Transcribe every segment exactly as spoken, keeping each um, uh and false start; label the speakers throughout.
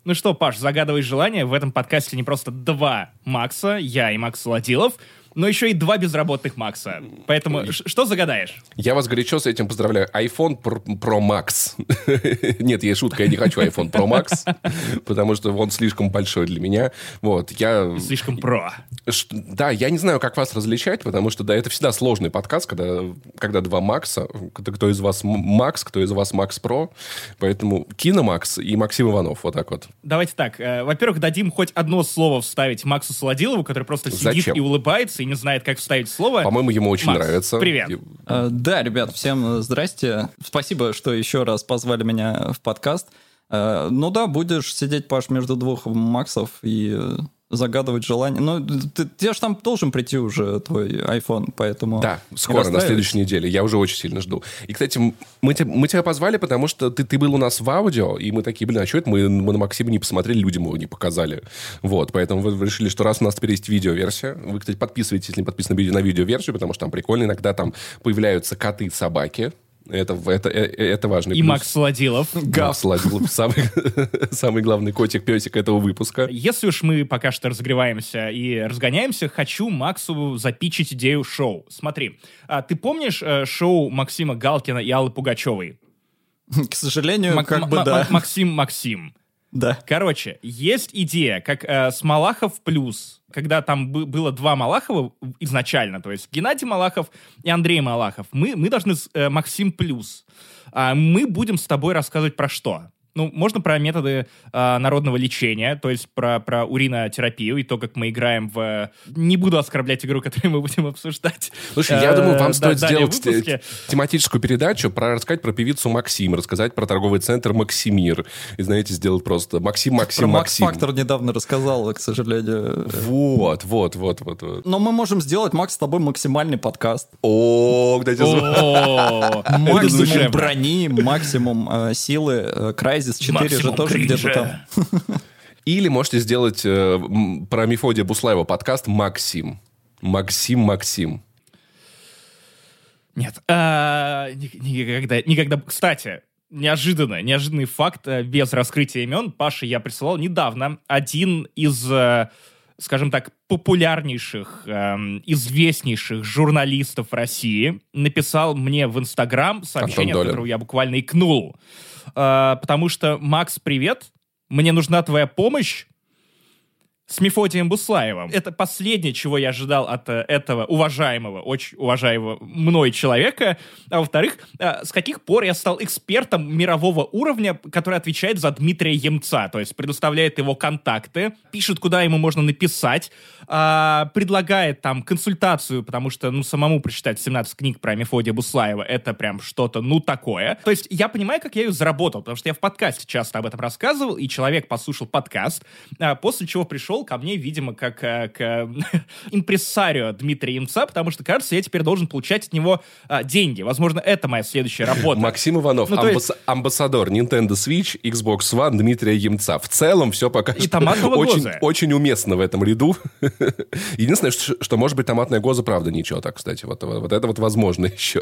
Speaker 1: Ну что, Паш, загадывай желание. В этом подкасте не просто два Макса, я и Макс Солодилов, но еще и два безработных Макса. Поэтому ш- что загадаешь?
Speaker 2: Я вас горячо с этим поздравляю. iPhone Pro Max. Нет, есть шутка, я не хочу iPhone Pro Max, потому что он слишком большой для меня. Вот, я...
Speaker 1: Слишком про.
Speaker 2: Ш- Да, я не знаю, как вас различать, потому что, да, это всегда сложный подкаст, когда, когда два Макса. Кто, кто из вас Макс, кто из вас Макс Про. Поэтому Кино Макс и Максим Иванов. Вот так вот.
Speaker 1: Давайте так. э, Во-первых, дадим хоть одно слово вставить Максу Солодилову, который просто сидит
Speaker 2: Зачем?
Speaker 1: и улыбается, и не знает, как вставить слово.
Speaker 2: По-моему, ему очень
Speaker 1: Макс,
Speaker 2: нравится.
Speaker 1: привет.
Speaker 2: И-
Speaker 3: Э, Да, ребят, всем здрасте. Спасибо, что еще раз позвали меня в подкаст. Э, Ну да, будешь сидеть, Паш, между двух Максов и э, загадывать желание. Ну, ты, тебе же там должен прийти уже твой iPhone, поэтому...
Speaker 2: Да,
Speaker 3: не
Speaker 2: скоро, на
Speaker 3: расстраивайся.
Speaker 2: следующей неделе. Я уже очень сильно жду. И, кстати, м- мы, те- мы тебя позвали, потому что ты, ты был у нас в аудио, и мы такие, блин, а что это мы, мы на Максима не посмотрели, людям его не показали. Вот, поэтому вы решили, что раз у нас теперь есть видеоверсия, вы, кстати, подписывайтесь, если не подписаны на видеоверсию, потому что там прикольно, иногда там появляются коты, собаки. Это, это, э- это важный
Speaker 1: И
Speaker 2: плюс.
Speaker 1: Макс Солодилов.
Speaker 2: Макс Солодилов, самый, самый главный котик-песик этого выпуска.
Speaker 1: Если уж мы пока что разогреваемся и разгоняемся, хочу Максу запичить идею шоу. Смотри, а ты помнишь э, шоу Максима Галкина и Аллы Пугачевой?
Speaker 3: К сожалению,
Speaker 1: Мак-
Speaker 3: как
Speaker 1: м-
Speaker 3: бы
Speaker 1: м-
Speaker 3: да.
Speaker 1: Максим Максим.
Speaker 3: Да.
Speaker 1: Короче, есть идея, как э, с Малахов плюс, когда там бы- было два Малахова изначально, то есть Геннадий Малахов и Андрей Малахов. Мы, мы должны с э, Максим плюс. А мы будем с тобой рассказывать про что? Ну, можно про методы э, народного лечения, то есть про, про уринотерапию и то, как мы играем в... Не буду оскорблять игру, которую мы будем обсуждать.
Speaker 2: Слушай, я думаю, вам
Speaker 1: Э,
Speaker 2: стоит
Speaker 1: да- далее в
Speaker 2: сделать
Speaker 1: выпуске.
Speaker 2: те- тематическую передачу, про рассказать про певицу Максим, рассказать про торговый центр Максимир. И, знаете, сделать просто Максим, Максим,
Speaker 3: Про
Speaker 2: Максим.
Speaker 3: Макс-фактор недавно рассказал, к сожалению.
Speaker 2: Вот, вот, вот, вот, вот.
Speaker 3: Но мы можем сделать, Макс, с тобой максимальный подкаст.
Speaker 2: О, где тебе звук?
Speaker 1: О, это
Speaker 3: Максимум
Speaker 1: душевно.
Speaker 3: брони, максимум э, силы. э, Crysis четыре же
Speaker 1: Максимум
Speaker 3: тоже
Speaker 1: кринжа.
Speaker 3: где-то там.
Speaker 2: Или можете сделать э, м, про Мефодия Буслаева подкаст Максим. Максим, Максим.
Speaker 1: Нет. А, ни- Никогда, никогда. Кстати, неожиданно, неожиданный факт, э, без раскрытия имен. Паше я присылал недавно один из, э, скажем так, популярнейших, эм, известнейших журналистов России написал мне в Инстаграм сообщение, от
Speaker 2: Долин.
Speaker 1: которого я буквально икнул. Э, Потому что, Макс, привет, мне нужна твоя помощь с Мефодием Буслаевым. Это последнее, чего я ожидал от э, этого уважаемого, очень уважаемого мной человека. А во-вторых, э, с каких пор я стал экспертом мирового уровня, который отвечает за Дмитрия Емца, то есть предоставляет его контакты, пишет, куда ему можно написать, а, предлагает там консультацию, потому что, ну, самому прочитать семнадцать книг про Мефодия Буслаева — это прям что-то, ну, такое. То есть я понимаю, как я ее заработал, потому что я в подкасте часто об этом рассказывал, и человек послушал подкаст, а, после чего пришел ко мне, видимо, как а, к э, импрессарио Дмитрия Емца, потому что, кажется, я теперь должен получать от него а, деньги. Возможно, это моя следующая работа.
Speaker 2: Максим Иванов,
Speaker 1: Ну, то есть-
Speaker 2: амбасс- амбассадор Nintendo Switch, Xbox One Дмитрия Емца. В целом все пока
Speaker 1: И
Speaker 2: что
Speaker 1: томатного
Speaker 2: очень,
Speaker 1: гоза.
Speaker 2: очень уместно в этом ряду. Единственное, что, что, может быть, томатная гоза, правда, ничего так, кстати. Вот, вот это вот возможно еще.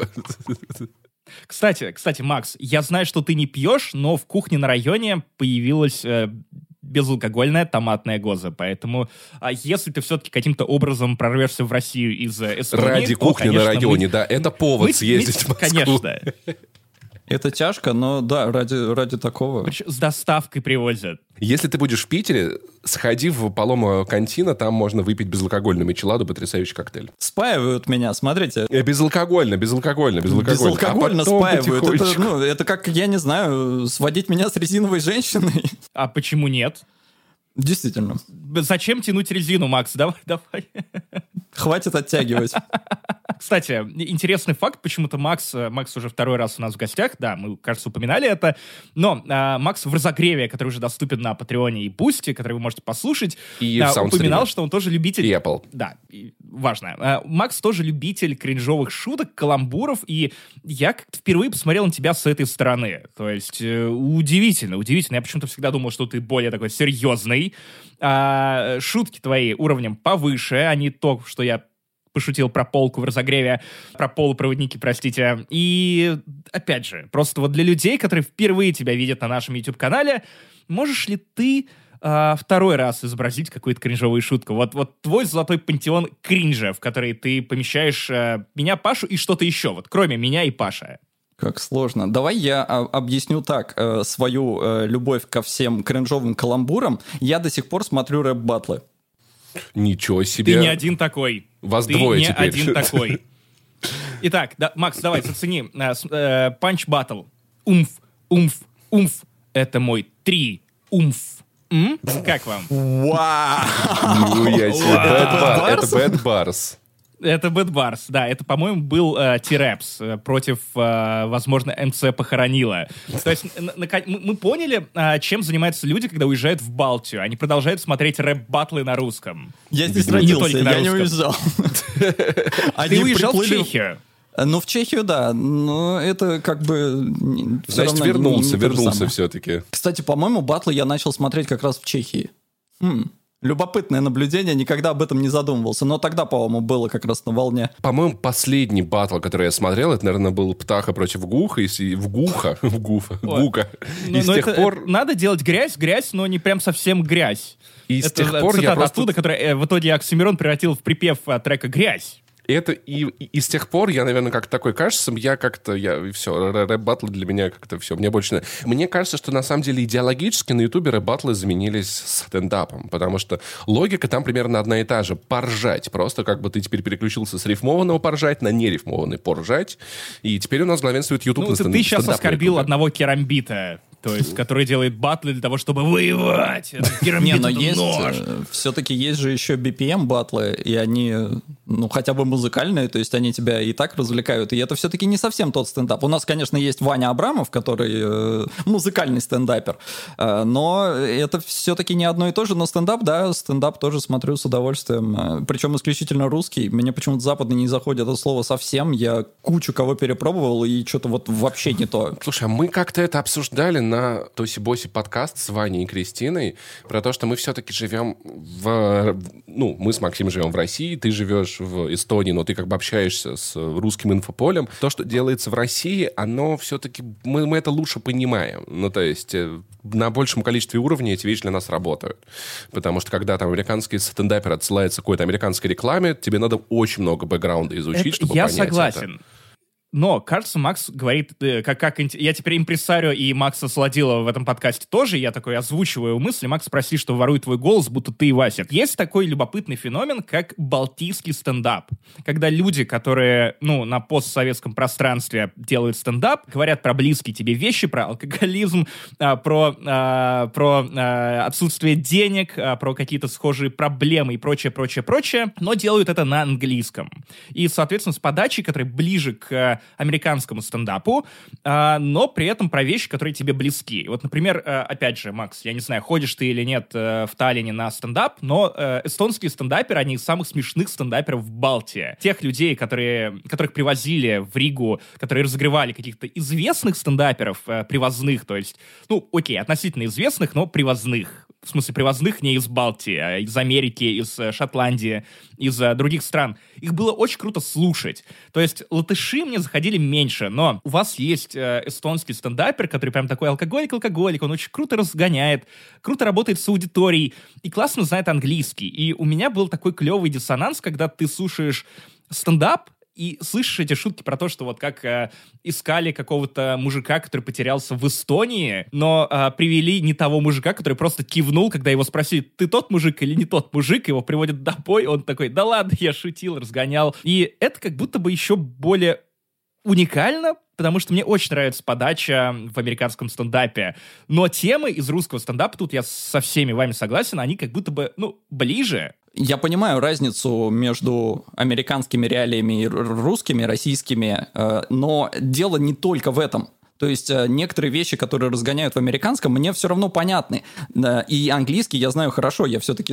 Speaker 1: Кстати, кстати, Макс, я знаю, что ты не пьешь, но в кухне на районе появилась э, безалкогольная томатная гоза, поэтому а если ты все-таки каким-то образом прорвешься в Россию из э, Эстонии,
Speaker 2: Ради
Speaker 1: то,
Speaker 2: кухни на
Speaker 1: конечно,
Speaker 2: районе,
Speaker 1: мы-
Speaker 2: да, это повод
Speaker 1: мы-
Speaker 2: съездить
Speaker 1: мы-
Speaker 2: в Москву.
Speaker 1: Конечно.
Speaker 3: Это тяжко, но да, ради, ради такого.
Speaker 1: Причем с доставкой привозят.
Speaker 2: Если ты будешь в Питере, сходи в Палома Кантина, там можно выпить безалкогольную мичеладу, потрясающий коктейль.
Speaker 3: Спаивают меня, смотрите.
Speaker 2: Э, безалкогольно, безалкогольно, безалкогольно.
Speaker 3: Безалкогольно
Speaker 2: А потом
Speaker 3: спаивают. Это,
Speaker 2: потихонечку.
Speaker 3: ну, это как, я не знаю, сводить меня с резиновой женщиной.
Speaker 1: А почему нет?
Speaker 3: Действительно.
Speaker 1: Зачем тянуть резину, Макс? Давай, давай.
Speaker 3: Хватит оттягивать.
Speaker 1: Кстати, интересный факт, почему-то Макс, э, Макс уже второй раз у нас в гостях, да, мы, кажется, упоминали это, но э, Макс в разогреве, который уже доступен на Патреоне и Бусти, который вы можете послушать,
Speaker 2: И
Speaker 1: э,
Speaker 2: в Саундстриме.
Speaker 1: упоминал, что он тоже любитель...
Speaker 2: И Apple.
Speaker 1: Да, и важно. Э, Макс тоже любитель кринжовых шуток, каламбуров, и я как-то впервые посмотрел на тебя с этой стороны. То есть э, удивительно, удивительно. Я почему-то всегда думал, что ты более такой серьезный. А, шутки твои уровнем повыше, а не то, что я пошутил про полку в разогреве, про полупроводники, простите. И, опять же, просто вот для людей, которые впервые тебя видят на нашем YouTube-канале, можешь ли ты а, второй раз изобразить какую-то кринжовую шутку? Вот, вот твой золотой пантеон кринжа, в который ты помещаешь а, меня, Пашу и что-то еще, вот кроме меня и Паша.
Speaker 3: Как сложно. Давай я а, объясню так э, свою э, любовь ко всем кринжовым каламбурам. Я до сих пор смотрю рэп-баттлы.
Speaker 2: Ничего себе.
Speaker 1: Ты не один такой.
Speaker 2: Вас
Speaker 1: Ты
Speaker 2: двое
Speaker 1: не
Speaker 2: теперь.
Speaker 1: один такой. Итак, да, Макс, давай, зацени. Панч баттл. Умф, умф, умф. Это мой три. Умф. М? Как вам?
Speaker 3: Вау!
Speaker 2: Нихуя себе. Bad Bar- Это Bad Bars.
Speaker 1: Это Bad Bars, да. Это, по-моему, был э, T-Raps э, против, э, возможно, эм си Похоронила. То есть на- на- мы, мы поняли, э, чем занимаются люди, когда уезжают в Балтию. Они продолжают смотреть рэп-баттлы на русском.
Speaker 3: Я здесь
Speaker 1: Видимо, не
Speaker 3: родился,
Speaker 1: только на
Speaker 3: я не
Speaker 1: русском.
Speaker 3: уезжал.
Speaker 1: Ты уезжал в Чехию.
Speaker 3: Ну, в Чехию, да, но это как бы... всё
Speaker 2: Значит,
Speaker 3: равно
Speaker 2: вернулся,
Speaker 3: не- не то же
Speaker 2: вернулся
Speaker 3: самое.
Speaker 2: все-таки.
Speaker 3: Кстати, по-моему, батлы я начал смотреть как раз в Чехии. Хм, любопытное наблюдение, никогда об этом не задумывался. Но тогда, по-моему, было как раз на волне.
Speaker 2: По-моему, последний батл, который я смотрел, это, наверное, был Птаха против Гуха, и с- в Гуха, в Гуфа,
Speaker 1: Ой.
Speaker 2: Гука.
Speaker 1: Ну,
Speaker 2: И с
Speaker 1: ну,
Speaker 2: тех
Speaker 1: это-
Speaker 2: пор...
Speaker 1: это надо делать грязь, грязь, но не прям совсем грязь.
Speaker 2: И с
Speaker 1: Это
Speaker 2: тех пор я
Speaker 1: цитата
Speaker 2: просто...
Speaker 1: оттуда, которая э, в итоге Оксимирон превратил в припев а, трека «Грязь».
Speaker 2: Это и, и, и с тех пор я, наверное, как такой кажется, я как-то, я, все, рэп-баттлы для меня как-то все, мне больше... Мне кажется, что на самом деле идеологически на ютубе рэп-баттлы заменились стендапом, потому что логика там примерно одна и та же. Поржать. Просто как бы ты теперь переключился с рифмованного поржать на нерифмованный поржать, и теперь у нас главенствует ютуб
Speaker 1: Ну,
Speaker 2: на
Speaker 1: ты,
Speaker 2: стен-
Speaker 1: ты сейчас
Speaker 2: стендап на
Speaker 1: оскорбил
Speaker 2: ютубе.
Speaker 1: одного керамбита, то есть, который делает батлы для того, чтобы воевать. Это керамбит,
Speaker 3: Не, но
Speaker 1: это
Speaker 3: есть,
Speaker 1: нож.
Speaker 3: все-таки есть же еще би пи эм батлы, и они, ну, хотя бы музыкальные, то есть они тебя и так развлекают, и это все-таки не совсем тот стендап. У нас, конечно, есть Ваня Абрамов, который э, музыкальный стендапер, э, но это все-таки не одно и то же, но стендап, да, стендап тоже смотрю с удовольствием, э, причем исключительно русский. Мне почему-то западный не заходит это слово совсем, я кучу кого перепробовал, и что-то вот вообще не то.
Speaker 2: Слушай, а мы как-то это обсуждали на Тоси-Боси подкаст с Ваней и Кристиной про то, что мы все-таки живем в... Ну, мы с Максимом живем в России, ты живешь в Эстонии, но ты как бы общаешься с русским инфополем. То, что делается в России, оно все-таки... Мы, мы это лучше понимаем. Ну, то есть э, на большем количестве уровней эти вещи для нас работают. Потому что когда там американский стендапер отсылается к какой-то американской рекламе, тебе надо очень много бэкграунда изучить,
Speaker 1: Это
Speaker 2: чтобы
Speaker 1: я
Speaker 2: понять
Speaker 1: согласен.
Speaker 2: это.
Speaker 1: Но, кажется, Макс говорит, э, как, как... инте- Я теперь импресарио и Макса Солодилова в этом подкасте тоже. Я такой озвучиваю мысли. Макс, прости, что ворует твой голос, будто ты и Вася. Есть такой любопытный феномен, как балтийский стендап. Когда люди, которые, ну, на постсоветском пространстве делают стендап, говорят про близкие тебе вещи, про алкоголизм, а, про, а, про а, отсутствие денег, а, про какие-то схожие проблемы и прочее, прочее, прочее, но делают это на английском. И, соответственно, с подачей, которая ближе к американскому стендапу, а, но при этом про вещи, которые тебе близки. Вот, например, а, опять же, Макс, я не знаю, ходишь ты или нет а, в Таллине на стендап, но а, эстонские стендаперы, они из самых смешных стендаперов в Балтии. Тех людей, которые, которых привозили в Ригу, которые разогревали каких-то известных стендаперов, а, привозных, то есть, ну, окей, относительно известных, но привозных. В смысле, привозных не из Балтии, а из Америки, из э, Шотландии, из э, других стран. Их было очень круто слушать. То есть латыши мне заходили меньше, но у вас есть э, эстонский стендапер, который прям такой алкоголик-алкоголик, он очень круто разгоняет, круто работает с аудиторией и классно знает английский. И у меня был такой клевый диссонанс, когда ты слушаешь стендап, и слышишь эти шутки про то, что вот как э, искали какого-то мужика, который потерялся в Эстонии, но э, привели не того мужика, который просто кивнул, когда его спросили, ты тот мужик или не тот мужик, его приводят домой, он такой, да ладно, я шутил, разгонял. И это как будто бы еще более уникально, потому что мне очень нравится подача в американском стендапе. Но темы из русского стендапа, тут я со всеми вами согласен, они как будто бы, ну, ближе.
Speaker 3: Я понимаю разницу между американскими реалиями и русскими, российскими, но дело не только в этом. То есть некоторые вещи, которые разгоняют в американском, мне все равно понятны. И английский я знаю хорошо, я все-таки, ну,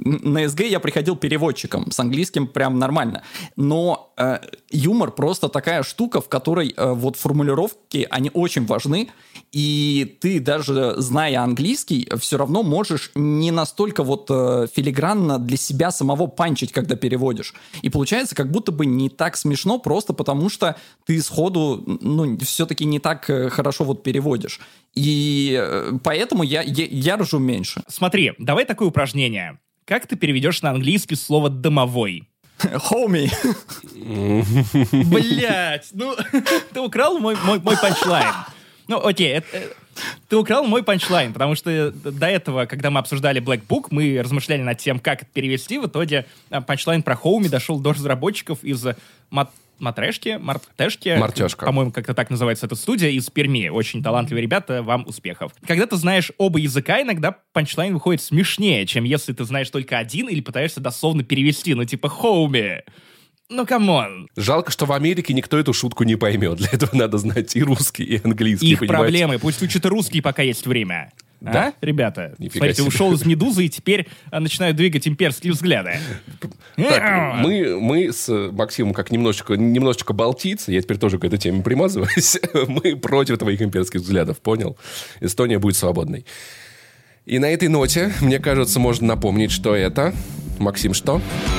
Speaker 3: на СГ я приходил переводчиком, с английским прям нормально. Но э, юмор просто такая штука, в которой э, вот формулировки, они очень важны, и ты даже, зная английский, все равно можешь не настолько вот э, филигранно для себя самого панчить, когда переводишь. И получается, как будто бы не так смешно, просто потому что ты сходу, ну, все-таки не так хорошо вот переводишь. И э, поэтому я, я, я ржу меньше.
Speaker 1: Смотри, давай такое упражнение. Как ты переведешь на английский слово «домовой»?
Speaker 3: Homie.
Speaker 1: Блять, ну, ты украл мой, мой, мой панчлайн. Ну, окей, это, ты украл мой панчлайн, потому что до этого, когда мы обсуждали Black Book, мы размышляли над тем, как это перевести. В итоге панчлайн про Homie дошел до разработчиков из мат... Матрешки, Мартешки,
Speaker 2: Мартешка.
Speaker 1: По-моему, как-то так называется эта студия, из Перми. Очень талантливые ребята, вам успехов. Когда ты знаешь оба языка, иногда панчлайн выходит смешнее, чем если ты знаешь только один или пытаешься дословно перевести, ну типа «Homie». Ну, камон.
Speaker 2: Жалко, что в Америке никто эту шутку не поймет. Для этого надо знать и русский, и английский.
Speaker 1: Их
Speaker 2: понимаете?
Speaker 1: проблемы. Пусть учат русский, пока есть время.
Speaker 2: Да.
Speaker 1: А, ребята?
Speaker 2: Нифига
Speaker 1: Смотрите,
Speaker 2: себе.
Speaker 1: ушел из «Медузы» и теперь а, начинают двигать имперские взгляды.
Speaker 2: Так, мы, мы с Максимом как немножечко, немножечко балтийцы, я теперь тоже к этой теме примазываюсь, мы против твоих имперских взглядов, понял? Эстония будет свободной. И на этой ноте, мне кажется, можно напомнить, что это... Максим, что?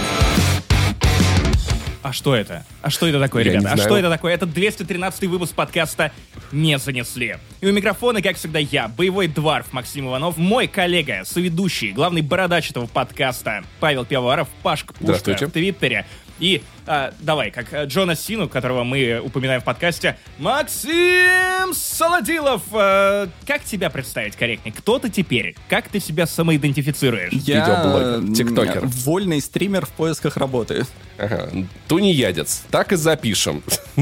Speaker 1: А что это? А что это такое,
Speaker 2: Я
Speaker 1: ребята?
Speaker 2: не
Speaker 1: А
Speaker 2: знаю.
Speaker 1: что это такое? Это двести тринадцатый выпуск подкаста «Не занесли». И у микрофона, как всегда, я, боевой дварф Максим Иванов, мой коллега, соведущий, главный бородач этого подкаста Павел Пивоваров, Пашка Пушка
Speaker 2: Здравствуйте.
Speaker 1: в Твиттере. И а, давай, как а, Джона Сину, которого мы упоминаем в подкасте, Максим Солодилов. А, как тебя представить корректнее? Кто ты теперь? Как ты себя самоидентифицируешь?
Speaker 3: Я
Speaker 2: Видеоблогер, тиктокер.
Speaker 3: вольный стример в поисках работы.
Speaker 2: Ага. Тунеядец. Так и запишем.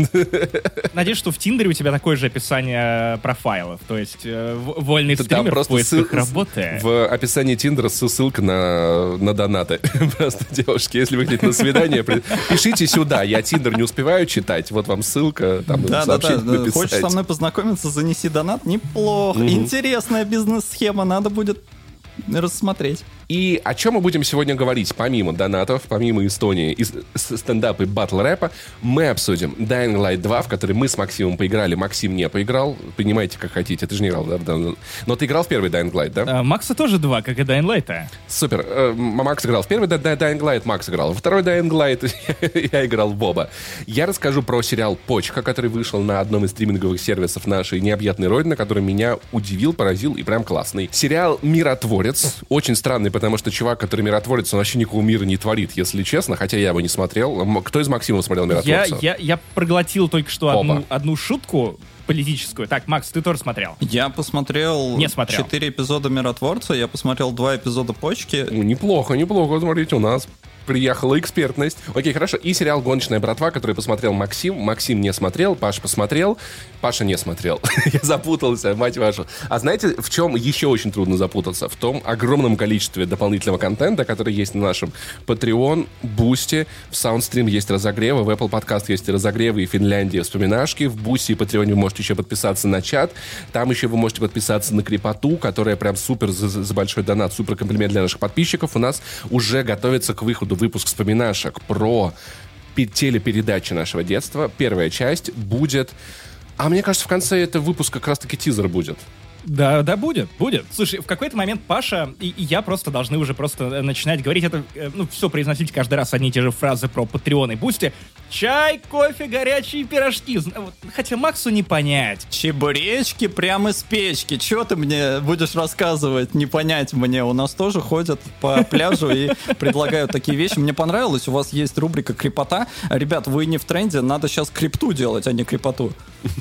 Speaker 1: Надеюсь, что в Тиндере у тебя такое же описание профайлов. То есть э, в- вольный
Speaker 2: Там
Speaker 1: стример в
Speaker 2: просто
Speaker 1: поисках
Speaker 2: ссыл-
Speaker 1: работы.
Speaker 2: В описании Тиндера ссылка на, на донаты. Просто, девушки, если вы хотите на свидание, при- пишите сюда. Я Тиндер не успеваю читать. Вот вам ссылка. Там
Speaker 3: Да-да-да,
Speaker 2: сообщение
Speaker 3: да,
Speaker 2: написать.
Speaker 3: хочешь со мной познакомиться, занеси донат, неплохо. Интересная бизнес-схема, надо будет рассмотреть.
Speaker 2: И о чем мы будем сегодня говорить? Помимо донатов, помимо Эстонии, и с- с- стендапа и батл-рэпа, мы обсудим Dying Light два, в который мы с Максимом поиграли. Максим не поиграл. Понимаете, как хотите. Ты же не играл, да? Да. Но ты играл в первый Dying Light, да?
Speaker 1: А, Макса тоже два, как и Dying Light.
Speaker 2: Супер. Э, Макс играл в первый да- да- Dying Light, Макс играл. Во второй Dying Light я играл в оба. Я расскажу про сериал «Почка», который вышел на одном из стриминговых сервисов нашей необъятной родины, который меня удивил, поразил и прям классный. Сериал «Миротворец». Очень странный, потому что чувак, который миротворец, он вообще никакого мира не творит, если честно, хотя я его не смотрел. М- Кто из Максимов смотрел
Speaker 1: Я,
Speaker 2: «Миротворца»?
Speaker 1: я, я проглотил только что
Speaker 2: Опа.
Speaker 1: одну, одну шутку политическую. Так, Макс, ты тоже смотрел?
Speaker 3: Я посмотрел
Speaker 1: Не смотрел.
Speaker 3: четыре эпизода «Миротворца», я посмотрел два эпизода «Почки».
Speaker 2: Ну, неплохо, неплохо. Смотрите, у нас приехала экспертность. Окей, хорошо. И сериал «Гоночная братва», который посмотрел Максим. Максим не смотрел, Паша посмотрел. Паша не смотрел. Я запутался, мать вашу. А знаете, в чем еще очень трудно запутаться? В том огромном количестве дополнительного контента, который есть на нашем Patreon, Boosty, в Soundstream есть разогревы, в Apple Podcast есть разогревы, и в Финляндии вспоминашки. В Boosty и Patreon вы можете еще подписаться на чат. Там еще вы можете подписаться на Крипоту, которая прям супер за, за большой донат, супер комплимент для наших подписчиков. У нас уже готовится к выходу выпуск вспоминашек про пе- телепередачи нашего детства. Первая часть будет... А мне кажется, в конце этого выпуска как раз-таки тизер будет.
Speaker 1: Да, да, будет, будет. Слушай, в какой-то момент Паша и, и я просто должны уже просто э, начинать говорить это, э, ну, все произносить каждый раз одни и те же фразы про Patreon и Boosty. Чай, кофе, горячие пирожки. Зна- вот, хотя Максу не понять.
Speaker 3: Чебуречки прямо из печки. Чего ты мне будешь рассказывать? Не понять мне. У нас тоже ходят по пляжу и предлагают такие вещи. Мне понравилось. У вас есть рубрика «Крипота». Ребят, вы не в тренде. Надо сейчас крипту делать, а не крипоту.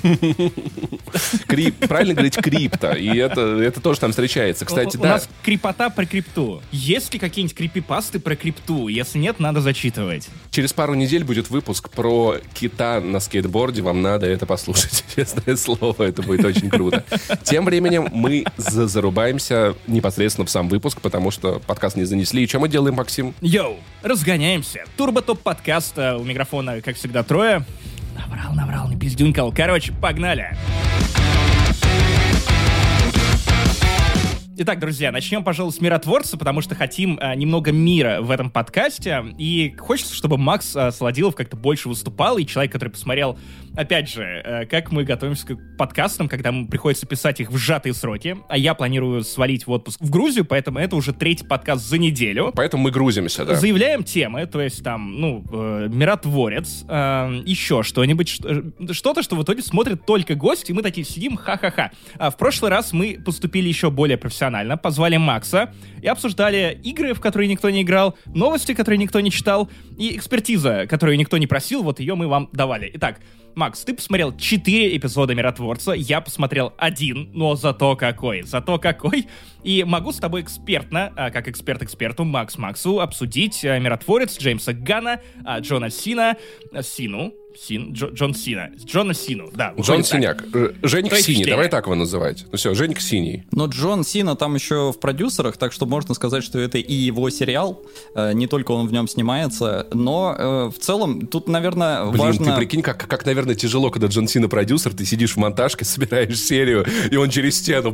Speaker 2: Крип, правильно говорить крипто. И это, это тоже там встречается. Кстати,
Speaker 1: у, у
Speaker 2: да.
Speaker 1: нас крипота про крипту. Есть ли какие-нибудь крипипасты про крипту? Если нет, надо зачитывать.
Speaker 2: Через пару недель будет выпуск про кита на скейтборде. Вам надо это послушать. Честное слово, это будет очень круто. Тем временем мы за- зарубаемся непосредственно в сам выпуск, потому что подкаст не занесли. И что мы делаем, Максим?
Speaker 1: Йоу, разгоняемся. Турбо-топ подкаста. У микрофона, как всегда, трое. Наврал, наврал, не пиздюнькал. Короче, погнали. Итак, друзья, начнем, пожалуй, с «Миротворца», потому что хотим а, немного мира в этом подкасте, и хочется, чтобы Макс а, Солодилов как-то больше выступал, и человек, который посмотрел, опять же, а, как мы готовимся к подкастам, когда мы приходится писать их в сжатые сроки, а я планирую свалить в отпуск в Грузию, поэтому это уже третий подкаст за неделю.
Speaker 2: Поэтому мы грузимся, да.
Speaker 1: Заявляем темы, то есть там, ну, э, «Миротворец», э, еще что-нибудь, что-то, что в итоге смотрит только гость, и мы такие сидим, ха-ха-ха. А в прошлый раз мы поступили еще более профессионально, позвали Макса и обсуждали игры, в которые никто не играл, новости, которые никто не читал, и экспертиза, которую никто не просил, вот ее мы вам давали. Итак, Макс, ты посмотрел четыре эпизода «Миротворца», я посмотрел один, но зато какой, зато какой. И могу с тобой экспертно, как эксперт эксперту, Макс Максу, обсудить «Миротворец» Джеймса Ганна, Джона Сина, Сину, Син, Джо, Джон Сина. Джона Сину, да.
Speaker 2: Джон Синяк. Женька Синий,
Speaker 1: чтение.
Speaker 2: давай так его называть. Ну все, Женька Синий.
Speaker 3: Но Джон Сина там еще в продюсерах, так что можно сказать, что это и его сериал, не только он в нем снимается, но в целом тут, наверное,
Speaker 2: Блин,
Speaker 3: важно...
Speaker 2: ты прикинь, как, как, наверное, тяжело, когда Джон Сина продюсер, ты сидишь в монтажке, собираешь серию, и он через стену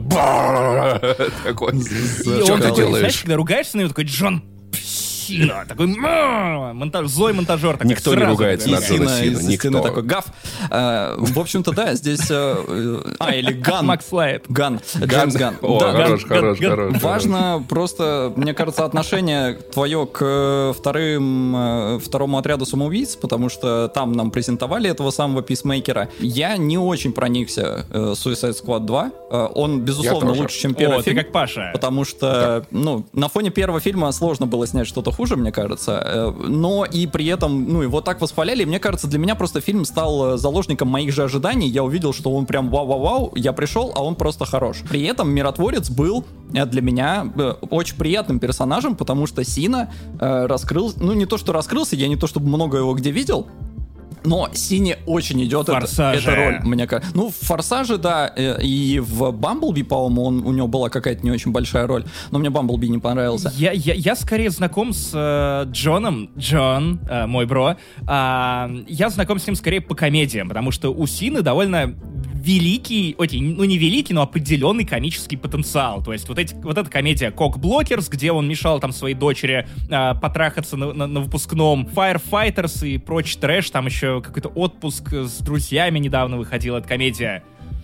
Speaker 2: такой. Что ты делаешь?
Speaker 1: Знаешь, когда ругаешься на него, такой Джон Сина, такой монтаж, злой монтажер. Такой,
Speaker 2: никто не ругается на Джона Сина, никто.
Speaker 3: Такой гав. А, в общем-то, да, здесь... А, или Ган.
Speaker 1: Макс Лайт.
Speaker 3: Ган. Джеймс Ган.
Speaker 2: О,
Speaker 3: да,
Speaker 2: хорош,
Speaker 3: Ган,
Speaker 2: хорош,
Speaker 3: Ган,
Speaker 2: хорош.
Speaker 3: Важно просто, мне кажется, отношение твое к вторым, второму отряду самоубийц, потому что там нам презентовали этого самого писмейкера. Я не очень проникся Suicide Squad два. Он, безусловно, лучше, чем первый
Speaker 1: О,
Speaker 3: фильм.
Speaker 1: ты как Паша.
Speaker 3: Потому что, да. ну, на фоне первого фильма сложно было снять что-то хуже, мне кажется. Но и при этом, ну, его так восхваляли. Мне кажется, для меня просто фильм стал заложником моих же ожиданий. Я увидел, что он прям вау-вау-вау. Я пришел, а он просто хорош. При этом «Миротворец» был для меня очень приятным персонажем, потому что Сина э, раскрылся... Ну, не то, что раскрылся, я не то, чтобы много его где видел, но Сине очень идет эта, эта роль, мне кажется. Ну, в «Форсаже», да, и в «Бамблби», по-моему, он, у него была какая-то не очень большая роль, но мне «Бамблби» не понравился.
Speaker 1: Я, я, я скорее знаком с э, Джоном, Джон, э, мой бро, э, я знаком с ним скорее по комедиям, потому что у Сины довольно великий, окей, ну не великий, но определенный комический потенциал. То есть вот, эти, вот эта комедия «Кокблокерс», где он мешал там своей дочери э, потрахаться на, на, на выпускном, «Firefighters» и прочий трэш, там еще какой-то «Отпуск с друзьями» недавно выходила, эта комедия.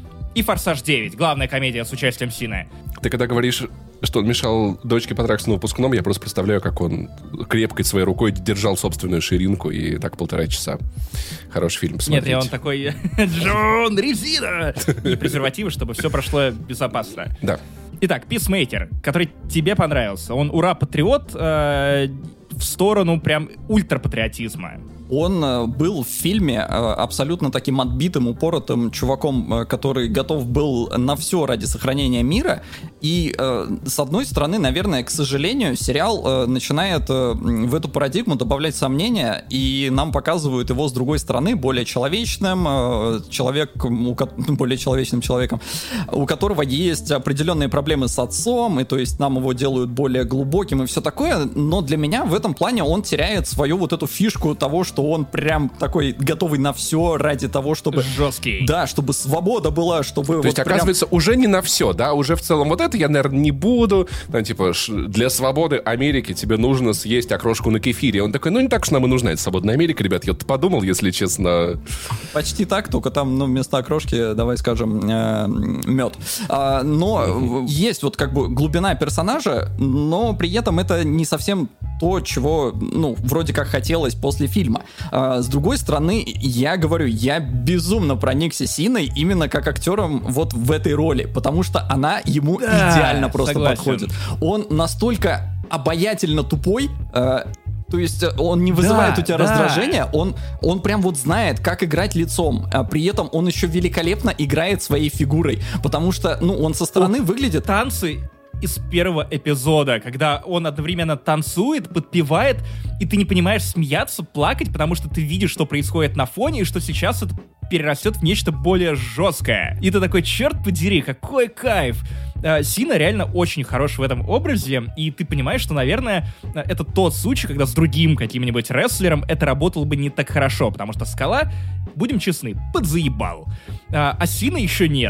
Speaker 1: И «Форсаж девять», главная комедия с участием Сины.
Speaker 2: Ты когда говоришь, что он мешал дочке потрахаться на выпускном, я просто представляю, как он крепкой своей рукой держал собственную ширинку, и так полтора часа. Хороший фильм, посмотрите.
Speaker 1: Нет, я он такой, Джон, резина! И презервативы, чтобы все прошло безопасно.
Speaker 2: Да.
Speaker 1: Итак, «Писмейкер», который тебе понравился. Он ура-патриот э, в сторону прям ультрапатриотизма.
Speaker 3: Он э, был в фильме э, абсолютно таким отбитым, упоротым чуваком, э, который готов был на все ради сохранения мира. И, э, с одной стороны, наверное, к сожалению, сериал э, начинает э, в эту парадигму добавлять сомнения, и нам показывают его с другой стороны более человечным, э, человеком, у ко- более человечным человеком, у которого есть определенные проблемы с отцом, и то есть нам его делают более глубоким и все такое. Но для меня в этом плане он теряет свою вот эту фишку того, что он прям такой готовый на все ради того, чтобы...
Speaker 1: Жесткий.
Speaker 3: Да, чтобы свобода была, чтобы...
Speaker 2: То
Speaker 3: вот
Speaker 2: есть,
Speaker 3: прям...
Speaker 2: оказывается, уже не на все, да? Уже в целом вот это я, наверное, не буду. Там, типа, для свободы Америки тебе нужно съесть окрошку на кефире. Он такой, ну, не так уж нам и нужна эта свободная Америка, ребят. Я-то подумал, если честно.
Speaker 3: Почти так, только там, ну, вместо окрошки, давай скажем, э, мед. А, но mm-hmm. есть вот как бы глубина персонажа, но при этом это не совсем то, чего, ну, вроде как хотелось после фильма. А, с другой стороны, я говорю, я безумно проникся Синой именно как актером вот в этой роли, потому что она ему да, идеально просто согласен. Подходит. Он настолько обаятельно тупой, э, то есть он не вызывает да, у тебя да. раздражения, он, он прям вот знает, как играть лицом, а при этом он еще великолепно играет своей фигурой, потому что, ну, он со стороны вот выглядит...
Speaker 1: Танцы из первого эпизода, когда он одновременно танцует, подпевает, и ты не понимаешь, смеяться, плакать, потому что ты видишь, что происходит на фоне, и что сейчас это перерастет в нечто более жесткое. И ты такой, черт подери, какой кайф! Сина реально очень хорош в этом образе, и ты понимаешь, что, наверное, это тот случай, когда с другим каким-нибудь рестлером это работало бы не так хорошо, потому что Скала, будем честны, подзаебал. А Сина еще нет.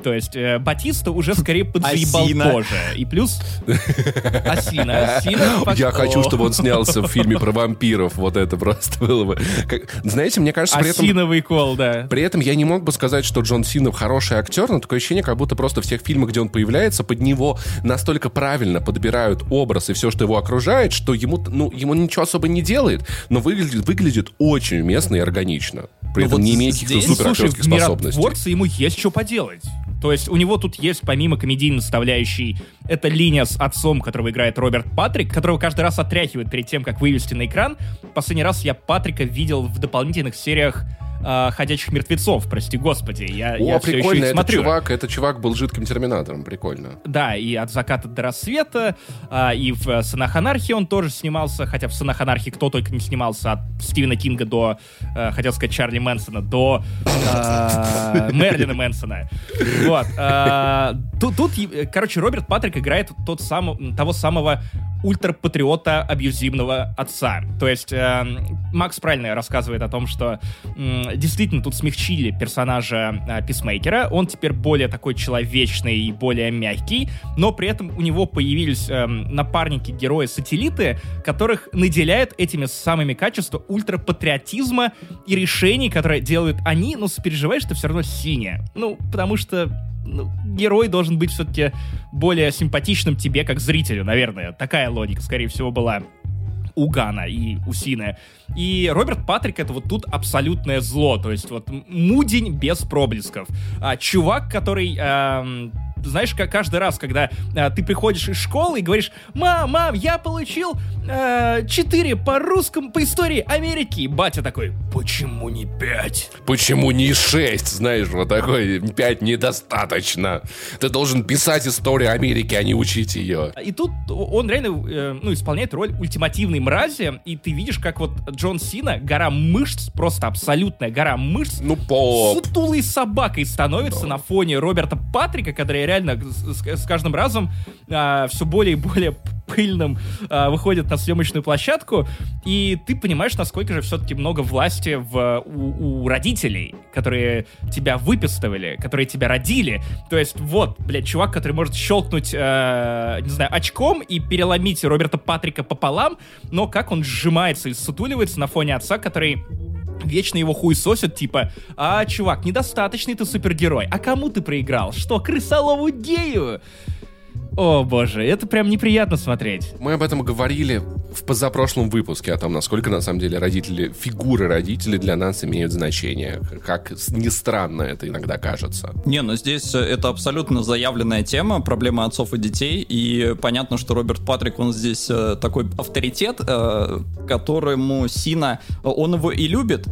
Speaker 1: То есть э, Батиста уже скорее подзаебал тоже. И плюс... Осина. Осина.
Speaker 2: Я хочу, чтобы он снялся в фильме про вампиров. Вот это просто было бы... Знаете, мне кажется, при этом...
Speaker 1: Осиновый кол, да.
Speaker 2: При этом я не мог бы сказать, что Джон Сина хороший актер, но такое ощущение, как будто просто в всех фильмах, где он появляется, под него настолько правильно подбирают образ и все, что его окружает, что ему, ну, ему ничего особо не делает, но выглядит, выглядит очень уместно и органично. При
Speaker 3: ну
Speaker 2: этом
Speaker 3: вот
Speaker 2: не имеет каких-то суперактерских
Speaker 1: Слушай, в
Speaker 2: способностей.
Speaker 1: «Миротворце» ему есть что поделать. То есть у него тут есть, помимо комедийной составляющей, эта линия с отцом, которого играет Роберт Патрик, которого каждый раз отряхивает перед тем, как вывести на экран. Последний раз я Патрика видел в дополнительных сериях «Ходячих мертвецов», прости господи. Я,
Speaker 2: О,
Speaker 1: я все
Speaker 2: прикольно,
Speaker 1: еще их
Speaker 2: этот
Speaker 1: смотрю.
Speaker 2: чувак, этот чувак был жидким терминатором, прикольно.
Speaker 1: Да, и «От заката до рассвета», и в «Сынах анархии» он тоже снимался, хотя в «Сынах анархии» кто только не снимался, от Стивена Кинга до, хотел сказать, Чарли Мэнсона, до э, Мерлина Мэнсона. Вот. Э, тут, тут, короче, Роберт Патрик играет тот сам, того самого ультрапатриота абьюзивного отца. То есть э, Макс правильно рассказывает о том, что э, действительно тут смягчили персонажа э, Писмейкера. Он теперь более такой человечный и более мягкий, но при этом у него появились э, напарники-герои-сателлиты, которых наделяют этими самыми качествами ультрапатриотизма и решений, которые делают они, но сопереживаешь ты все равно сине. Ну, потому что ну, герой должен быть все-таки более симпатичным тебе, как зрителю, наверное. Такая логика, скорее всего, была у Гана и у Сины. И Роберт Патрик — это вот тут абсолютное зло. То есть вот мудень без проблесков. А, чувак, который... Эм, знаешь, как каждый раз, когда э, ты приходишь из школы и говоришь: «Мам, мам, я получил э, четыре по русскому, по истории Америки». И батя такой: «Почему не пять?»
Speaker 2: Почему не шесть? Знаешь, вот такой, пять недостаточно. Ты должен писать историю Америки, а не учить ее.
Speaker 1: И тут он реально э, ну, исполняет роль ультимативной мрази, и ты видишь, как вот Джон Сина, гора мышц, просто абсолютная гора мышц,
Speaker 2: ну, поп.
Speaker 1: сутулой собакой становится да. на фоне Роберта Патрика, который реально с, с каждым разом а, все более и более пыльным а, выходит на съемочную площадку, и ты понимаешь, насколько же все-таки много власти в, у, у родителей, которые тебя выписывали, которые тебя родили. То есть вот, блядь, чувак, который может щелкнуть, а, не знаю, очком и переломить Роберта Патрика пополам, но как он сжимается и сутуливается на фоне отца, который вечно его хуесосят, типа: «А, чувак, недостаточный ты супергерой. А кому ты проиграл? Что, крысолову гею?» О, боже, это прям неприятно смотреть.
Speaker 2: Мы об этом говорили в позапрошлом выпуске, о том, насколько, на самом деле, родители, фигуры родителей для нас имеют значение. Как ни странно это иногда кажется.
Speaker 3: Не, ну здесь это абсолютно заявленная тема, проблема отцов и детей, и понятно, что Роберт Патрик, он здесь такой авторитет, которому Сина, он его и любит,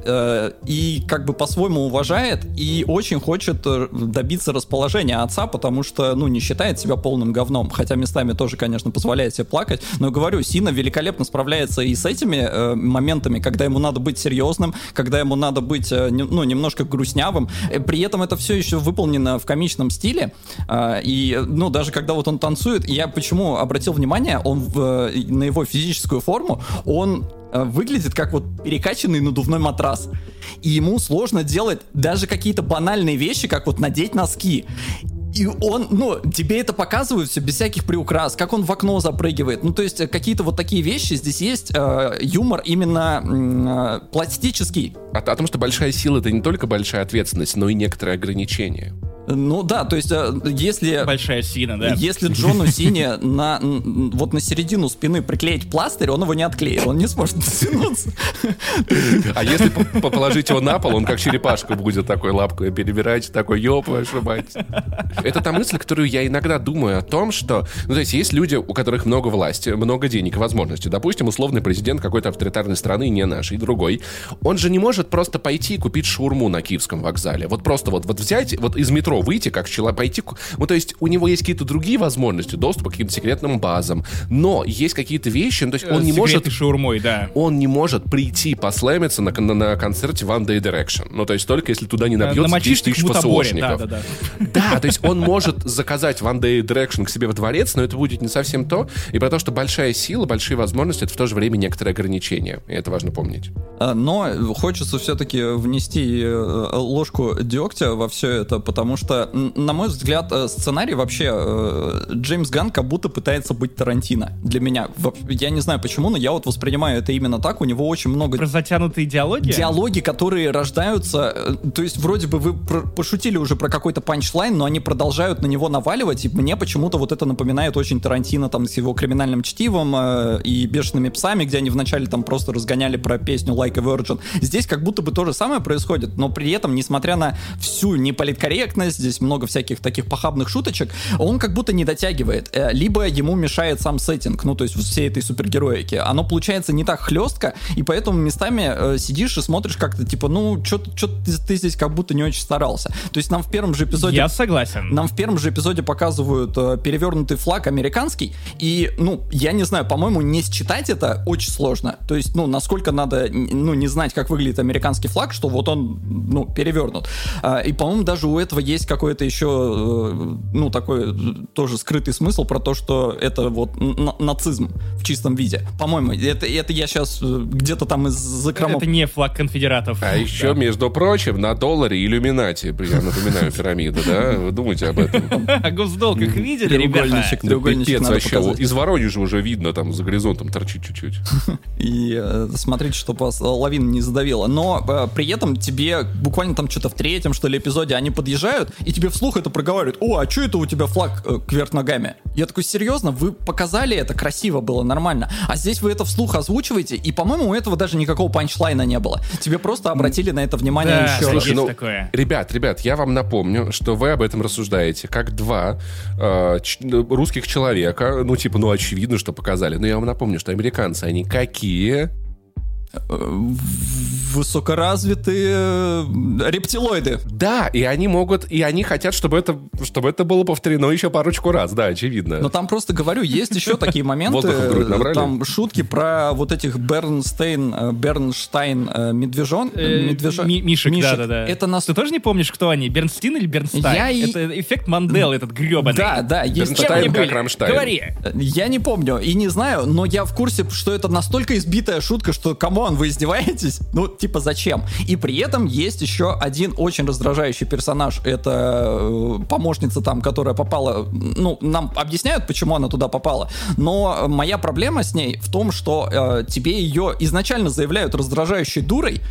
Speaker 3: и как бы по-своему уважает, и очень хочет добиться расположения отца, потому что, ну, не считает себя полным говном. Хотя местами тоже, конечно, позволяет себе плакать. Но, говорю, Сина великолепно справляется и с этими э, моментами, когда ему надо быть серьезным, когда ему надо быть, э, не, ну, немножко грустнявым. При этом это все еще выполнено в комичном стиле. Э, и, ну, даже когда вот он танцует, я почему обратил внимание, он в, на его физическую форму, он э, выглядит как вот перекачанный надувной матрас. И ему сложно делать даже какие-то банальные вещи, как вот надеть носки. И он, ну, тебе это показывают все без всяких приукрас, как он в окно запрыгивает. Ну, то есть какие-то вот такие вещи, здесь есть э, юмор именно э, пластический.
Speaker 2: О, о том, что большая сила — это не только большая ответственность, но и некоторые ограничения.
Speaker 3: Ну да, то есть если...
Speaker 1: Большая Сина, да.
Speaker 3: Если Джону Сине на, вот на середину спины приклеить пластырь, он его не отклеит, он не сможет дотянуться.
Speaker 2: А если положить его на пол, он как черепашка будет такой лапкой перебирать, такой: ёб вашу мать. Это та мысль, которую я иногда думаю о том, что... Ну, то есть есть люди, у которых много власти, много денег и возможностей. Допустим, условный президент какой-то авторитарной страны, не нашей, другой. Он же не может просто пойти и купить шаурму на Киевском вокзале. Вот просто вот, вот взять, вот из метро выйти, как человек, пойти... Ну, то есть у него есть какие-то другие возможности, доступ к каким-то секретным базам, но есть какие-то вещи, ну, то есть он не может...
Speaker 1: шаурмой, да.
Speaker 2: Он не может прийти послэмиться на, на, на концерте One Day Direction. Ну, то есть только если туда не набьется десять тысяч ПСОшников. Да, да, да. Да, то есть он может заказать One Day Direction к себе во дворец, но это будет не совсем то. И про то, что большая сила, большие возможности — это в то же время некоторые ограничения. И это важно помнить.
Speaker 3: Но хочется все-таки внести ложку дегтя во все это, потому что что, на мой взгляд, сценарий вообще Джеймс Ганн как будто пытается быть Тарантино для меня. Я не знаю почему, но я вот воспринимаю это именно так. У него очень много...
Speaker 1: Про затянутые диалоги?
Speaker 3: Диалоги, которые рождаются... То есть вроде бы вы пошутили уже про какой-то панчлайн, но они продолжают на него наваливать, и мне почему-то вот это напоминает очень Тарантино там с его «Криминальным чтивом» э, и «Бешеными псами», где они вначале там просто разгоняли про песню «Like a Virgin». Здесь как будто бы то же самое происходит, но при этом, несмотря на всю неполиткорректность, здесь много всяких таких похабных шуточек, он как будто не дотягивает. Э, либо ему мешает сам сеттинг, ну то есть всей этой супергероики. Оно получается не так хлестко, и поэтому местами э, сидишь и смотришь как-то типа, ну, что-то ты, ты здесь как будто не очень старался. То есть нам в первом же эпизоде...
Speaker 1: Я согласен.
Speaker 3: Нам в первом же эпизоде показывают э, перевернутый флаг американский, и, ну, я не знаю, по-моему, не считать это очень сложно. То есть, ну, насколько надо, ну, не знать, как выглядит американский флаг, что вот он, ну, перевернут. Э, и, по-моему, даже у этого есть какой-то еще, э, ну, такой тоже скрытый смысл про то, что это вот на- нацизм в чистом виде. По-моему, это, это я сейчас где-то там из закромов...
Speaker 1: Это не флаг конфедератов.
Speaker 2: А еще,
Speaker 1: да.
Speaker 2: между прочим, на долларе иллюминати. Я напоминаю, пирамида, да? Вы думаете об этом?
Speaker 1: А госдолг их видели, ребята?
Speaker 3: Треугольничек, треугольничек
Speaker 2: Пипец
Speaker 3: надо
Speaker 2: вообще.
Speaker 3: показать.
Speaker 2: Из Воронежа уже видно, там за горизонтом торчит чуть-чуть.
Speaker 3: И э, смотрите, чтобы вас лавина не задавила. Но э, при этом тебе буквально там что-то в третьем, что ли, эпизоде они подъезжают, и тебе вслух это проговаривают. О, а что это у тебя флаг э, кверх ногами? Я такой, серьезно? Вы показали это, красиво было, нормально. А здесь вы это вслух озвучиваете, и, по-моему, у этого даже никакого панчлайна не было. Тебе просто обратили на это внимание
Speaker 1: Да,
Speaker 3: еще раз.
Speaker 1: есть
Speaker 2: Слушай, ну,
Speaker 1: такое.
Speaker 2: ребят, ребят, я вам напомню, что вы об этом рассуждаете как два э, ч- русских человека. Ну, типа, ну, очевидно, что показали. Но я вам напомню, что американцы, они какие?
Speaker 3: Высокоразвитые рептилоиды.
Speaker 2: Да, и они могут, и они хотят, чтобы это, чтобы это было повторено еще парочку раз, да, очевидно.
Speaker 3: Но там просто, говорю, есть еще такие моменты,
Speaker 2: Воздуха в грудь набрали?
Speaker 3: там шутки про вот этих Бернстейн, Бернштайн, медвежон,
Speaker 1: Э,
Speaker 3: медвежон,
Speaker 1: Ми- Мишек, да-да-да.
Speaker 3: Это нас...
Speaker 1: Ты тоже не помнишь, кто они? Бернстин или Бернстайн?
Speaker 3: Я и-
Speaker 1: Это эффект Манделы, этот гребаный.
Speaker 3: Да, да, есть
Speaker 1: Кем
Speaker 2: Бернштайн
Speaker 1: они
Speaker 2: как
Speaker 1: были?
Speaker 2: Рамштайн.
Speaker 1: Говори.
Speaker 3: Я не помню и не знаю, но я в курсе, что это настолько избитая шутка, что, камон, вы издеваетесь? Ну, типа, зачем? И при этом есть еще один очень раздражающий персонаж. Это э, помощница там, которая попала... Ну, нам объясняют, почему она туда попала, но моя проблема с ней в том, что э, тебе ее изначально заявляют раздражающей дурой,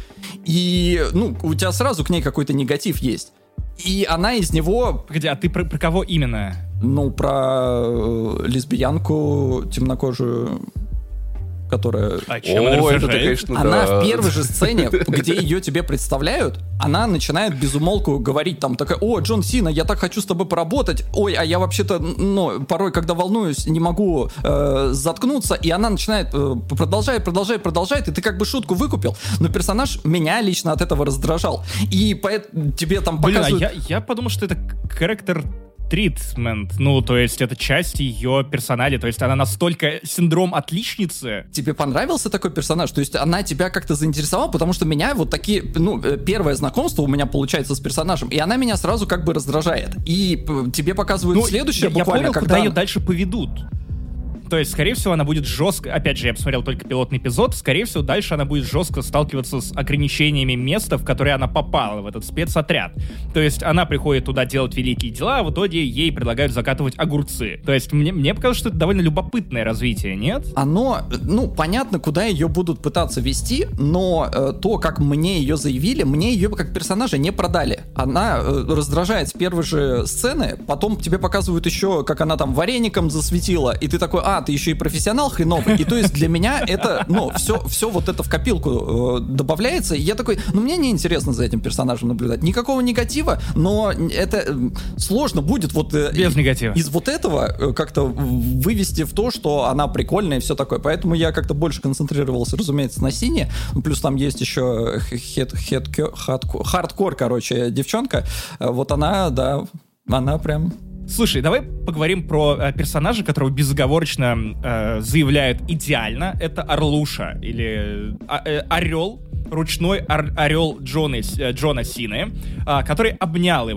Speaker 3: и, ну, у тебя сразу к ней какой-то негатив есть. И она из него...
Speaker 1: Погоди, а ты про, про кого именно?
Speaker 3: Ну, про э, лесбиянку темнокожую, которая...
Speaker 1: А чем она
Speaker 2: О, это ты,
Speaker 1: раздражает?
Speaker 2: конечно,
Speaker 3: Она
Speaker 2: да.
Speaker 3: в первой же сцене, где ее тебе представляют, она начинает безумолку говорить там такая: о, Джон Сина, я так хочу с тобой поработать, ой, а я вообще-то, ну, порой, когда волнуюсь, не могу э, заткнуться, и она начинает, э, продолжает, продолжает, продолжает, и ты как бы шутку выкупил, но персонаж меня лично от этого раздражал, и поэтому тебе там
Speaker 1: Блин, а
Speaker 3: показывают...
Speaker 1: я, я подумал, что это характер тритмент, ну, то есть это часть ее персонали, то есть она настолько синдром отличницы.
Speaker 3: Тебе понравился такой персонаж? То есть она тебя как-то заинтересовала? Потому что меня вот такие... Ну, э, первое знакомство у меня получается с персонажем, и она меня сразу как бы раздражает. И п- тебе показывают следующее
Speaker 1: я, я
Speaker 3: буквально,
Speaker 1: понял,
Speaker 3: когда...
Speaker 1: куда ее дальше поведут. То есть, скорее всего, она будет жестко... Опять же, я посмотрел только пилотный эпизод. Скорее всего, дальше она будет жестко сталкиваться с ограничениями места, в которое она попала, в этот спецотряд. То есть, она приходит туда делать великие дела, а в итоге ей предлагают закатывать огурцы. То есть, мне, мне показалось, что это довольно любопытное развитие, нет?
Speaker 3: Оно, ну, понятно, куда ее будут пытаться вести, но э, то, как мне ее заявили, мне ее как персонажа не продали. Она э, раздражает с первой же сцены, потом тебе показывают еще, как она там вареником засветила, и ты такой: а, ты еще и профессионал хреновый. И то есть для меня это, ну, все, все вот это в копилку э, добавляется, и я такой, ну, мне неинтересно за этим персонажем наблюдать. Никакого негатива, но это э, сложно будет вот... Э,
Speaker 1: Без негатива.
Speaker 3: Из вот этого э, как-то вывести в то, что она прикольная и все такое. Поэтому я как-то больше концентрировался, разумеется, на Сине. Плюс там есть еще хед, хед, хардкор, хардкор, короче, девчонка. Вот она, да, она прям...
Speaker 1: Слушай, давай поговорим про э, персонажа, которого безоговорочно э, заявляют идеально. Это Орлуша, или э, э, Орел, ручной ор- орел Джона, э, Джона Сины, э, который обнял его.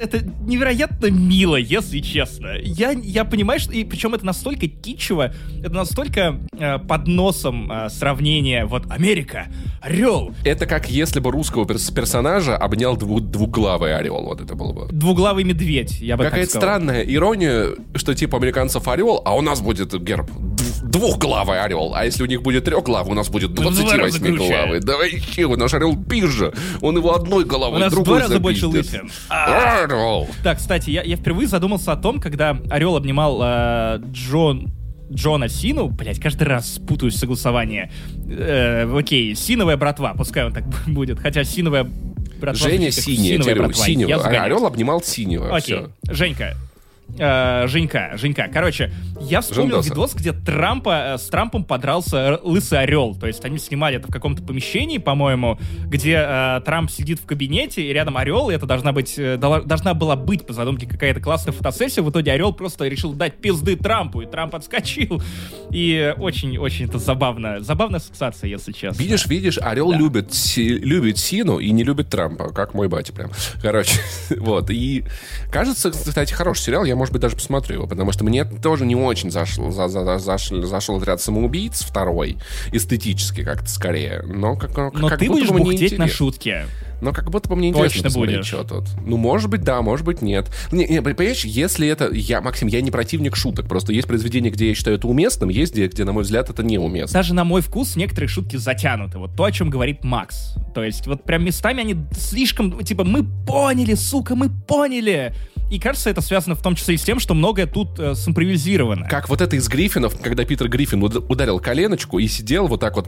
Speaker 1: это невероятно мило, если честно. Я, я понимаю, что... И причем это настолько кичево, это настолько э, под носом э, сравнение. Вот Америка, орел.
Speaker 2: Это как если бы русского перс- персонажа обнял дву- двуглавый орел. Вот это было бы.
Speaker 1: Двуглавый медведь, я бы
Speaker 2: Какая-то
Speaker 1: так сказал.
Speaker 2: странная ирония, что типа американцев орел, а у нас будет герб дв- двухглавый орел. А если у них будет трехглавый, у нас будет двадцативосьмиглавый. Да вообще, наш орел пизже. Он его одной головой,
Speaker 1: У нас в
Speaker 2: другой
Speaker 1: два раза больше
Speaker 2: запиздит.
Speaker 1: лысин. А.
Speaker 2: Орел.
Speaker 1: Так, кстати, я, я впервые задумался о том, когда орел обнимал э, Джон... Джона Сину, блять, каждый раз путаюсь в согласовании. Э, окей, Синовая братва, пускай он так будет. Хотя Синовая братва...
Speaker 2: Женя синяя,
Speaker 1: Синовая братва.
Speaker 2: синего.
Speaker 1: Я
Speaker 2: А
Speaker 1: загоняюсь.
Speaker 2: орел обнимал синего.
Speaker 1: Окей,
Speaker 2: Все.
Speaker 1: Женька. Э, Женька, Женька. Короче, я вспомнил
Speaker 2: Жендоса.
Speaker 1: видос, где Трампа, э, с Трампом подрался р- лысый орел. То есть они снимали это в каком-то помещении, по-моему, где э, Трамп сидит в кабинете, и рядом орел, и это должна быть, э, дала- должна была быть по задумке какая-то классная фотосессия. В итоге орел просто решил дать пизды Трампу, и Трамп отскочил. И очень-очень это забавно. Забавная ассоциация, если честно.
Speaker 2: Видишь, видишь, орел
Speaker 1: Да.
Speaker 2: любит, си- любит Сину и не любит Трампа, как мой батя прям. Короче, вот. И кажется, кстати, хороший сериал, я, может быть, даже посмотрю его, потому что мне тоже не очень зашел, за, за, зашел, зашел отряд самоубийц второй, эстетически как-то скорее. Но как, как
Speaker 1: Но
Speaker 2: как
Speaker 1: ты
Speaker 2: будто
Speaker 1: будешь
Speaker 2: бы мне
Speaker 1: бухтеть на
Speaker 2: интересно.
Speaker 1: шутке.
Speaker 2: Но как будто бы мне
Speaker 1: Точно
Speaker 2: интересно посмотреть,
Speaker 1: будешь.
Speaker 2: что тут. Ну, может быть, да, может быть, нет. Не, не, понимаешь, если это... Я, Максим, я не противник шуток. Просто есть произведения, где я считаю это уместным, есть где, где на мой взгляд, это неуместно.
Speaker 1: Даже на мой вкус некоторые шутки затянуты. Вот то, о чем говорит Макс. То есть вот прям местами они слишком, типа, мы поняли, сука, мы поняли. И кажется, это связано в том числе и с тем, что многое тут э, симпровизировано.
Speaker 2: Как вот это из Гриффинов, когда Питер Гриффин уд- ударил коленочку и сидел вот так вот...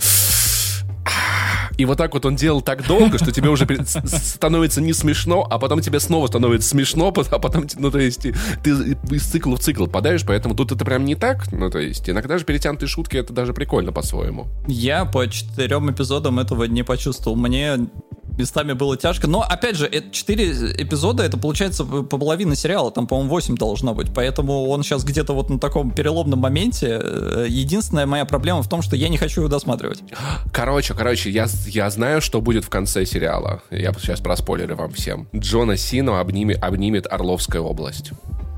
Speaker 2: И вот так вот он делал так долго, что тебе уже при- с- становится не смешно, а потом тебе снова становится смешно, а потом, ну, то есть, ты, ты из цикла в цикл подаешь, поэтому тут это прям не так. Ну, то есть, иногда же перетянутые шутки, это даже прикольно по-своему.
Speaker 3: Я по четырем эпизодам этого не почувствовал. Мне местами было тяжко. Но, опять же, это четыре эпизода, это получается по половине сериала. Там, по-моему, восемь должно быть. Поэтому он сейчас где-то вот на таком переломном моменте. Единственная моя проблема в том, что я не хочу его досматривать.
Speaker 2: Короче, короче, я, я знаю, что будет в конце сериала. Я сейчас проспойлерю вам всем. Джона Сину обними, обнимет Орловская область.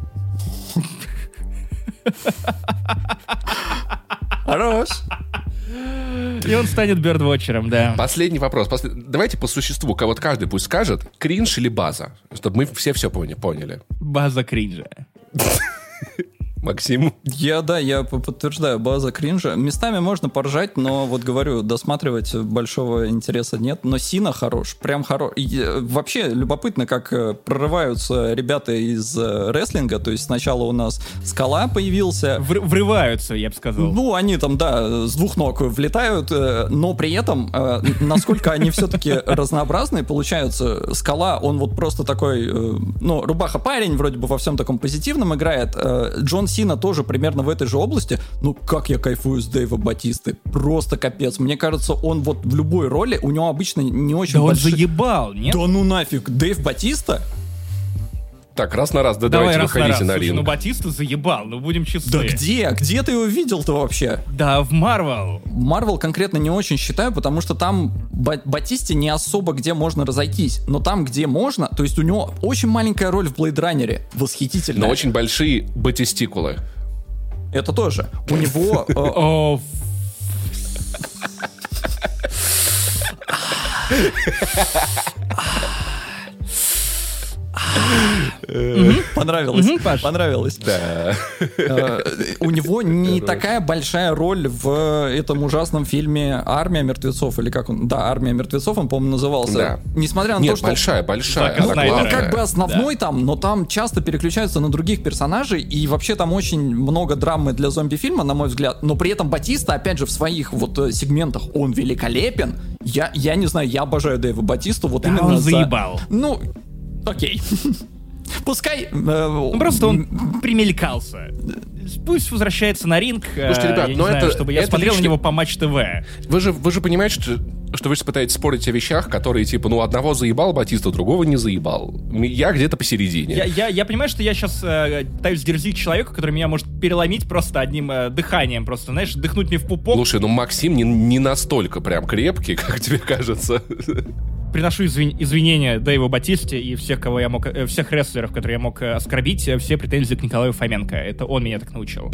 Speaker 3: Хорош.
Speaker 1: И он станет бёрдвотчером, да.
Speaker 2: Последний вопрос. Послед... Давайте по существу. Вот каждый пусть скажет, кринж или база. Чтобы мы все все поняли.
Speaker 1: База кринжа.
Speaker 2: Максим?
Speaker 3: Я, да, я подтверждаю, база кринжа. Местами можно поржать, но вот говорю, досматривать большого интереса нет. Но Сина хорош, прям хорош. И, вообще любопытно, как прорываются ребята из рестлинга. То есть сначала у нас Скала появился.
Speaker 1: Вр- врываются, я бы сказал.
Speaker 3: Ну, они там, да, с двух ног влетают, но при этом, насколько они все-таки разнообразные, получаются. Скала, он вот просто такой, ну, рубаха-парень, вроде бы во всем таком позитивном играет. Джон Сина тоже примерно в этой же области. Ну, как я кайфую с Дэйва Батисты. Просто капец. Мне кажется, он вот в любой роли, у него обычно не очень
Speaker 1: Да он
Speaker 3: большие...
Speaker 1: заебал, нет?
Speaker 3: Да ну нафиг, Дэйв Батиста?
Speaker 2: Так, раз на раз, да
Speaker 1: Давай
Speaker 2: давайте
Speaker 1: раз на
Speaker 2: выходите
Speaker 1: раз.
Speaker 2: на
Speaker 1: Слушай,
Speaker 2: ринг.
Speaker 1: ну Батиста заебал, ну будем честны.
Speaker 3: Да где? Где ты его видел-то вообще?
Speaker 1: Да, в Марвел.
Speaker 3: Марвел конкретно не очень считаю, потому что там Ба- Батисте не особо где можно разойтись. Но там, где можно, то есть у него очень маленькая роль в Блейд Раннере. Восхитительная.
Speaker 2: Но очень большие батистикулы.
Speaker 3: Это тоже. У него... э,
Speaker 1: О,
Speaker 3: Понравилось.
Speaker 1: Мгм, Паш.
Speaker 3: Понравилось.
Speaker 2: Да.
Speaker 3: Э, У него не такая большая роль в этом ужасном фильме «Армия мертвецов», или как он? Да, «Армия мертвецов» он, по-моему, назывался.
Speaker 2: Да.
Speaker 3: Несмотря на
Speaker 2: Нет,
Speaker 3: то, что...
Speaker 2: большая, большая.
Speaker 1: Зака
Speaker 2: она
Speaker 1: Снайдера.
Speaker 3: Он
Speaker 2: главная.
Speaker 3: как бы основной там, но там часто переключаются на других персонажей, и вообще там очень много драмы для зомби-фильма, на мой взгляд, но при этом Батиста, опять же, в своих вот э, сегментах, он великолепен. Я, я не знаю, я обожаю Дэйва Батисту, вот
Speaker 1: да,
Speaker 3: именно
Speaker 1: он
Speaker 3: за-
Speaker 1: заебал.
Speaker 3: Ну, окей. Пускай... э,
Speaker 1: Ну, просто он примелькался. Пусть возвращается на ринг.
Speaker 2: Слушайте,
Speaker 1: э,
Speaker 2: ребят,
Speaker 1: я не
Speaker 2: но
Speaker 1: знаю,
Speaker 2: это-
Speaker 1: чтобы я
Speaker 2: это
Speaker 1: смотрел
Speaker 2: лично-
Speaker 1: на него по Матч ТВ.
Speaker 2: Вы же, вы же понимаете, что, что вы же пытаетесь спорить о вещах, которые, типа, ну, одного заебал Батиста, другого не заебал. Я где-то посередине.
Speaker 1: Я, я, я понимаю, что я сейчас э, пытаюсь дерзить человеку, который меня может переломить просто одним э, дыханием. Просто, знаешь, дыхнуть мне в пупок.
Speaker 2: Слушай, ну Максим не, не настолько прям крепкий, как тебе кажется.
Speaker 1: приношу извин- извинения Дэйву Батисте и всех, кого я мог, э, всех рестлеров, которые я мог э, оскорбить, э, все претензии к Николаю Фоменко. Это он меня так научил.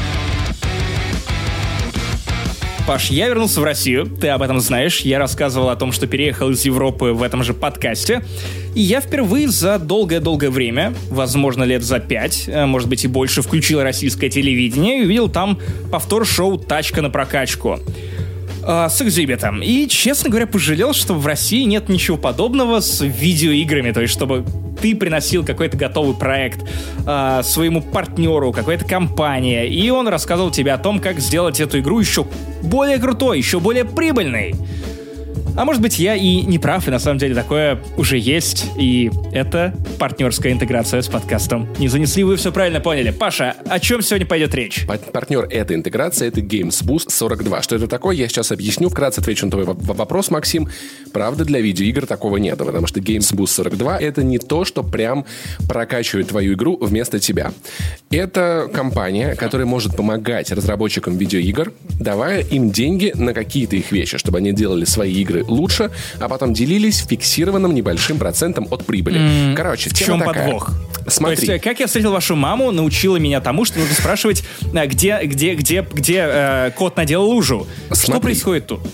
Speaker 1: Паш, я вернулся в Россию, ты об этом знаешь. Я рассказывал о том, что переехал из Европы в этом же подкасте. И я впервые за долгое-долгое время, возможно, лет за пять, может быть и больше, включил российское телевидение и увидел там повтор шоу «Тачка на прокачку» э, с экзибитом. И, честно говоря, пожалел, что в России нет ничего подобного с видеоиграми. То есть, чтобы ты приносил какой-то готовый проект э, своему партнеру, какой-то компании, и он рассказывал тебе о том, как сделать эту игру еще более крутой, еще более прибыльной. А может быть, я и не прав, и на самом деле такое уже есть, и это партнерская интеграция с подкастом. Не занесли, вы все правильно поняли. Паша, о чем сегодня пойдет речь?
Speaker 2: Партнер этой интеграции — это GamesBoost сорок два. Что это такое, я сейчас объясню, вкратце отвечу на твой вопрос, Максим. Правда, для видеоигр такого нет, потому что GamesBoost сорок два — это не то, что прям прокачивает твою игру вместо тебя. Это компания, которая может помогать разработчикам видеоигр, давая им деньги на какие-то их вещи, чтобы они делали свои игры лучше, а потом делились фиксированным небольшим процентом от прибыли. Mm,
Speaker 1: Короче, в чем такая. Подвох?
Speaker 2: Смотри.
Speaker 1: То есть, как я встретил вашу маму, научила меня тому, что нужно спрашивать, где, где, где, где э, кот надел лужу. Смотри. Что происходит тут?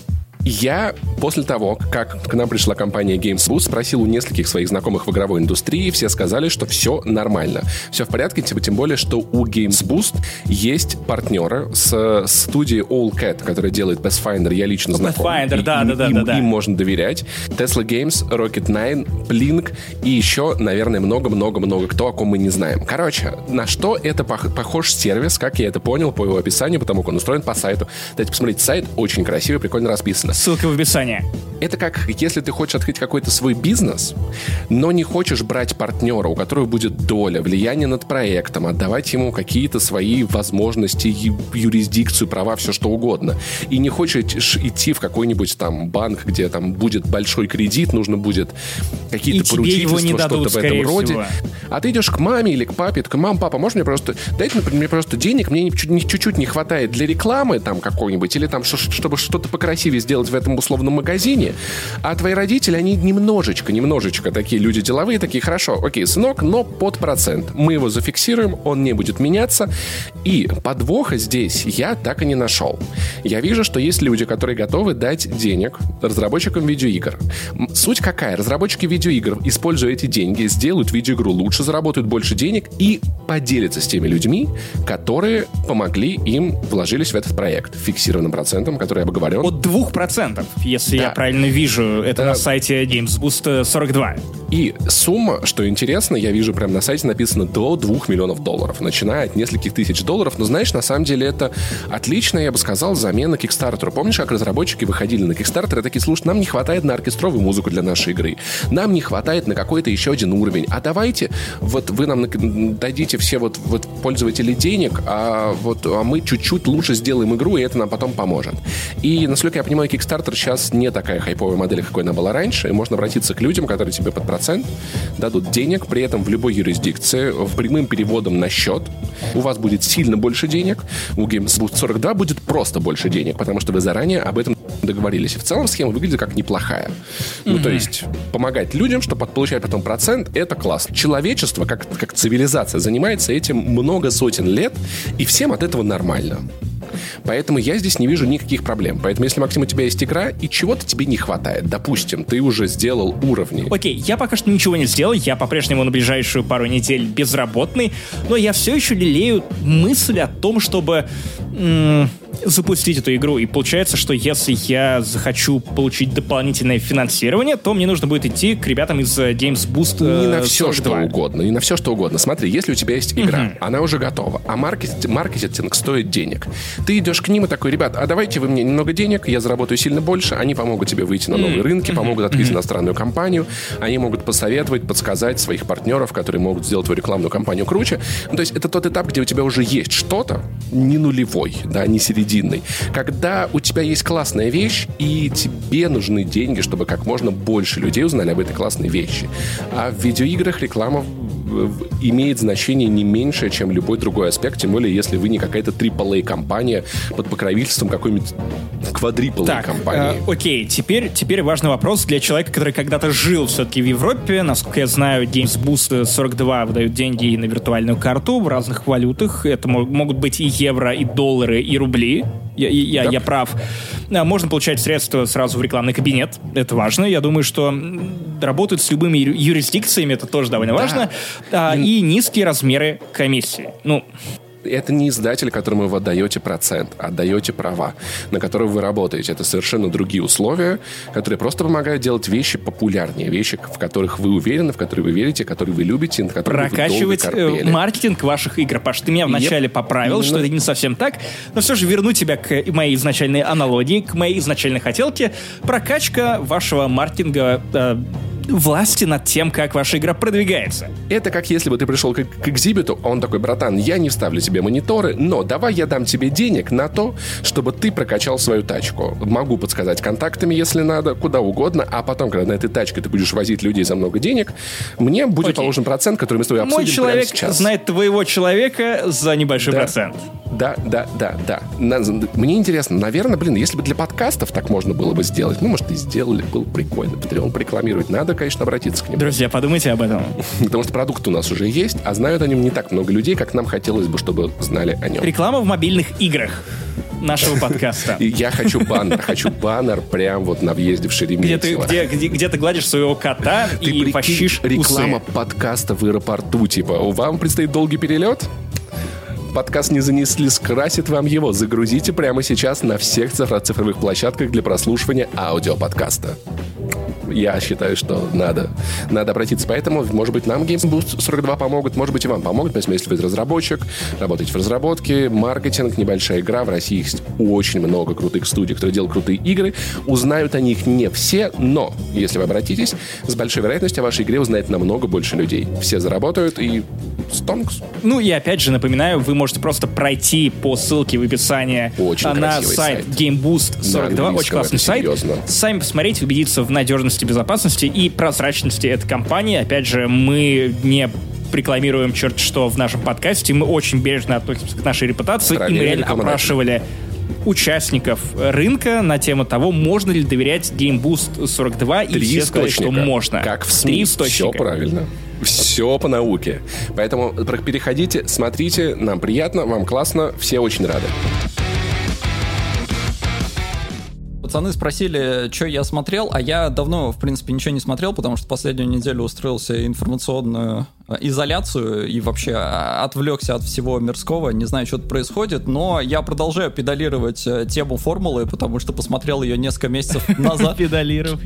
Speaker 2: Я после того, как к нам пришла компания GamesBoost, спросил у нескольких своих знакомых в игровой индустрии, все сказали, что все нормально, все в порядке, тем, тем более, что у GamesBoost есть партнеры с студией All Cat, которая делает Pathfinder, я лично знаком.
Speaker 1: Pathfinder, да, да, да,
Speaker 2: им,
Speaker 1: да, да.
Speaker 2: Им можно доверять. Tesla Games, Rocket Nine, Blink и еще, наверное, много-много-много кто, о ком мы не знаем. Короче, на что это пох- похож сервис, как я это понял по его описанию, потому как он устроен по сайту. Дайте посмотреть, сайт очень красивый, прикольно расписан.
Speaker 1: Ссылка в описании.
Speaker 2: Это как, если ты хочешь открыть какой-то свой бизнес, но не хочешь брать партнера, у которого будет доля, влияние над проектом, отдавать ему какие-то свои возможности, юрисдикцию, права, все что угодно. И не хочешь идти в какой-нибудь там банк, где там будет большой кредит, нужно будет какие-то поручительства, что-то в этом роде. Всего. А ты идешь к маме или к папе, такой: мам, папа, можно мне просто, дайте мне просто денег, мне чуть-чуть не хватает для рекламы там какой-нибудь, или там, чтобы что-то покрасивее сделать в этом условном магазине, а твои родители, они немножечко, немножечко такие люди деловые, такие: хорошо, окей, сынок, но под процент. Мы его зафиксируем, он не будет меняться. И подвоха здесь я так и не нашел. Я вижу, что есть люди, которые готовы дать денег разработчикам видеоигр. Суть какая? Разработчики видеоигр, используя эти деньги, сделают видеоигру лучше, заработают больше денег и поделятся с теми людьми, которые помогли им, вложились в этот проект фиксированным процентом, который обговорен.
Speaker 1: От двух процентов, если да. я правильно вижу, это да. на сайте GamesBoost сорок два.
Speaker 2: И сумма, что интересно, я вижу прямо на сайте написано до двух миллионов долларов, начиная от нескольких тысяч долларов. Но знаешь, на самом деле это отличная, я бы сказал, замена Kickstarter. Помнишь, как разработчики выходили на Kickstarter и такие: слушай, нам не хватает на оркестровую музыку для нашей игры, нам не хватает на какой-то еще один уровень, а давайте вот вы нам дадите все вот, вот пользователи денег, а, вот, а мы чуть-чуть лучше сделаем игру, и это нам потом поможет. И, насколько я понимаю, Kickstarter сейчас не такая хайповая модель, какой она была раньше, и можно обратиться к людям, которые тебе под процент дадут денег, при этом в любой юрисдикции, в прямым переводом на счет. У вас будет сильно больше денег, у GamesBoost сорок два будет просто больше денег, потому что вы заранее об этом договорились. И в целом схема выглядит как неплохая. Mm-hmm. Ну, то есть, помогать людям, чтобы получать потом процент, это классно. Человечество, как, как цивилизация, занимается этим много сотен лет, и всем от этого нормально. Поэтому я здесь не вижу никаких проблем. Поэтому, если, Максим, у тебя есть игра, и чего-то тебе не хватает, допустим, ты уже сделал уровни.
Speaker 1: Окей, я пока что ничего не сделал, я по-прежнему на ближайшую пару недель безработный, но я все еще лелею мысль о том, чтобы м- запустить эту игру. И получается, что если я захочу получить дополнительное финансирование, то мне нужно будет идти к ребятам из GamesBoost
Speaker 2: Не на все, что угодно. Не на все, что угодно. Смотри, если у тебя есть игра, uh-huh. она уже готова, а маркетинг, маркетинг стоит денег. Ты идешь к ним и такой: ребят, а давайте вы мне немного денег, я заработаю сильно больше, они помогут тебе выйти на новые uh-huh. рынки, помогут открыть uh-huh. иностранную компанию, они могут посоветовать, подсказать своих партнеров, которые могут сделать твою рекламную кампанию круче. Ну, то есть это тот этап, где у тебя уже есть что-то, не нулевой, да, не серединный. Когда у тебя есть классная вещь, и тебе нужны деньги, чтобы как можно больше людей узнали об этой классной вещи. А в видеоиграх реклама имеет значение не меньше, чем любой другой аспект, тем более, если вы не какая-то трипл эй компания под покровительством какой-нибудь квадрипловой компании.
Speaker 1: Э, окей, теперь, теперь важный вопрос для человека, который когда-то жил все-таки в Европе. Насколько я знаю, Games Boost сорок два выдают деньги на виртуальную карту в разных валютах. Это могут быть и евро, и доллары, и рубли. Я, я, да. я прав. Можно получать средства сразу в рекламный кабинет. Это важно. Я думаю, что работают с любыми юрисдикциями. Это тоже довольно да. важно. А, и низкие размеры комиссии. Ну...
Speaker 2: Это не издатель, которому вы отдаете процент, а отдаете права, на которые вы работаете. Это совершенно другие условия, которые просто помогают делать вещи популярнее, вещи, в которых вы уверены, в которые вы верите, которые вы любите, на которые
Speaker 1: прокачивать
Speaker 2: вы долго корпели.
Speaker 1: Маркетинг ваших игр. Паш, ты меня вначале yep. поправил, mm-hmm. что это не совсем так, но все же верну тебя к моей изначальной аналогии, к моей изначальной хотелке. Прокачка вашего маркетинга... Э, власти над тем, как ваша игра продвигается.
Speaker 2: Это как если бы ты пришел к, к экзибиту, он такой: братан, я не вставлю тебе мониторы, но давай я дам тебе денег на то, чтобы ты прокачал свою тачку. Могу подсказать контактами, если надо, куда угодно, а потом, когда на этой тачке ты будешь возить людей за много денег, мне будет Окей. положен процент, который мы с тобой обсудим
Speaker 1: Мой человек
Speaker 2: прямо сейчас.
Speaker 1: знает твоего человека за небольшой
Speaker 2: да.
Speaker 1: процент.
Speaker 2: Да, да, да, да. Мне интересно, наверное, блин, если бы для подкастов так можно было бы сделать, ну, может, и сделали, было прикольно, Patreon порекламировать, надо, конечно, обратиться к нему.
Speaker 1: Друзья, подумайте об этом.
Speaker 2: Потому что продукт у нас уже есть, а знают о нем не так много людей, как нам хотелось бы, чтобы знали о нем.
Speaker 1: Реклама в мобильных играх нашего подкаста.
Speaker 2: Я хочу баннер, хочу баннер прям вот на въезде в Шереметьево.
Speaker 1: Где ты, где, где ты гладишь своего кота
Speaker 2: ты
Speaker 1: и пощишь усы.
Speaker 2: Реклама подкаста в аэропорту, типа, вам предстоит долгий перелет? Подкаст не занесли, скрасит вам его. Загрузите прямо сейчас на всех цифровых площадках для прослушивания аудиоподкаста. Я считаю, что надо, надо обратиться. Поэтому, может быть, нам Games Boost сорок два помогут, может быть, и вам помогут. Поэтому, если вы разработчик, работаете в разработке, маркетинг, небольшая игра. В России есть очень много крутых студий, которые делают крутые игры. Узнают о них не все, но, если вы обратитесь, с большой вероятностью о вашей игре узнает намного больше людей. Все заработают и стонкс.
Speaker 1: Ну и опять же, напоминаю, вы можете просто пройти по ссылке в описании
Speaker 2: очень
Speaker 1: на сайт, сайт Game Boost сорок два. Очень классный сайт.
Speaker 2: Серьезно.
Speaker 1: Сами посмотреть, убедиться в надежности, безопасности и прозрачности этой компании. Опять же, мы не рекламируем черт что в нашем подкасте. Мы очень бережно относимся к нашей репутации. И мы реально опрашивали участников рынка на тему того, можно ли доверять Game Boost сорок два. И
Speaker 2: Три
Speaker 1: все сказали, что можно.
Speaker 2: Как в СМИ. Все правильно. Все по науке. Поэтому переходите, смотрите. Нам приятно, вам классно. Все очень рады.
Speaker 3: Пацаны спросили, что я смотрел, а я давно, в принципе, ничего не смотрел, потому что последнюю неделю устроился информационную изоляцию и вообще отвлекся от всего мирского, не знаю, что-то происходит, но я продолжаю педалировать тему формулы, потому что посмотрел ее несколько месяцев назад.
Speaker 1: Педалировать.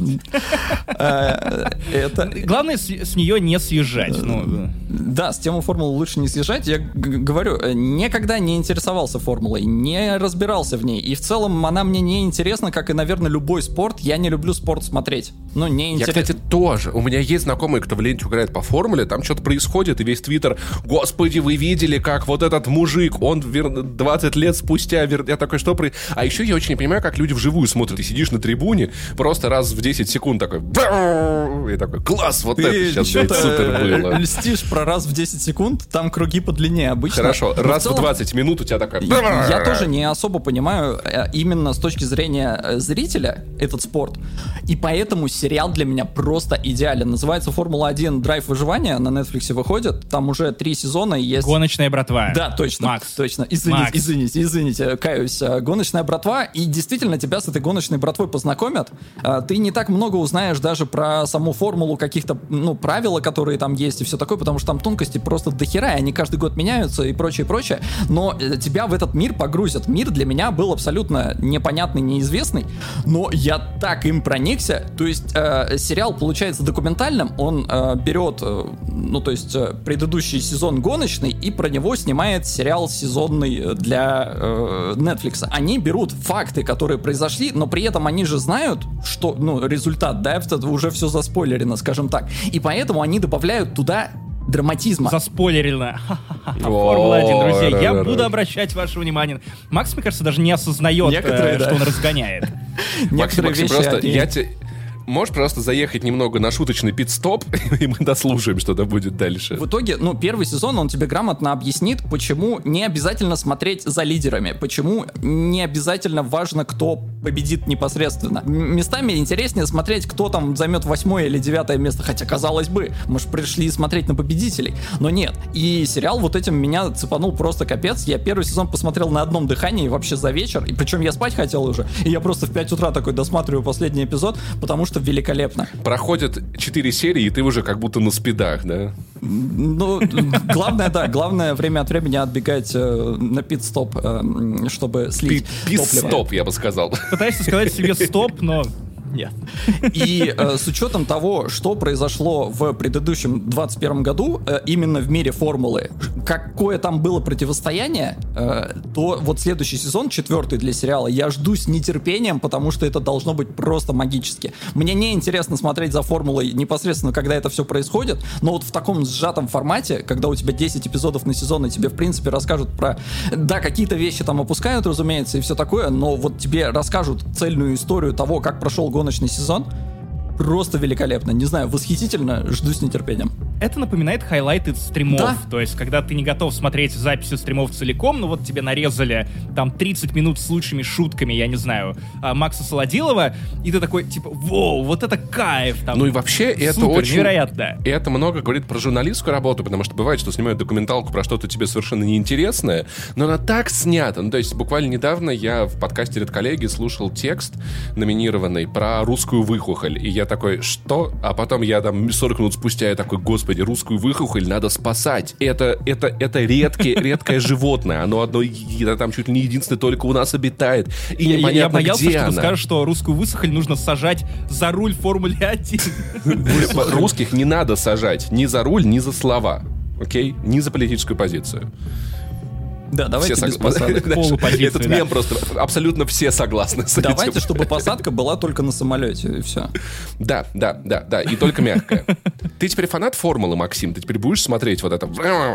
Speaker 1: Главное с нее не съезжать.
Speaker 3: Да, с темы формулы лучше не съезжать. Я говорю, никогда не интересовался формулой, не разбирался в ней, и в целом она мне не интересна, как и, наверное, любой спорт. Я не люблю спорт смотреть. Ну, не интересно.
Speaker 2: Я, кстати, тоже. У меня есть знакомые, кто в ленте играет по формуле, там что-то происходит, и весь твиттер: господи, вы видели, как вот этот мужик, он двадцать лет спустя, я такой, что про... А еще я очень не понимаю, как люди вживую смотрят. Ты сидишь на трибуне, просто раз в десять секунд такой, и такой, класс, вот
Speaker 3: ты
Speaker 2: это сейчас, блядь, супер было.
Speaker 3: Льстишь про раз в десять секунд, там круги подлиннее обычно.
Speaker 2: Хорошо, но раз в, целом, в двадцать минут у тебя такой...
Speaker 3: Я, я тоже не особо понимаю именно с точки зрения зрителя этот спорт, и поэтому сериал для меня просто идеален. Называется «Формула один. Драйв выживания», на Netflix выходит, там уже три сезона есть.
Speaker 1: «Гоночная братва».
Speaker 3: Да, точно.
Speaker 1: Макс.
Speaker 3: Точно. Извините,
Speaker 1: Макс.
Speaker 3: извините, извините, каюсь. «Гоночная братва», и действительно тебя с этой гоночной братвой познакомят. Ты не так много узнаешь даже про саму формулу, каких-то, ну, правила, которые там есть и все такое, потому что там тонкости просто дохера, и они каждый год меняются и прочее, прочее. Но тебя в этот мир погрузят. Мир для меня был абсолютно непонятный, неизвестный, но я так им проникся. То есть э, сериал получается документальным, он э, берет, э, ну, то есть э, предыдущий сезон гоночный и про него снимает сериал сезонный для э, Netflix. Они берут факты, которые произошли, но при этом они же знают, что, ну, результат, да, это уже все заспойлерено, скажем так. И поэтому они добавляют туда драматизма.
Speaker 1: Заспойлерено. Формула один, друзья. Я буду обращать ваше внимание. Макс, мне кажется, даже не осознает, что он разгоняет.
Speaker 2: Максим, просто я тебе... Можешь просто заехать немного на шуточный пит-стоп, и мы дослушаем, что там будет дальше.
Speaker 3: В итоге, ну, первый сезон, он тебе грамотно объяснит, почему не обязательно смотреть за лидерами, почему не обязательно важно, кто победит непосредственно. М- местами интереснее смотреть, кто там займет восьмое или девятое место, хотя, казалось бы, мы же пришли смотреть на победителей, но нет. И сериал вот этим меня цепанул просто капец. Я первый сезон посмотрел на одном дыхании вообще за вечер, и причем я спать хотел уже, и я просто в пять утра такой досматриваю последний эпизод, потому что великолепно.
Speaker 2: Проходят четыре серии, и ты уже как будто на спидах, да?
Speaker 3: Ну, главное, да, главное время от времени отбегать э, на пит-стоп, э, чтобы слить топливо.
Speaker 2: Пит-стоп, я бы сказал.
Speaker 1: Пытаешься сказать себе стоп, но нет.
Speaker 3: И э, с учетом того, что произошло в предыдущем двадцать первом году, э, именно в мире формулы, какое там было противостояние, э, то вот следующий сезон, четвертый для сериала, я жду с нетерпением, потому что это должно быть просто магически. Мне не интересно смотреть за формулой непосредственно, когда это все происходит, но вот в таком сжатом формате, когда у тебя десять эпизодов на сезон, и тебе, в принципе, расскажут про... Да, какие-то вещи там опускают, разумеется, и все такое, но вот тебе расскажут цельную историю того, как прошел гоночный сезон, просто великолепно. Не знаю, восхитительно, жду с нетерпением.
Speaker 1: Это напоминает хайлайты стримов.
Speaker 3: Да.
Speaker 1: То есть, когда ты не готов смотреть записи стримов целиком, ну вот тебе нарезали там тридцать минут с лучшими шутками, я не знаю, Макса Солодилова, и ты такой, типа, воу, вот это кайф. Там,
Speaker 2: ну и вообще это
Speaker 1: супер,
Speaker 2: очень...
Speaker 1: невероятно.
Speaker 2: И это много говорит про журналистскую работу, потому что бывает, что снимают документалку про что-то тебе совершенно неинтересное, но она так снята. Ну, то есть буквально недавно я в подкасте «Редколлеги» слушал текст номинированный про русскую выхухоль, и я такой, что? А потом я там сорок минут спустя я такой, господи, русскую выхухоль надо спасать. Это, это, это редкое, редкое животное. Оно одно, там чуть ли не единственное только у нас обитает. И
Speaker 1: я,
Speaker 2: непонятно,
Speaker 1: я боялся,
Speaker 2: где
Speaker 1: что
Speaker 2: она.
Speaker 1: ты скажешь, что русскую высохоль нужно сажать за руль Формулы один.
Speaker 2: Русских не надо сажать ни за руль, ни за слова. Окей? Ни за политическую позицию.
Speaker 3: Да, давайте
Speaker 2: все
Speaker 3: без
Speaker 2: согла...
Speaker 3: посадок.
Speaker 2: Этот мем да. Просто абсолютно все согласны с этим.
Speaker 3: Давайте, чтобы посадка была только на самолете, и все.
Speaker 2: Да, да, да, да, и только мягкая. Ты теперь фанат формулы, Максим? Ты теперь будешь смотреть вот это?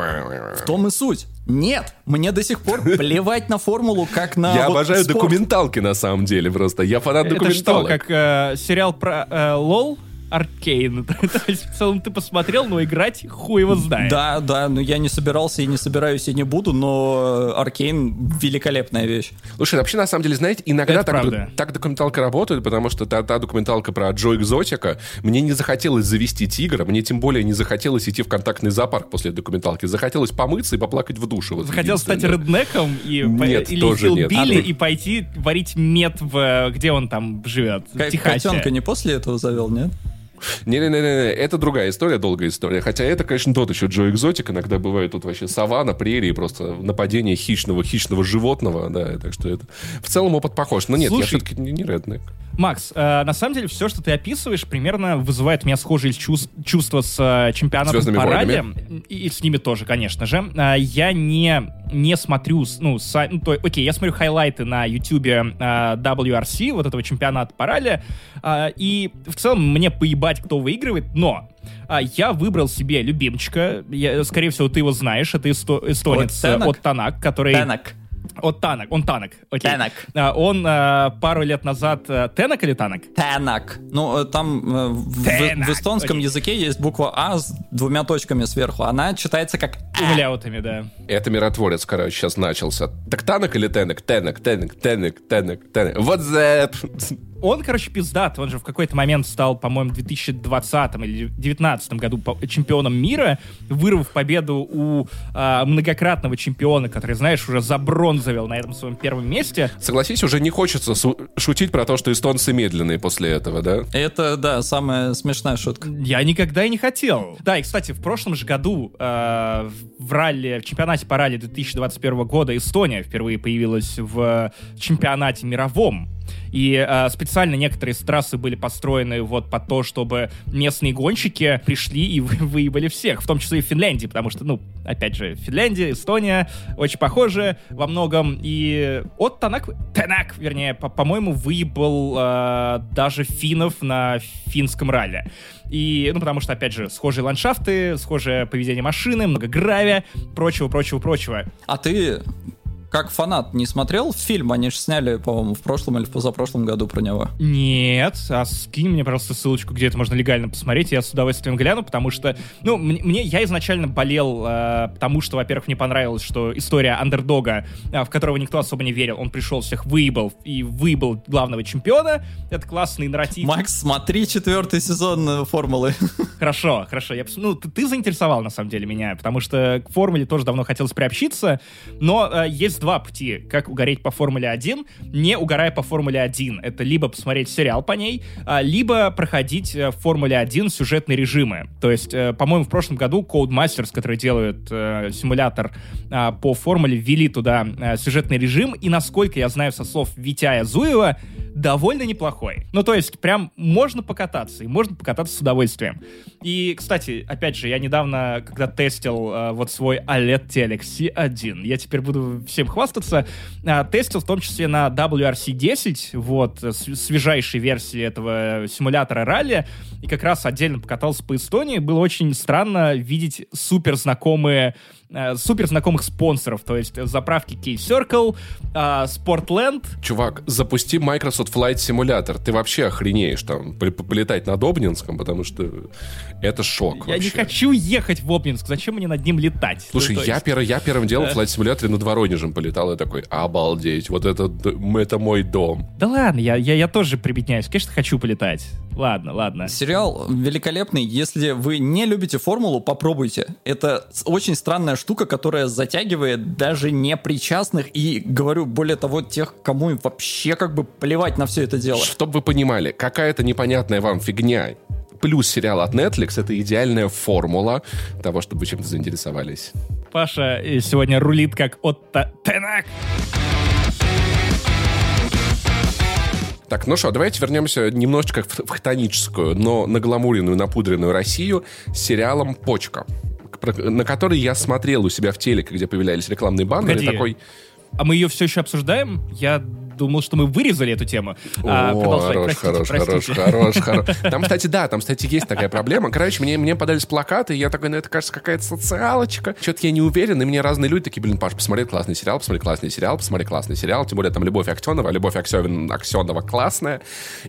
Speaker 3: В том и суть. Нет, мне до сих пор плевать на формулу, как на
Speaker 2: Я
Speaker 3: вот
Speaker 2: обожаю
Speaker 3: спорт.
Speaker 2: Документалки, на самом деле, просто. Я фанат документалок.
Speaker 1: Это что, как э, сериал про э, лол? Аркейн. То есть, в целом, ты посмотрел, но играть хуй его знает.
Speaker 3: Да, да, но я не собирался и не собираюсь и не буду, но Аркейн — великолепная вещь.
Speaker 2: Слушай, вообще, на самом деле, знаете, иногда так,
Speaker 1: правда.
Speaker 2: так документалка работает, потому что та, та документалка про Джо Экзотика, мне не захотелось завести тигра, мне тем более не захотелось идти в контактный зоопарк после документалки. Захотелось помыться и поплакать в душе. Вот
Speaker 1: захотелось стать реднеком и
Speaker 2: нет,
Speaker 1: по... или
Speaker 2: тоже нет.
Speaker 1: Билли
Speaker 2: А,
Speaker 1: и пойти варить мед в... Где он там живет? В Техасе.
Speaker 3: Котенка не после этого завел, нет?
Speaker 2: Не-не-не, это другая история, долгая история. Хотя это, конечно, тот еще Джо Экзотик. Иногда бывает тут вообще саванна, прерии, просто нападение хищного, хищного животного. Да, так что это в целом опыт похож. Но нет, Слушай, я все-таки не, не реднек.
Speaker 1: Макс, э, на самом деле все, что ты описываешь, примерно вызывает у меня схожие чувств, чувства с э, чемпионатом параде. И, и с ними тоже, конечно же. Э, я не, не смотрю, ну, са, ну то, окей, я смотрю хайлайты на ютубе э, дабл ю ар си, вот этого чемпионата параде, э, и в целом мне поебать, кто выигрывает, но э, я выбрал себе любимчика, я, скорее всего, ты его знаешь, это эсто, эстонец от, от Танак, который...
Speaker 3: Танак.
Speaker 1: От Танак, он Танак. Окей.
Speaker 3: Танак.
Speaker 1: А, он а, пару лет назад... А, Тенак или Танак?
Speaker 3: Танак. Ну, там в, в, в эстонском okay. языке есть буква А с двумя точками сверху. Она читается как А.
Speaker 1: Умляутами, да.
Speaker 2: Это миротворец, короче, сейчас начался. Так Танак или Тенак? Тенак, Тенак, Тенак, Тенак, Тенак. Вот за...
Speaker 1: Он, короче, пиздат. Он же в какой-то момент стал, по-моему, в две тысячи двадцатом или две тысячи девятнадцатом году чемпионом мира, вырвав победу у а, многократного чемпиона, который, знаешь, уже за бронзу завел на этом своем первом месте.
Speaker 2: Согласись, уже не хочется шутить про то, что эстонцы медленные после этого, да?
Speaker 3: Это, да, самая смешная шутка.
Speaker 1: Я никогда и не хотел. Да, и, кстати, в прошлом же году э, в ралли, в чемпионате по ралли две тысячи двадцать первого года Эстония впервые появилась в чемпионате мировом. И э, специально некоторые трассы были построены вот под то, чтобы местные гонщики пришли и вы, выебали всех, в том числе и в Финляндии, потому что, ну, опять же, Финляндия, Эстония очень похожи во многом. И от Танак, Танак, вернее, по- по-моему, выебал э, даже финнов на финском ралли. И, ну, потому что, опять же, схожие ландшафты, схожее поведение машины, много гравия, прочего, прочего, прочего.
Speaker 3: А ты... как фанат не смотрел фильм? Они же сняли, по-моему, в прошлом или в позапрошлом году про него.
Speaker 1: Нет, а скинь мне просто ссылочку, где это можно легально посмотреть, я с удовольствием гляну, потому что, ну, мне, мне я изначально болел, э, потому что, во-первых, мне понравилось, что история андердога, э, в которого никто особо не верил, он пришел, всех выебал и выебал главного чемпиона. Это классный нарратив.
Speaker 3: Макс, смотри четвертый сезон «Формулы».
Speaker 1: Хорошо, хорошо. Я, ну, ты, ты заинтересовал, на самом деле, меня, потому что к «Формуле» тоже давно хотелось приобщиться, но э, есть два пути, как угореть по «Формуле один», не угорая по «Формуле один». Это либо посмотреть сериал по ней, э, либо проходить э, в «Формуле один» сюжетные режимы. То есть, э, по-моему, в прошлом году Codemasters, которые делают э, симулятор э, по «Формуле», ввели туда э, сюжетный режим, и, насколько я знаю со слов Витяя Зуева, довольно неплохой. Ну, то есть, прям можно покататься, и можно покататься с удовольствием. И, кстати, опять же, я недавно, когда тестил э, вот свой о лед-телек си один, я теперь буду всем хвастаться, э, тестил в том числе на дабл ю ар си десять, вот, с- свежайшей версии этого симулятора ралли, и как раз отдельно покатался по Эстонии. Было очень странно видеть супер знакомые супер знакомых спонсоров, то есть заправки K-Circle, э, Sportland.
Speaker 2: Чувак, запусти Microsoft Flight Simulator. Ты вообще охренеешь там п- полетать над Обнинском, потому что это шок
Speaker 1: Я
Speaker 2: вообще.
Speaker 1: не хочу ехать в Обнинск, зачем мне над ним летать?
Speaker 2: Слушай,
Speaker 1: Ну, то
Speaker 2: я,
Speaker 1: есть-
Speaker 2: пер, я первым делом в Flight Simulator над Воронежем полетал, и такой, обалдеть, вот это, д- это мой дом.
Speaker 1: Да ладно, я, я, я тоже прибедняюсь. Конечно, хочу полетать. Ладно, ладно.
Speaker 3: Сериал великолепный. Если вы не любите «Формулу», попробуйте. Это с- очень странная штука, которая затягивает даже непричастных и, говорю, более того, тех, кому им вообще как бы плевать на все это дело.
Speaker 2: Чтобы вы понимали, какая-то непонятная вам фигня плюс сериал от Netflix — это идеальная формула того, чтобы вы чем-то заинтересовались.
Speaker 1: Паша э, сегодня рулит как Отто Тенак.
Speaker 2: Так, ну что, давайте вернемся немножечко в, в хтоническую, но нагламуренную, напудренную Россию с сериалом «Почка», про- на который я смотрел у себя в телеке, где появлялись рекламные баннеры,
Speaker 1: Погоди.
Speaker 2: такой...
Speaker 1: А мы ее все еще обсуждаем? Я думал, что мы вырезали эту тему. А,
Speaker 2: О,
Speaker 1: продолжай,
Speaker 2: хорош,
Speaker 1: простите,
Speaker 2: хорош, хорош,
Speaker 1: простите.
Speaker 2: хорош, хорош. Там, кстати, да, там, кстати, есть такая проблема. Короче, мне, мне подались плакаты, и я такой, ну, это, кажется, какая-то социалочка. Что-то я не уверен, и мне разные люди такие, блин, Паш, посмотри классный сериал, посмотри классный сериал, посмотри классный сериал. Тем более там Любовь Аксенова, а Любовь Аксёвин- Аксенова классная.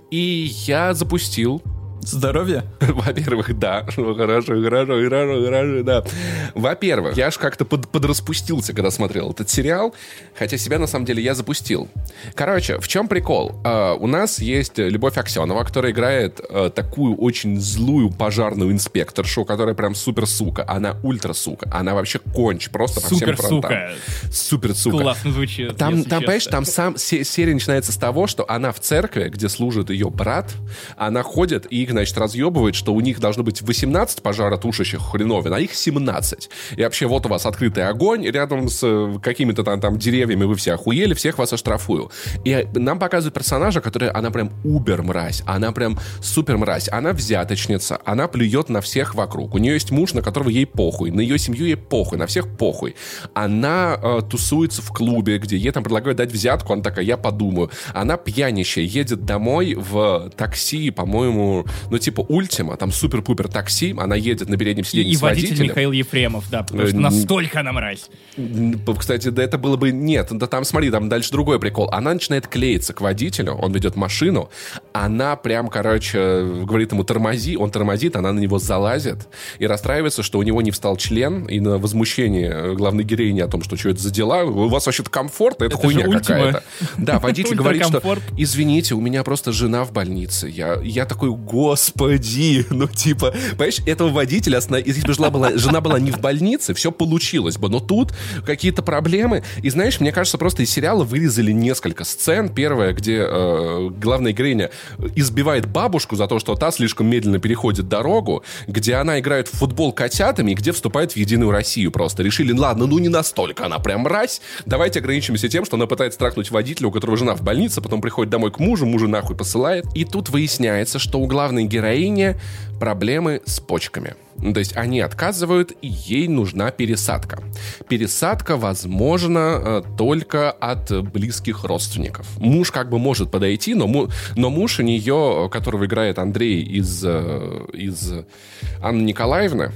Speaker 2: И я запустил...
Speaker 3: Здоровье?
Speaker 2: Во-первых, да. Хорошо, хорошо, хорошо, хорошо, да. Во-первых, я аж как-то под, подраспустился, когда смотрел этот сериал, хотя себя, на самом деле, я запустил. Короче, в чем прикол? Uh, у нас есть Любовь Аксенова, которая играет uh, такую очень злую пожарную инспекторшу, которая прям супер-сука. Она ультра-сука. Она вообще конч, просто по всем фронтам.
Speaker 1: Супер-сука.
Speaker 2: Супер-сука.
Speaker 1: Классно звучит.
Speaker 2: Там,
Speaker 1: если
Speaker 2: там понимаешь,
Speaker 1: честно.
Speaker 2: там сам се- серия начинается с того, что она в церкви, где служит ее брат, она ходит и их, значит, разъебывает, что у них должно быть восемнадцать пожаротушащих хреновин, а их семнадцать. И вообще вот у вас открытый огонь рядом с э, какими-то там, там деревьями, вы все охуели, всех вас оштрафую. И нам показывают персонажа, которая, она прям убер-мразь, она прям супер-мразь, она взяточница, она плюет на всех вокруг. У нее есть муж, на которого ей похуй, на ее семью ей похуй, на всех похуй. Она э, тусуется в клубе, где ей там предлагают дать взятку, она такая, я подумаю. Она пьянищая, едет домой в такси, по-моему, ну типа Ультима, там супер-пупер такси, она едет на переднем сиденье
Speaker 1: И
Speaker 2: с
Speaker 1: водитель
Speaker 2: водителем.
Speaker 1: Михаил Ефремов, да, потому что
Speaker 2: Э,
Speaker 1: настолько она мразь.
Speaker 2: Кстати, да это было бы... Нет, да там, смотри, там дальше другой прикол. Она начинает клеиться к водителю, он ведет машину, она прям, короче, говорит ему тормози, он тормозит, она на него залазит и расстраивается, что у него не встал член, и на возмущение главной героини о том, что что это за дела, у вас вообще-то комфорт, это,
Speaker 1: Это
Speaker 2: хуйня
Speaker 1: же Ультима.
Speaker 2: какая-то. Да, водитель говорит, что
Speaker 1: Ультракомфорт.
Speaker 2: извините, у меня просто жена в больнице. Я, я такой, господи, ну типа, понимаешь, этого водителя, останов- если бы жена была, жена была не в больнице, все получилось бы, но тут какие-то проблемы. И знаешь, мне кажется, просто из сериала вырезали несколько сцен. Первая, где э, главная героиня избивает бабушку за то, что та слишком медленно переходит дорогу, где она играет в футбол котятами и где вступает в Единую Россию просто. Решили, ладно, ну не настолько она прям мразь, давайте ограничимся тем, что она пытается трахнуть водителя, у которого жена в больнице, потом приходит домой к мужу, мужа нахуй посылает. И тут выясняется, что у главной героини проблемы с почками. Ну, то есть они отказывают, и ей нужна пересадка. Пересадка возможна э, только от близких родственников. Муж как бы может подойти, но, му- но муж у нее, которого играет Андрей из, э, из Анны Николаевны,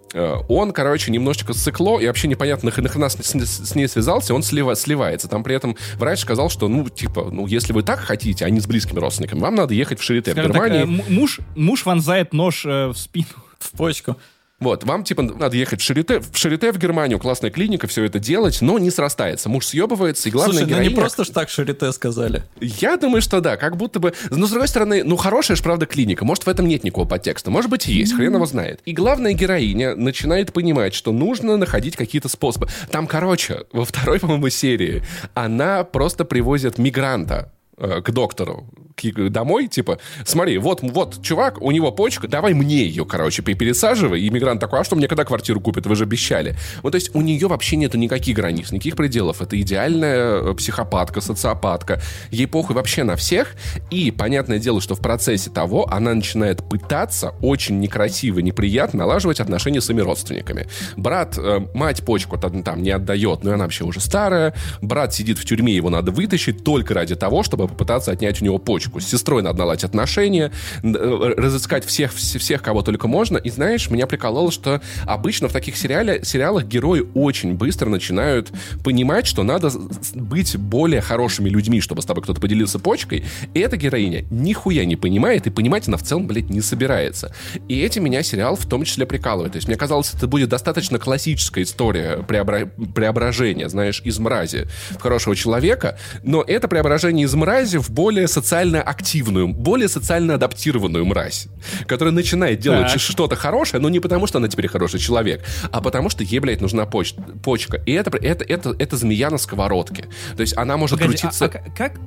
Speaker 2: Он, короче, немножечко ссыкло, и вообще непонятно, нахрена с, с, с ней связался, он слива, сливается. Там при этом врач сказал, что, ну, типа, ну, если вы так хотите, а не с близкими родственниками, вам надо ехать в Шарите, в Германии.
Speaker 1: Так, э, муж, муж вонзает нож э, в спину.
Speaker 3: В почку.
Speaker 2: Вот, вам, типа, надо ехать в Шарите, в Шарите, в Германию, классная клиника, все это делать, но не срастается. Муж съебывается, и главное,
Speaker 3: Слушай,
Speaker 2: героиня...
Speaker 3: ну не просто ж так Шарите сказали. Я
Speaker 2: думаю, что да, как будто бы... Но, с другой стороны, ну, хорошая ж, правда, клиника. Может, в этом нет никакого подтекста. Может быть, есть, хрен его знает. И главная героиня начинает понимать, что нужно находить какие-то способы. Там, короче, во второй, по-моему, серии она просто привозит мигранта к доктору домой, типа, смотри, вот, вот, чувак, у него почка, давай мне ее, короче, пересаживай. И иммигрант такой, а что мне когда квартиру купят? Вы же обещали. Вот, то есть у нее вообще нету никаких границ, никаких пределов. Это идеальная психопатка, социопатка. Ей похуй вообще на всех. И, понятное дело, что в процессе того она начинает пытаться очень некрасиво, неприятно налаживать отношения с своими родственниками. Брат, э, мать почку там, там не отдает, но она вообще уже старая. Брат сидит в тюрьме, его надо вытащить только ради того, чтобы попытаться отнять у него почку. С сестрой надо наладить отношения, разыскать всех, всех, кого только можно. И знаешь, меня прикололо, что обычно в таких сериале, сериалах герои очень быстро начинают понимать, что надо быть более хорошими людьми, чтобы с тобой кто-то поделился почкой. И эта героиня нихуя не понимает, и понимать она в целом, блядь, не собирается. И этим меня сериал в том числе прикалывает. То есть мне казалось, это будет достаточно классическая история преобра... преображения, знаешь, из мрази в хорошего человека, но это преображение из мрази в более социально активную, более социально адаптированную мразь, которая начинает делать так. что-то хорошее, но не потому, что она теперь хороший человек, а потому, что ей, блядь, нужна поч- почка. И это, это, это, это змея на сковородке. То есть она может
Speaker 1: Погоди,
Speaker 2: крутиться...
Speaker 1: А, а как,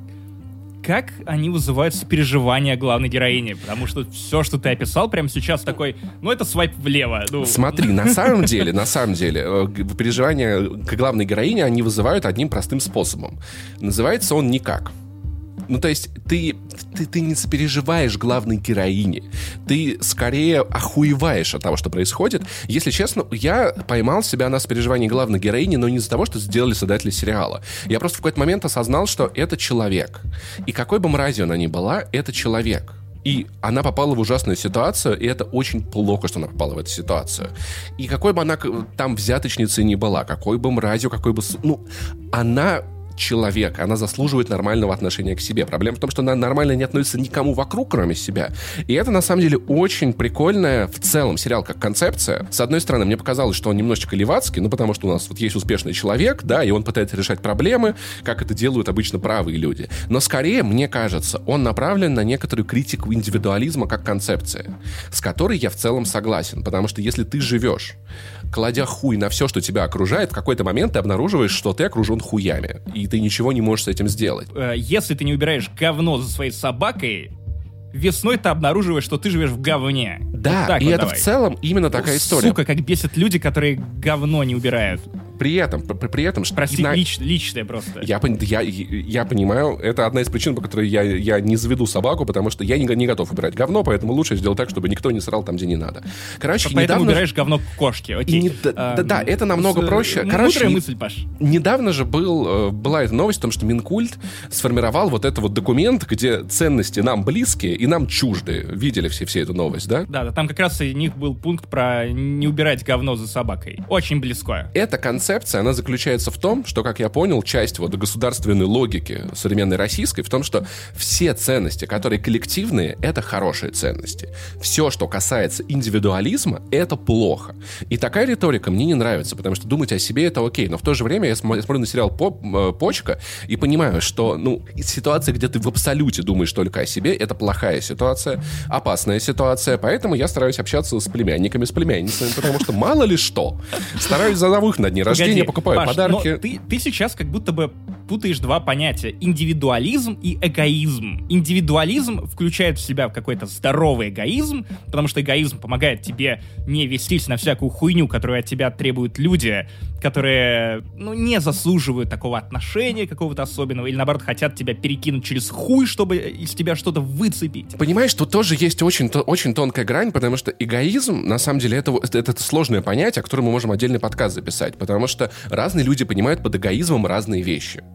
Speaker 1: как они вызывают сопереживание главной героини? Потому что все, что ты описал прямо сейчас, такой, ну, это свайп влево. Ну.
Speaker 2: Смотри, на самом деле, на самом деле, переживания к главной героине они вызывают одним простым способом. Называется он «Никак». Ну, то есть ты, ты, ты не сопереживаешь главной героине. Ты скорее охуеваешь от того, что происходит. Если честно, я поймал себя на сопереживании главной героини, но не из-за того, что сделали создатели сериала. Я просто в какой-то момент осознал, что это человек. И какой бы мразью она ни была, это человек. И она попала в ужасную ситуацию, и это очень плохо, что она попала в эту ситуацию. И какой бы она там взяточницей ни была, какой бы мразью, какой бы... Ну, она... человек, она заслуживает нормального отношения к себе. Проблема в том, что она нормально не относится никому вокруг, кроме себя. И это, на самом деле, очень прикольная в целом сериал как концепция. С одной стороны, мне показалось, что он немножечко левацкий, ну, потому что у нас вот есть успешный человек, да, и он пытается решать проблемы, как это делают обычно правые люди. Но скорее, мне кажется, он направлен на некоторую критику индивидуализма как концепция, с которой я в целом согласен. Потому что если ты живешь, кладя хуй на все, что тебя окружает, в какой-то момент ты обнаруживаешь, что ты окружен хуями. И ты ничего не можешь с этим сделать.
Speaker 1: Если ты не убираешь говно за своей собакой, весной ты обнаруживаешь, что ты живешь в говне.
Speaker 2: Да,
Speaker 1: вот так
Speaker 2: и
Speaker 1: вот
Speaker 2: это
Speaker 1: давай.
Speaker 2: В целом именно такая история.
Speaker 1: Сука, как бесят люди, которые говно не убирают.
Speaker 2: При этом, при, при этом...
Speaker 1: Прости,
Speaker 2: на...
Speaker 1: лич, личное просто.
Speaker 2: Я, я, я понимаю, это одна из причин, по которой я, я не заведу собаку, потому что я не, не готов убирать говно, поэтому лучше сделать так, чтобы никто не срал там, где не надо. Короче,
Speaker 1: Поэтому
Speaker 2: недавно...
Speaker 1: убираешь говно кошки, окей.
Speaker 2: Не, да, а, да, да, это намного
Speaker 1: с,
Speaker 2: проще. Короче,
Speaker 1: мудрая мысль, Паш.
Speaker 2: Недавно же был, была эта новость о том, что Минкульт сформировал вот этот вот документ, где ценности нам близкие и нам чуждые. Видели все, все эту новость, да?
Speaker 1: Да, да, там как раз у них был пункт про не убирать говно за собакой. Очень близко.
Speaker 2: Эта концепция, она заключается в том, что, как я понял, часть вот государственной логики современной российской в том, что все ценности, которые коллективные, это хорошие ценности. Все, что касается индивидуализма, это плохо. И такая риторика мне не нравится, потому что думать о себе это окей, но в то же время я смотрю на сериал «Почка» и понимаю, что, ну, ситуация, где ты в абсолюте думаешь только о себе, это плохая ситуация, опасная ситуация, поэтому я стараюсь общаться с племянниками, с племянницами, потому что мало ли что. Стараюсь зазову их на дни рождения, покупаю
Speaker 1: Паш,
Speaker 2: подарки.
Speaker 1: Но ты, ты сейчас как будто бы путаешь два понятия. Индивидуализм и эгоизм. Индивидуализм включает в себя какой-то здоровый эгоизм, потому что эгоизм помогает тебе не вестись на всякую хуйню, которую от тебя требуют люди, которые, ну, не заслуживают такого отношения какого-то особенного, или, наоборот, хотят тебя перекинуть через хуй, чтобы из тебя что-то выцепить.
Speaker 2: Понимаешь, тут тоже есть очень, то, очень тонкая грань, потому что эгоизм, на самом деле, это, это, это сложное понятие, о котором мы можем отдельный подкаст записать, потому что разные люди понимают под эгоизмом разные вещи.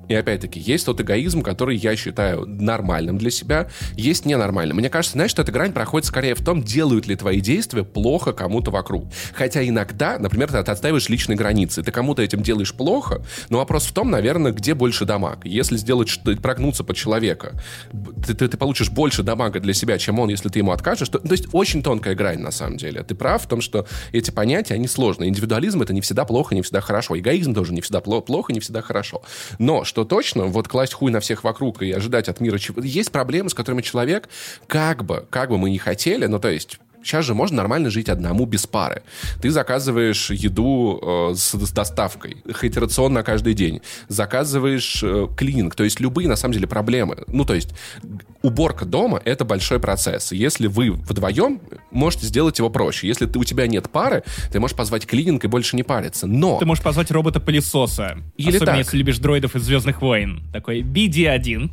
Speaker 2: И опять-таки, есть тот эгоизм, который я считаю нормальным для себя, есть ненормальным. Мне кажется, знаешь, что эта грань проходит скорее в том, делают ли твои действия плохо кому-то вокруг. Хотя иногда, например, ты отстаиваешь личные границы, ты кому-то этим делаешь плохо, но вопрос в том, наверное, где больше дамаг. Если сделать, что прогнуться под человека, ты, ты, ты получишь больше дамага для себя, чем он, если ты ему откажешь. То, то есть очень тонкая грань, на самом деле. Ты прав в том, что эти понятия, они сложные. Индивидуализм — это не всегда плохо, не всегда хорошо. Эгоизм тоже не всегда плохо, не всегда хорошо. Но, что точно, вот класть хуй на всех вокруг и ожидать от мира чего-то... Есть проблемы, с которыми человек, как бы, как бы мы ни хотели, ну, то есть... Сейчас же можно нормально жить одному без пары. Ты заказываешь еду э, с, с доставкой, итерационно каждый день. Заказываешь э, клининг. То есть любые, на самом деле, проблемы. Ну, то есть уборка дома — это большой процесс. Если вы вдвоем, можете сделать его проще. Если ты, у тебя нет пары, ты можешь позвать клининг и больше не париться. Но...
Speaker 1: Ты можешь позвать робота-пылесоса.
Speaker 2: Или
Speaker 1: особенно,
Speaker 2: так.
Speaker 1: если любишь дроидов из «Звездных войн». Такой би ди один.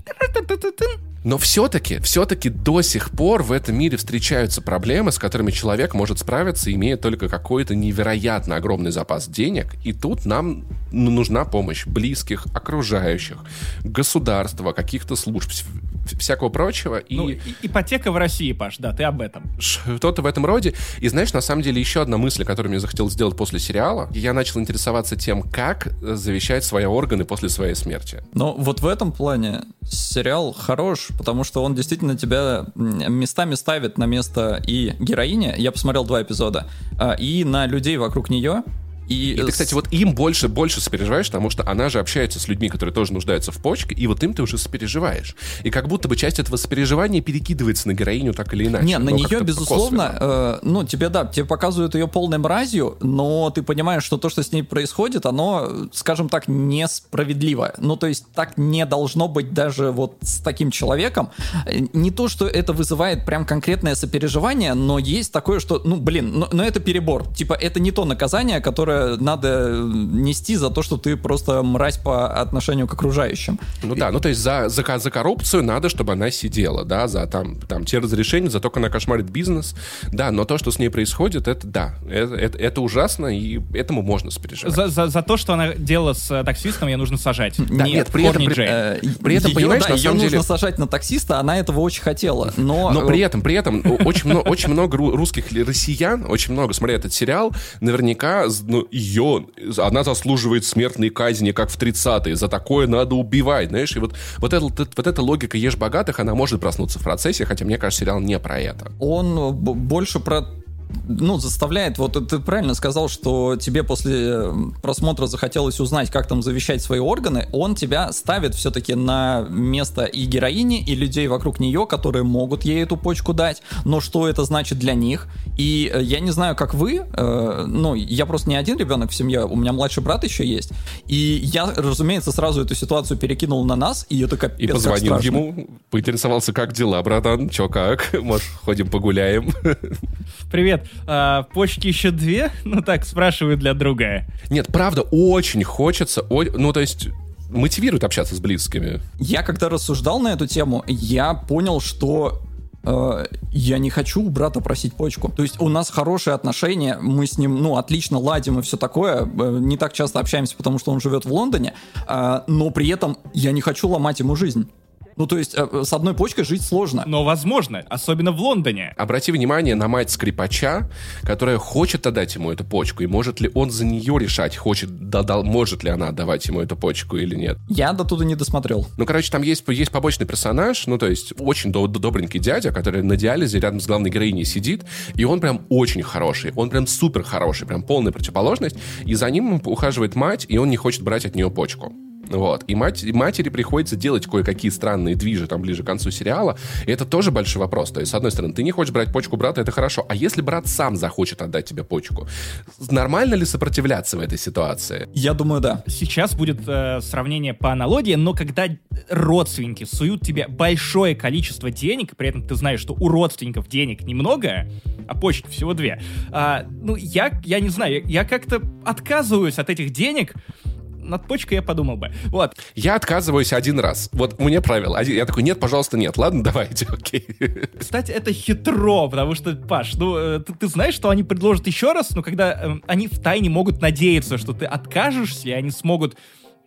Speaker 2: Но все-таки, все-таки до сих пор в этом мире встречаются проблемы, с которыми человек может справиться, имея только какой-то невероятно огромный запас денег. И тут нам нужна помощь близких, окружающих, государства, каких-то служб, всякого прочего. И...
Speaker 1: Ну, ипотека в России, Паш, да, ты об этом.
Speaker 2: Что-то в этом роде. И знаешь, на самом деле, еще одна мысль, которую мне захотелось сделать после сериала. Я начал интересоваться тем, как завещать свои органы после своей смерти.
Speaker 3: Но вот в этом плане сериал хорош, потому что он действительно тебя местами ставит на место и героини, я посмотрел два эпизода, и на людей вокруг нее. И,
Speaker 2: и ты, кстати, вот им больше, больше сопереживаешь, потому что она же общается с людьми, которые тоже нуждаются в почке, и вот им ты уже сопереживаешь. И как будто бы часть этого сопереживания перекидывается на героиню так или иначе.
Speaker 3: Не, на нее, безусловно, э, ну, тебе, да, тебе показывают ее полной мразью, но ты понимаешь, что то, что с ней происходит, оно, скажем так, несправедливо. Ну, то есть так не должно быть даже вот с таким человеком. Не то, что это вызывает прям конкретное сопереживание, но есть такое, что, ну, блин, но, но это перебор. Типа, это не то наказание, которое надо нести за то, что ты просто мразь по отношению к окружающим.
Speaker 2: Ну да, ну то есть за, за, за коррупцию надо, чтобы она сидела, да, за там, там те разрешения, за то, как она кошмарит бизнес, да, но то, что с ней происходит, это да, это, это, это ужасно, и этому можно сопереживать.
Speaker 1: За, за, за то, что она делала с таксистом, ее нужно сажать.
Speaker 2: Да, нет, нет, при этом, при, э, при этом,
Speaker 3: ее,
Speaker 2: понимаешь,
Speaker 3: да,
Speaker 2: на
Speaker 3: ее
Speaker 2: самом
Speaker 3: нужно
Speaker 2: деле...
Speaker 3: сажать на таксиста, она этого очень хотела, но...
Speaker 2: Но при этом, при этом, очень много, очень много русских россиян, очень много, смотря этот сериал, наверняка, ну, ее, она заслуживает смертной казни, как в тридцатые, за такое надо убивать, знаешь, и вот, вот, это, вот эта логика «Ешь богатых», она может проснуться в процессе, хотя, мне кажется, сериал не про это.
Speaker 3: Он больше про... Ну, заставляет, вот ты правильно сказал, что тебе после просмотра захотелось узнать, как там завещать свои органы, он тебя ставит все-таки на место и героини, и людей вокруг нее, которые могут ей эту почку дать, но что это значит для них, и я не знаю, как вы, э, ну, я просто не один ребенок в семье, у меня младший брат еще есть, и я, разумеется, сразу эту ситуацию перекинул на нас, и это капец.
Speaker 2: И позвонил ему, поинтересовался, как дела, братан, чё как, может, ходим погуляем.
Speaker 1: Привет. А, почки еще две? Ну так, спрашиваю для друга.
Speaker 2: Нет, правда, очень хочется, о... ну то есть мотивирует общаться с близкими.
Speaker 3: Я когда рассуждал на эту тему, я понял, что э, я не хочу у брата просить почку. То есть у нас хорошие отношения, мы с ним, ну, отлично ладим и все такое, э, не так часто общаемся, потому что он живет в Лондоне, э, но при этом я не хочу ломать ему жизнь. Ну, то есть, с одной почкой жить сложно.
Speaker 1: Но возможно, особенно в Лондоне.
Speaker 2: Обрати внимание на мать скрипача, которая хочет отдать ему эту почку, и может ли он за нее решать, хочет, да, да, может ли она отдавать ему эту почку или нет.
Speaker 3: Я до туда не досмотрел.
Speaker 2: Ну, короче, там есть, есть побочный персонаж, ну, то есть, очень до- добренький дядя, который на диализе рядом с главной героиней сидит, и он прям очень хороший, он прям супер хороший, прям полная противоположность, и за ним ухаживает мать, и он не хочет брать от нее почку. Вот. И, мать, и матери приходится делать кое-какие странные движи там ближе к концу сериала. И это тоже большой вопрос. То есть, с одной стороны, ты не хочешь брать почку брата, это хорошо. А если брат сам захочет отдать тебе почку, нормально ли сопротивляться в этой ситуации?
Speaker 3: Я думаю, да.
Speaker 1: Сейчас будет э, сравнение по аналогии, но когда родственники суют тебе большое количество денег, при этом ты знаешь, что у родственников денег немного, а почек всего две, а, ну, я, я не знаю, я, я как-то отказываюсь от этих денег. Над почкой я подумал бы. Вот.
Speaker 2: Я отказываюсь один раз. Вот у меня правило. Я такой, нет, пожалуйста, нет. Ладно, давайте, окей.
Speaker 1: Кстати, это хитро, потому что, Паш, ну, ты, ты знаешь, что они предложат еще раз, но когда э, они втайне могут надеяться, что ты откажешься, и они смогут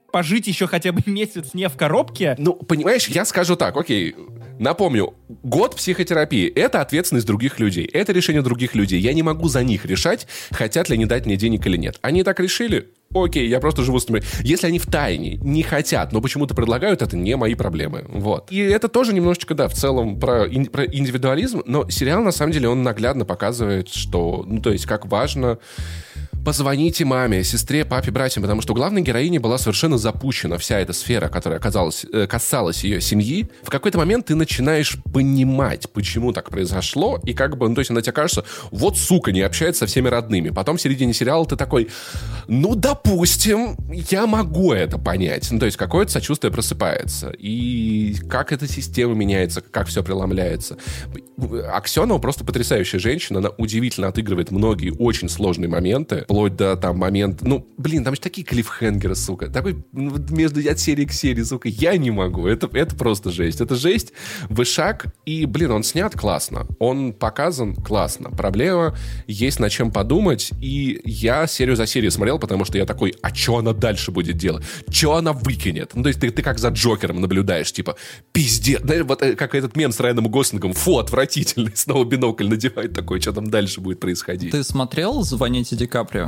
Speaker 1: пожить еще хотя бы месяц не в коробке.
Speaker 2: Ну, понимаешь, я скажу так, окей, напомню, год психотерапии — это ответственность других людей, это решение других людей. Я не могу за них решать, хотят ли они дать мне денег или нет. Они так решили? Окей, я просто живу с ними. Если они втайне не хотят, но почему-то предлагают, это не мои проблемы. Вот. И это тоже немножечко, да, в целом про, ин, про индивидуализм, но сериал, на самом деле, он наглядно показывает, что, ну, то есть, как важно... Позвоните маме, сестре, папе, братьям, потому что у главной героини была совершенно запущена вся эта сфера, которая оказалась, э, касалась ее семьи. В какой-то момент ты начинаешь понимать, почему так произошло, и как бы, ну, то есть она тебе кажется, вот, сука, не общается со всеми родными. Потом в середине сериала ты такой, ну, допустим, я могу это понять. Ну, то есть какое-то сочувствие просыпается. И как эта система меняется, как все преломляется. Аксенова просто потрясающая женщина, она удивительно отыгрывает многие очень сложные моменты, вплоть до там момента... Ну, блин, там же такие клиффхенгеры, сука. Такой между от серии к серии, сука, я не могу. Это, это просто жесть. Это жесть, вышаг. И, блин, он снят классно. Он показан классно. Проблема, есть над чем подумать. И я серию за серией смотрел, потому что я такой, а что она дальше будет делать? Что она выкинет? Ну, то есть ты, ты как за Джокером наблюдаешь, типа, пиздец. Да, вот как этот мем с Райаном Гослингом. Фу, отвратительный. Снова бинокль надевает такой, что там дальше будет происходить.
Speaker 3: Ты смотрел «Звоните Ди Каприо»?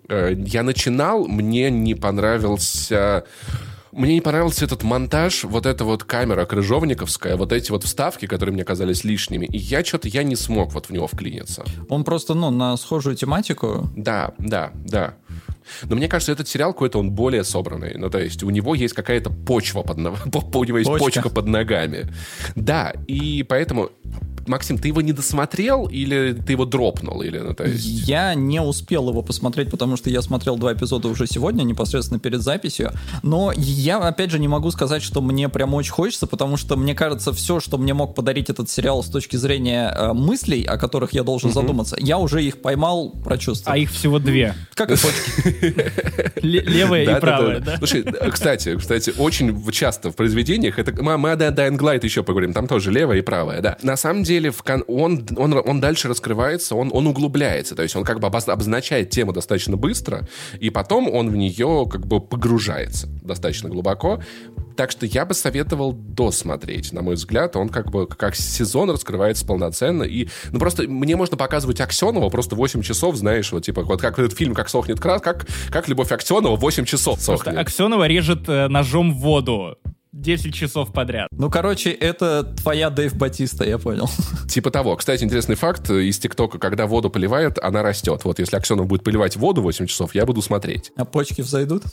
Speaker 2: Я начинал, мне не понравился... Мне не понравился этот монтаж, вот эта вот камера крыжовниковская, вот эти вот вставки, которые мне казались лишними, и я что-то, я не смог вот в него вклиниться.
Speaker 3: Он просто, ну, на схожую тематику.
Speaker 2: Да, да, да. Но мне кажется, этот сериал какой-то, он более собранный. Ну, то есть у него есть какая-то почва под ногами. У него есть
Speaker 3: Почка.
Speaker 2: почка под ногами. Да, и поэтому... Максим, ты его не досмотрел или ты его дропнул? Или, ну, то есть...
Speaker 3: Я не успел его посмотреть, потому что я смотрел два эпизода уже сегодня, непосредственно перед записью. Но я, опять же, не могу сказать, что мне прям очень хочется, потому что, мне кажется, все, что мне мог подарить этот сериал с точки зрения э, мыслей, о которых я должен mm-hmm. задуматься, я уже их поймал, прочувствовал.
Speaker 1: А их всего две.
Speaker 3: Как и почки.
Speaker 1: Левая и правая, да?
Speaker 2: Слушай, кстати, кстати, очень часто в произведениях, это мы о Dying Light еще поговорим, там тоже левая и правая, да. На самом деле, в кон... он, он, он дальше раскрывается, он, он углубляется, то есть он как бы обозначает тему достаточно быстро, и потом он в нее как бы погружается достаточно глубоко. Так что я бы советовал досмотреть, на мой взгляд. Он как бы как сезон раскрывается полноценно. И, ну, просто мне можно показывать Аксенова просто восемь часов, знаешь, вот типа, вот как этот фильм «Как сохнет крас», как, как Любовь Аксенова восемь часов сохнет.
Speaker 1: Просто Аксенова режет э, ножом в воду десять часов подряд.
Speaker 3: Ну, короче, это твоя Дэйв Батиста, я понял.
Speaker 2: Типа того. Кстати, интересный факт из ТикТока, когда воду поливает, она растет. Вот если Аксенов будет поливать воду восемь часов, я буду смотреть.
Speaker 3: А почки взойдут?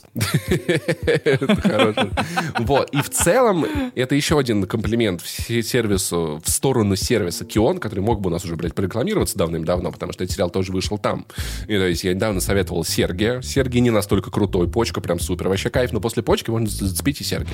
Speaker 2: Это хорошо. Вот. И в целом, это еще один комплимент сервису, в сторону сервиса Кион, который мог бы у нас уже, блядь, порекламироваться давным-давно, потому что этот сериал тоже вышел там. И, то есть я недавно советовал Сергия. Сергий не настолько крутой, почка прям супер. Вообще кайф, но после почки можно зацепить и Сергия.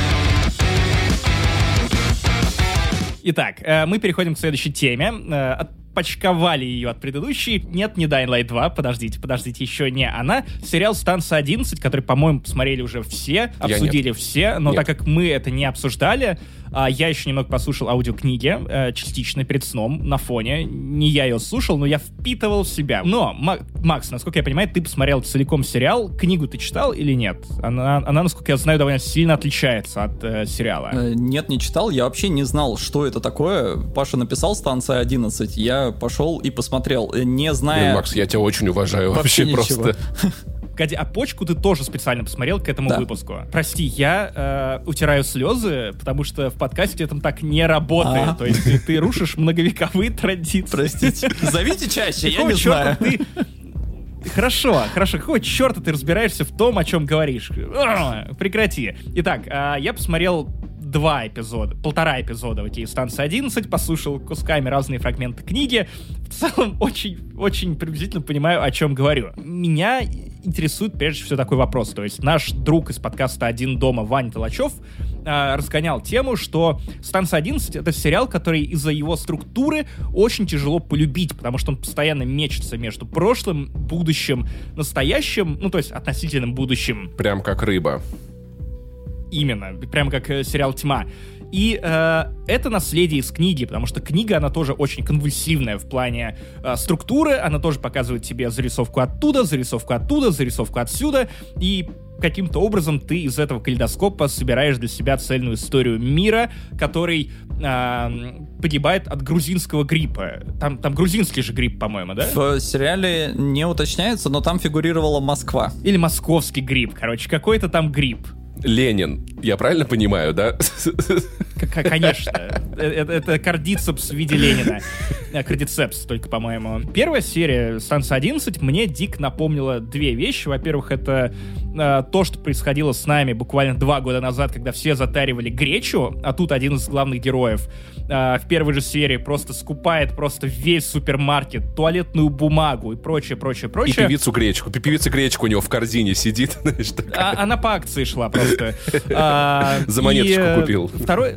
Speaker 1: Итак, мы переходим к следующей теме. Отпочковали ее от предыдущей. Нет, не Dying Light два, подождите, подождите, еще не она. Сериал «Станция одиннадцать», который, по-моему, посмотрели уже все, обсудили все, но нет. Так как мы это не обсуждали, я еще немного послушал аудиокниги, частично перед сном, на фоне. Не я ее слушал, но я впитывал в себя. Но, Макс, насколько я понимаю, ты посмотрел целиком сериал. Книгу ты читал или нет? Она, она насколько я знаю, довольно сильно отличается от э, сериала.
Speaker 3: Нет, не читал. Я вообще не знал, что это такое. Паша написал «Станция одиннадцать». Я пошел и посмотрел, не зная...
Speaker 2: Блин, Макс, я тебя очень уважаю вообще, вообще просто...
Speaker 1: Погоди, а почку ты тоже специально посмотрел к этому
Speaker 3: да.
Speaker 1: выпуску? Прости, я э, утираю слезы, потому что в подкасте это так не работает. А-а-а. То есть ты, ты рушишь многовековые традиции.
Speaker 3: Простите. Зовите чаще, я не знаю.
Speaker 1: Ты... Хорошо, хорошо. Какого черта ты разбираешься в том, о чем говоришь? Прекрати. Итак, я посмотрел два эпизода, полтора эпизода вот из «Станции одиннадцать», послушал кусками разные фрагменты книги. В целом, очень, очень приблизительно понимаю, о чем говорю. Меня интересует прежде всего такой вопрос. То есть наш друг из подкаста «Один дома» Ваня Толачев э, разгонял тему, что «Станция одиннадцать» — это сериал, который из-за его структуры очень тяжело полюбить, потому что он постоянно мечется между прошлым, будущим, настоящим, ну, то есть относительным будущим.
Speaker 2: Прям как рыба.
Speaker 1: Именно, прямо как э, сериал «Тьма». И э, это наследие из книги, потому что книга, она тоже очень конвульсивная в плане э, структуры, она тоже показывает тебе зарисовку оттуда, зарисовку оттуда, зарисовку отсюда, и каким-то образом ты из этого калейдоскопа собираешь для себя цельную историю мира, который э, погибает от грузинского гриппа. Там, там грузинский же грипп, по-моему, да?
Speaker 3: В сериале не уточняется, но там фигурировала Москва.
Speaker 1: Или московский грипп, короче, какой-то там грипп.
Speaker 2: Ленин. Я правильно понимаю, да?
Speaker 1: Конечно. Это, это кардицепс в виде Ленина. Кардицепс только, по-моему. Первая серия «Станция одиннадцать» мне дико напомнила две вещи. Во-первых, это э, то, что происходило с нами буквально два года назад, когда все затаривали гречу, а тут один из главных героев э, в первой же серии просто скупает просто весь супермаркет, туалетную бумагу и прочее, прочее, прочее.
Speaker 2: И певицу гречку. Певица гречку у него в корзине сидит. Знаешь,
Speaker 1: а, она по акции шла просто. А,
Speaker 2: за монеточку
Speaker 1: и,
Speaker 2: купил.
Speaker 1: Второй...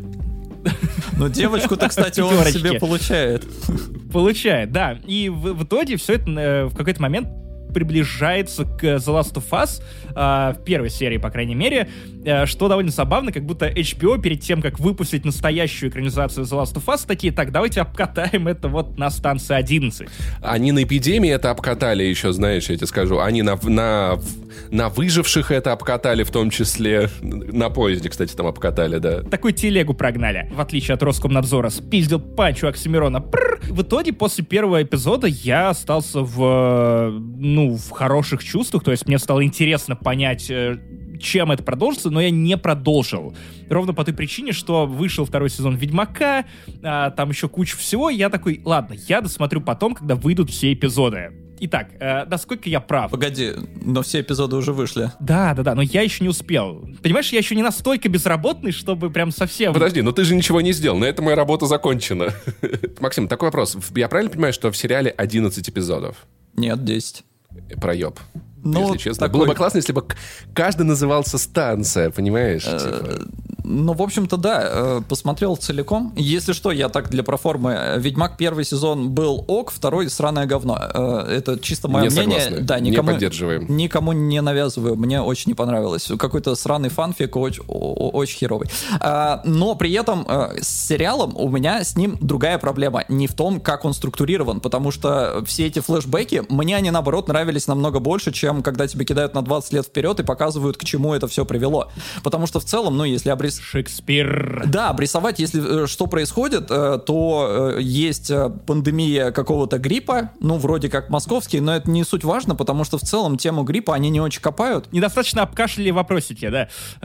Speaker 3: Ну, девочку-то, кстати, он себе получает.
Speaker 1: Получает, да. И в, в итоге все это э, в какой-то момент приближается к The Last of Us, э, в первой серии, по крайней мере, э, что довольно забавно, как будто эйч би о перед тем, как выпустить настоящую экранизацию The Last of Us, такие, так, давайте обкатаем это вот на станции одиннадцать.
Speaker 2: Они на эпидемии это обкатали еще, знаешь, я тебе скажу. Они на, на, на выживших это обкатали, в том числе на поезде, кстати, там обкатали, да.
Speaker 1: Такую телегу прогнали, в отличие от Роскомнадзора. Спиздил панчу Оксимирона. Прррр. В итоге, после первого эпизода я остался в, ну, в хороших чувствах, то есть мне стало интересно понять, чем это продолжится, но я не продолжил. Ровно по той причине, что вышел второй сезон Ведьмака, а, там еще куча всего, я такой, ладно, я досмотрю потом, когда выйдут все эпизоды. Итак, э, насколько я прав?
Speaker 3: Погоди, но все эпизоды уже вышли.
Speaker 1: Да, да, да, но я еще не успел. Понимаешь, я еще не настолько безработный, чтобы прям совсем...
Speaker 2: Подожди, но ты же ничего не сделал, на этом моя работа закончена. Максим, такой вопрос. Я правильно понимаю, что в сериале одиннадцать эпизодов?
Speaker 3: Нет, десять.
Speaker 2: Проеб.
Speaker 3: Ну,
Speaker 2: если честно.
Speaker 3: такой...
Speaker 2: Было бы классно, если бы каждый назывался станция, понимаешь? Типа.
Speaker 3: Ну, в общем-то, да, посмотрел целиком. Если что, я так для проформы. Ведьмак первый сезон был ок, второй сраное говно. Это чисто мое
Speaker 2: не
Speaker 3: мнение.
Speaker 2: Согласны.
Speaker 3: Да, никому,
Speaker 2: не поддерживаем.
Speaker 3: Никому не навязываю. Мне очень не понравилось. Какой-то сраный фанфик, очень, очень херовый. Но при этом с сериалом у меня с ним другая проблема. Не в том, как он структурирован, потому что все эти флешбеки, мне они, наоборот, нравились намного больше, чем когда тебе кидают на двадцать лет вперед и показывают, к чему это все привело. Потому что в целом, ну, если обрисовать...
Speaker 1: Шекспир.
Speaker 3: Да, обрисовать, если что происходит, то есть пандемия какого-то гриппа, ну, вроде как московский, но это не суть важно, потому что в целом тему гриппа они не очень копают.
Speaker 1: Недостаточно обкашляли вопросики, да.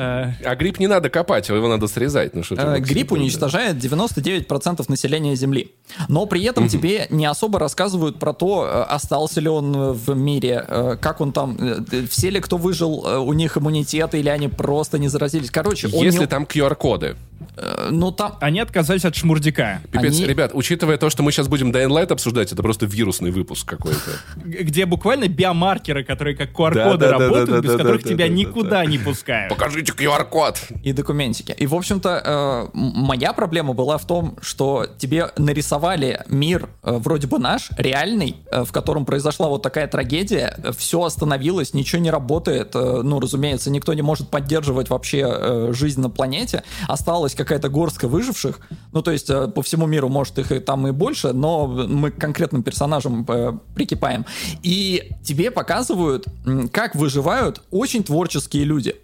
Speaker 2: А грипп не надо копать, его надо срезать. Ну, что
Speaker 3: а, грипп уничтожает девяносто девять процентов населения Земли. Но при этом угу. тебе не особо рассказывают про то, остался ли он в мире, как он там, все ли, кто выжил, у них иммунитет, или они просто не заразились. Короче, он
Speaker 2: Если
Speaker 3: не...
Speaker 2: там ку ар-коды.
Speaker 3: Э, ну, там...
Speaker 1: Они отказались от шмурдяка.
Speaker 2: Пипец,
Speaker 3: Они...
Speaker 2: ребят, учитывая то, что мы сейчас будем Dying Light обсуждать, это просто вирусный выпуск какой-то.
Speaker 1: Где буквально биомаркеры, которые как ку ар-коды работают, без которых тебя никуда не пускают.
Speaker 2: Покажите ку ар-код.
Speaker 3: И документики. И, в общем-то, э, моя проблема была в том, что тебе нарисовали мир э, вроде бы наш, реальный, э, в котором произошла вот такая трагедия, э, все остановилось, ничего не работает, э, ну, разумеется, никто не может поддерживать вообще э, жизнь на планете, осталась какая-то горстка выживших, ну, то есть э, по всему миру, может, их и там и больше, но мы к конкретным персонажам э, прикипаем. И тебе показывают, как выживают очень творческие люди.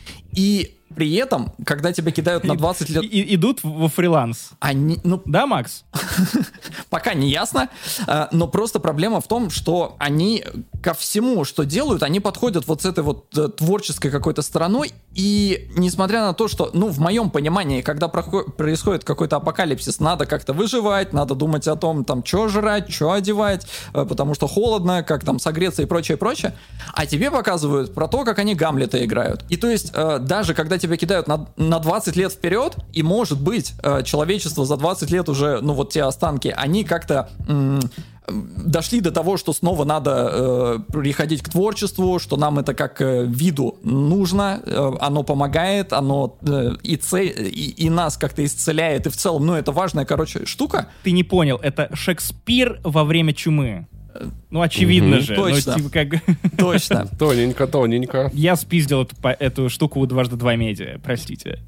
Speaker 3: И при этом, когда тебя кидают на двадцать лет...
Speaker 1: И, и, идут во фриланс.
Speaker 3: Они, ну,
Speaker 1: да, Макс?
Speaker 3: Пока не ясно, но просто проблема в том, что они ко всему, что делают, они подходят вот с этой вот творческой какой-то стороной, и несмотря на то, что, ну, в моем понимании, когда происходит какой-то апокалипсис, надо как-то выживать, надо думать о том, там, что жрать, что одевать, потому что холодно, как там согреться и прочее, прочее, а тебе показывают про то, как они Гамлета играют. И то есть, даже когда тебя кидают на, на двадцать лет вперед, и, может быть, э, человечество за двадцать лет уже, ну, вот те останки, они как-то м- дошли до того, что снова надо э, переходить к творчеству, что нам это как э, виду нужно, э, оно помогает, оно э, и, цель, и, и нас как-то исцеляет, и в целом, ну, это важная, короче, штука.
Speaker 1: Ты не понял, это Шекспир во время чумы. Ну, очевидно
Speaker 3: угу.
Speaker 1: же.
Speaker 3: Точно.
Speaker 1: Ну, типа, как...
Speaker 3: Точно.
Speaker 2: Тоненько, тоненько.
Speaker 1: Я спиздил эту, эту штуку у дважды два медиа, простите.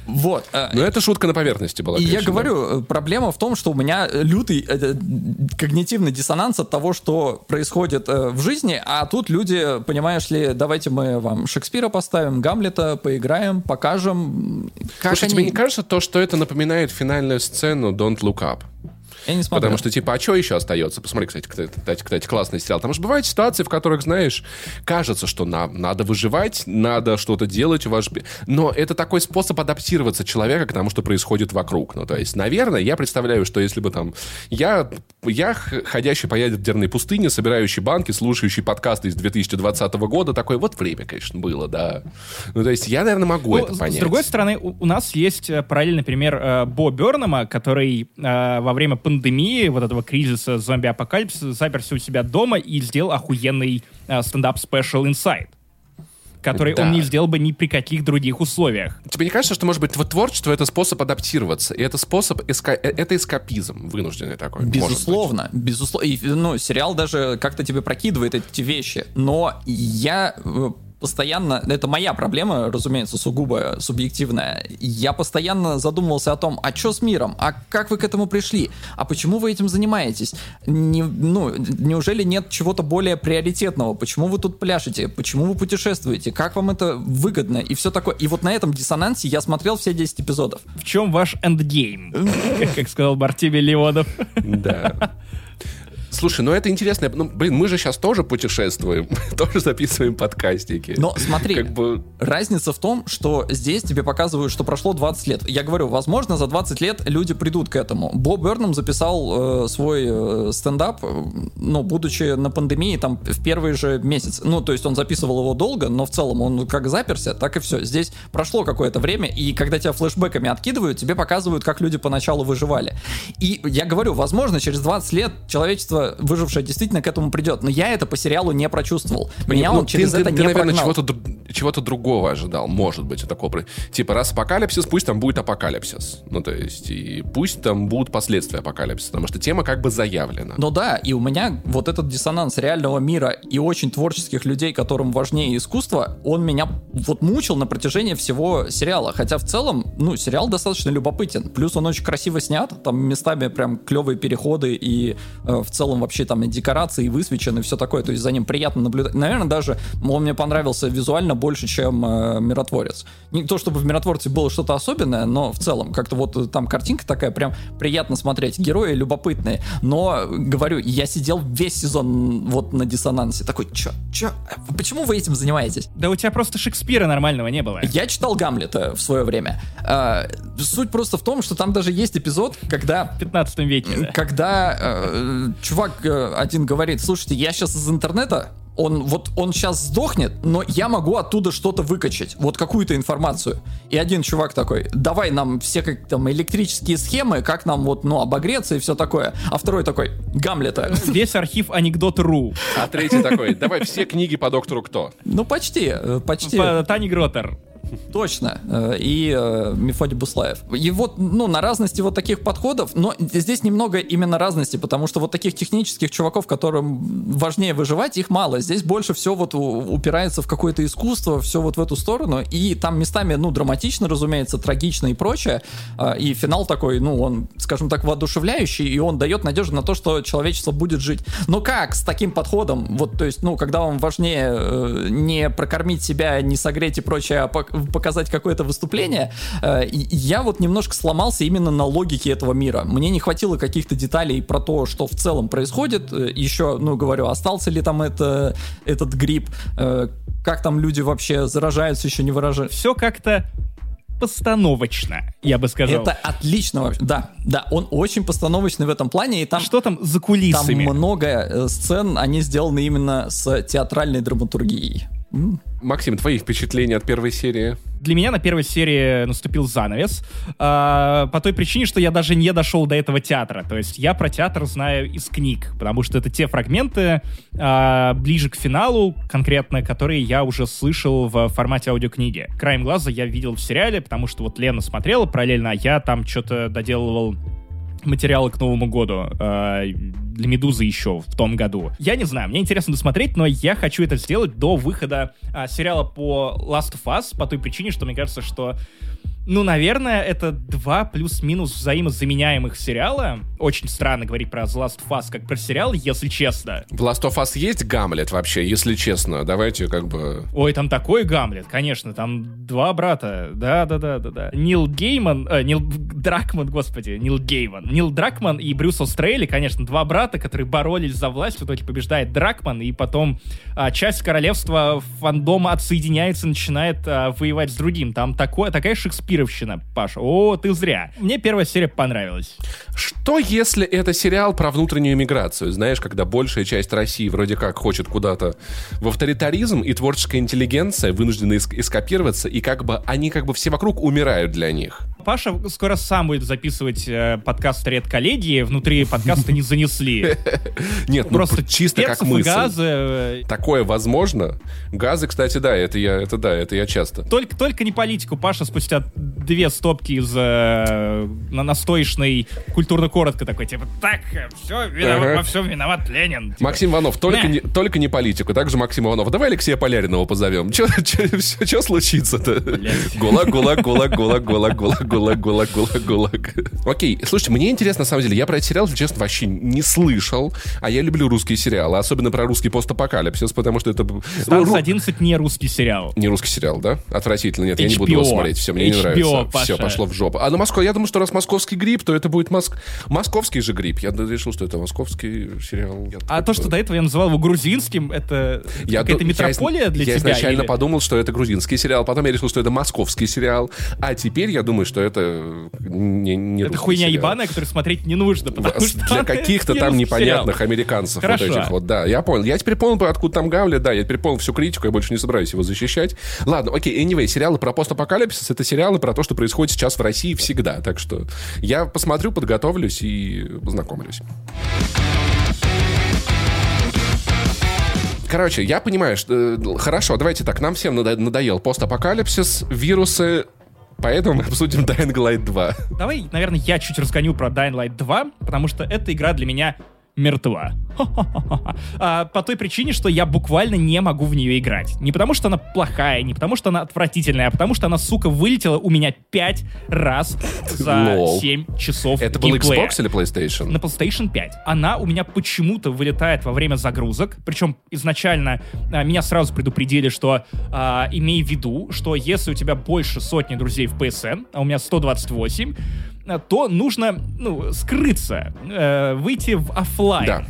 Speaker 3: Вот.
Speaker 2: Но это шутка на поверхности была.
Speaker 3: И
Speaker 2: конечно,
Speaker 3: я говорю,
Speaker 2: да.
Speaker 3: проблема в том, что у меня лютый э, когнитивный диссонанс от того, что происходит э, в жизни, а тут люди, понимаешь ли, давайте мы вам Шекспира поставим, Гамлета, поиграем, покажем. Как
Speaker 2: Слушай,
Speaker 3: они...
Speaker 2: тебе не кажется то, что это напоминает финальную сцену Don't Look Up?
Speaker 3: Я не смотрю.
Speaker 2: Потому что, типа, а что еще остается? Посмотри, кстати, кстати, кстати, классный сериал. Потому что бывают ситуации, в которых, знаешь, кажется, что нам надо выживать, надо что-то делать. У вас... Но это такой способ адаптироваться человека к тому, что происходит вокруг. Ну, то есть, наверное, я представляю, что если бы там... Я, я ходящий по ядерной пустыне, собирающий банки, слушающий подкасты из две тысячи двадцатого года, такое вот время, конечно, было, да. Ну, то есть, я, наверное, могу ну, это понять.
Speaker 1: С другой стороны, у, у нас есть параллельный пример Бо Бернама, который э, во время пандемии пандемии, вот этого кризиса зомби-апокалипсиса, заперся у себя дома и сделал охуенный э, стендап-спешл Inside, который да. он не сделал бы ни при каких других условиях.
Speaker 2: Тебе не кажется, что, может быть, творчество — это способ адаптироваться, и это способ, эска... это эскапизм вынужденный такой?
Speaker 3: Безусловно, безусловно. И, ну, сериал даже как-то тебе прокидывает эти вещи, но я... постоянно, это моя проблема, разумеется, сугубо субъективная, я постоянно задумывался о том, а что с миром, а как вы к этому пришли, а почему вы этим занимаетесь, Не, ну, неужели нет чего-то более приоритетного, почему вы тут пляшете, почему вы путешествуете, как вам это выгодно и все такое. И вот на этом диссонансе я смотрел все десять эпизодов.
Speaker 1: В чем ваш эндгейм, как сказал Артемий Леонов.
Speaker 2: Да. Слушай, ну это интересно. Ну, блин, мы же сейчас тоже путешествуем, тоже записываем подкастики.
Speaker 3: Но смотри,
Speaker 2: как бы...
Speaker 3: разница в том, что здесь тебе показывают, что прошло двадцать лет. Я говорю, возможно, за двадцать лет люди придут к этому. Бо Бернам записал э, свой э, стендап, э, ну, будучи на пандемии, там, в первый же месяц. Ну, то есть он записывал его долго, но в целом он как заперся, так и все. Здесь прошло какое-то время, и когда тебя флешбэками откидывают, тебе показывают, как люди поначалу выживали. И я говорю, возможно, через двадцать лет человечество выжившее действительно к этому придет. Но я это по сериалу не прочувствовал. Меня ну, он через
Speaker 2: ты,
Speaker 3: это
Speaker 2: ты,
Speaker 3: не
Speaker 2: ты, наверное,
Speaker 3: прогнал.
Speaker 2: чего-то, чего-то другого ожидал. Может быть, такого. Типа, раз апокалипсис, пусть там будет апокалипсис. Ну, то есть, и пусть там будут последствия апокалипсиса. Потому что тема как бы заявлена.
Speaker 3: Ну да, и у меня вот этот диссонанс реального мира и очень творческих людей, которым важнее искусство, он меня вот мучил на протяжении всего сериала. Хотя в целом, ну, сериал достаточно любопытен. Плюс он очень красиво снят. Там местами прям клевые переходы и э, в целом вообще там и декорации, и высвечены, и все такое, то есть за ним приятно наблюдать. Наверное, даже он мне понравился визуально больше, чем э, «Миротворец». Не то, чтобы в «Миротворце» было что-то особенное, но в целом, как-то вот там картинка такая, прям приятно смотреть. Герои любопытные, но, говорю, я сидел весь сезон вот на диссонансе, такой, чё, чё, почему вы этим занимаетесь?
Speaker 1: Да у тебя просто Шекспира нормального не было.
Speaker 3: Я читал «Гамлета» в свое время. Э, суть просто в том, что там даже есть эпизод, когда...
Speaker 1: В пятнадцатом веке, да.
Speaker 3: Когда э, чувак один говорит, слушайте, я сейчас из интернета, он вот он сейчас сдохнет, но я могу оттуда что-то выкачать, вот какую-то информацию. И один чувак такой, давай нам все как там электрические схемы, как нам вот, ну, обогреться и все такое. А второй такой, Гамлета.
Speaker 1: Весь архив анекдот точка ру.
Speaker 2: А третий такой, давай все книги по доктору Кто.
Speaker 3: Ну, почти, почти.
Speaker 1: По Тане Гротер.
Speaker 3: Точно. И э, Мефодий Буслаев. И вот, ну, на разности вот таких подходов, но здесь немного именно разности, потому что вот таких технических чуваков, которым важнее выживать, их мало. Здесь больше все вот упирается в какое-то искусство, все вот в эту сторону, и там местами, ну, драматично, разумеется, трагично и прочее, и финал такой, ну, он, скажем так, воодушевляющий, и он дает надежду на то, что человечество будет жить. Но как с таким подходом, вот, то есть, ну, когда вам важнее э, не прокормить себя, не согреть и прочее, а показать какое-то выступление, я вот немножко сломался именно на логике этого мира. Мне не хватило каких-то деталей про то, что в целом происходит. Еще, ну, говорю, остался ли там это, этот грипп, как там люди вообще заражаются, еще не выражают.
Speaker 1: Все как-то постановочно, я бы сказал.
Speaker 3: Это отлично вообще. Да, да, он очень постановочный в этом плане. И там,
Speaker 1: что там за кулисами?
Speaker 3: Там много сцен, они сделаны именно с театральной драматургией.
Speaker 2: Максим, твои впечатления от первой серии?
Speaker 1: Для меня на первой серии наступил занавес, э, по той причине, что я даже не дошел до этого театра. То есть я про театр знаю из книг, потому что это те фрагменты э, ближе к финалу, конкретно, которые я уже слышал в формате аудиокниги. Краем глаза я видел в сериале, потому что вот Лена смотрела параллельно, а я там что-то доделывал материалы к Новому году э, для «Медузы» еще в том году. Я не знаю, мне интересно досмотреть, но я хочу это сделать до выхода э, сериала по Last of Us, по той причине, что мне кажется, что Ну, наверное, это два плюс-минус взаимозаменяемых сериала. Очень странно говорить про The Last of Us как про сериал, если честно.
Speaker 2: В Last of Us есть Гамлет вообще, если честно? Давайте как бы...
Speaker 1: Ой, там такой Гамлет, конечно, там два брата. Да-да-да-да-да. Нил Гейман, э, Нил Дракман, господи, Нил Гейман. Нил Дракман и Брюс Острейли, конечно, два брата, которые боролись за власть. В итоге побеждает Дракман, и потом а, часть королевства фандома отсоединяется, начинает а, воевать с другим. Там такое, такая шекспировщина, Паша. О, ты зря. Мне первая серия понравилась.
Speaker 2: Что, если это сериал про внутреннюю миграцию? Знаешь, когда большая часть России вроде как хочет куда-то в авторитаризм, и творческая интеллигенция вынуждена эск- эскапироваться, и как бы они как бы все вокруг умирают для них.
Speaker 1: Паша скоро сам будет записывать э, подкаст «Редколлегии». Внутри подкаста не занесли.
Speaker 2: Нет, ну
Speaker 1: Просто
Speaker 2: чисто как мысль.
Speaker 1: Газы.
Speaker 2: Такое возможно. Газы, кстати, да, это я, это да, это я часто.
Speaker 1: Только, только не политику. Паша спустя две стопки из э, на настоечной культурно-коротко такой, типа, так, все, виноват,
Speaker 2: Ага.
Speaker 1: во всем виноват Ленин. Типа,
Speaker 2: Максим Иванов, только
Speaker 1: «Мя».
Speaker 2: не, только не политику. Также Максим Иванов. Давай Алексея Поляринова позовем. Что случится-то? Гулаг, гулаг, гулаг, гулаг, гулаг, гулаг, гулаг, гулаг, гулаг, гулаг. Окей, слушайте, мне интересно, на самом деле, я про этот сериал, если честно, вообще не слышал, а я люблю русские сериалы, особенно про русский постапокалипсис, потому что это...
Speaker 1: Станс одиннадцать не русский сериал.
Speaker 2: Не русский сериал, да? Отвратительно. Нет, я не буду
Speaker 1: эйч би о.
Speaker 2: его смотреть. Все, мне
Speaker 1: эйч
Speaker 2: не
Speaker 1: би о,
Speaker 2: нравится.
Speaker 1: Паша.
Speaker 2: Все, пошло в жопу. А на Москву, я думаю, что раз московский грипп, то это будет моск... московский же грипп. Я решил, что это московский сериал. Я
Speaker 1: А
Speaker 2: такой,
Speaker 1: то, что до этого я называл его грузинским, это
Speaker 2: Я
Speaker 1: какая-то
Speaker 2: ду-
Speaker 1: метрополия
Speaker 2: я,
Speaker 1: для
Speaker 2: я
Speaker 1: тебя?
Speaker 2: изначально
Speaker 1: или-
Speaker 2: подумал, что это грузинский сериал, потом я решил, что это московский сериал, а теперь я думаю, что это не, не
Speaker 1: Это
Speaker 2: русский
Speaker 1: хуйня
Speaker 2: сериал.
Speaker 1: ебаная, которую смотреть не нужно, потому что
Speaker 2: Для
Speaker 1: она
Speaker 2: каких-то
Speaker 1: не
Speaker 2: там
Speaker 1: русский
Speaker 2: непонятных
Speaker 1: сериал.
Speaker 2: американцев
Speaker 1: Хорошо.
Speaker 2: вот этих вот, да, я понял. Я теперь понял, откуда там Гамлет, да, я теперь понял всю критику, я больше не собираюсь его защищать. Ладно, окей, anyway, сериалы про постапокалипсис — это сериалы про то, что происходит сейчас в России всегда, так что я посмотрю, подготовлюсь и познакомлюсь. Короче, я понимаю, что... э, Хорошо, давайте так, нам всем надо- надоел постапокалипсис, вирусы, поэтому мы обсудим Dying Light два.
Speaker 1: Давай, наверное, я чуть разгоню про Dying Light два, потому что эта игра для меня мертва. А, по той причине, что я буквально не могу в нее играть. Не потому, что она плохая, не потому, что она отвратительная, а потому, что она, сука, вылетела у меня пять раз за
Speaker 2: Лол.
Speaker 1: семь часов
Speaker 2: Это был
Speaker 1: геймплея.
Speaker 2: Xbox или PlayStation?
Speaker 1: На PlayStation пять. Она у меня почему-то вылетает во время загрузок. Причем изначально а, меня сразу предупредили, что а, имей в виду, что если у тебя больше сотни друзей в пи эс эн, а у меня сто двадцать восемь, а, то нужно, ну, скрыться, э, выйти в оффлайн.
Speaker 2: Да.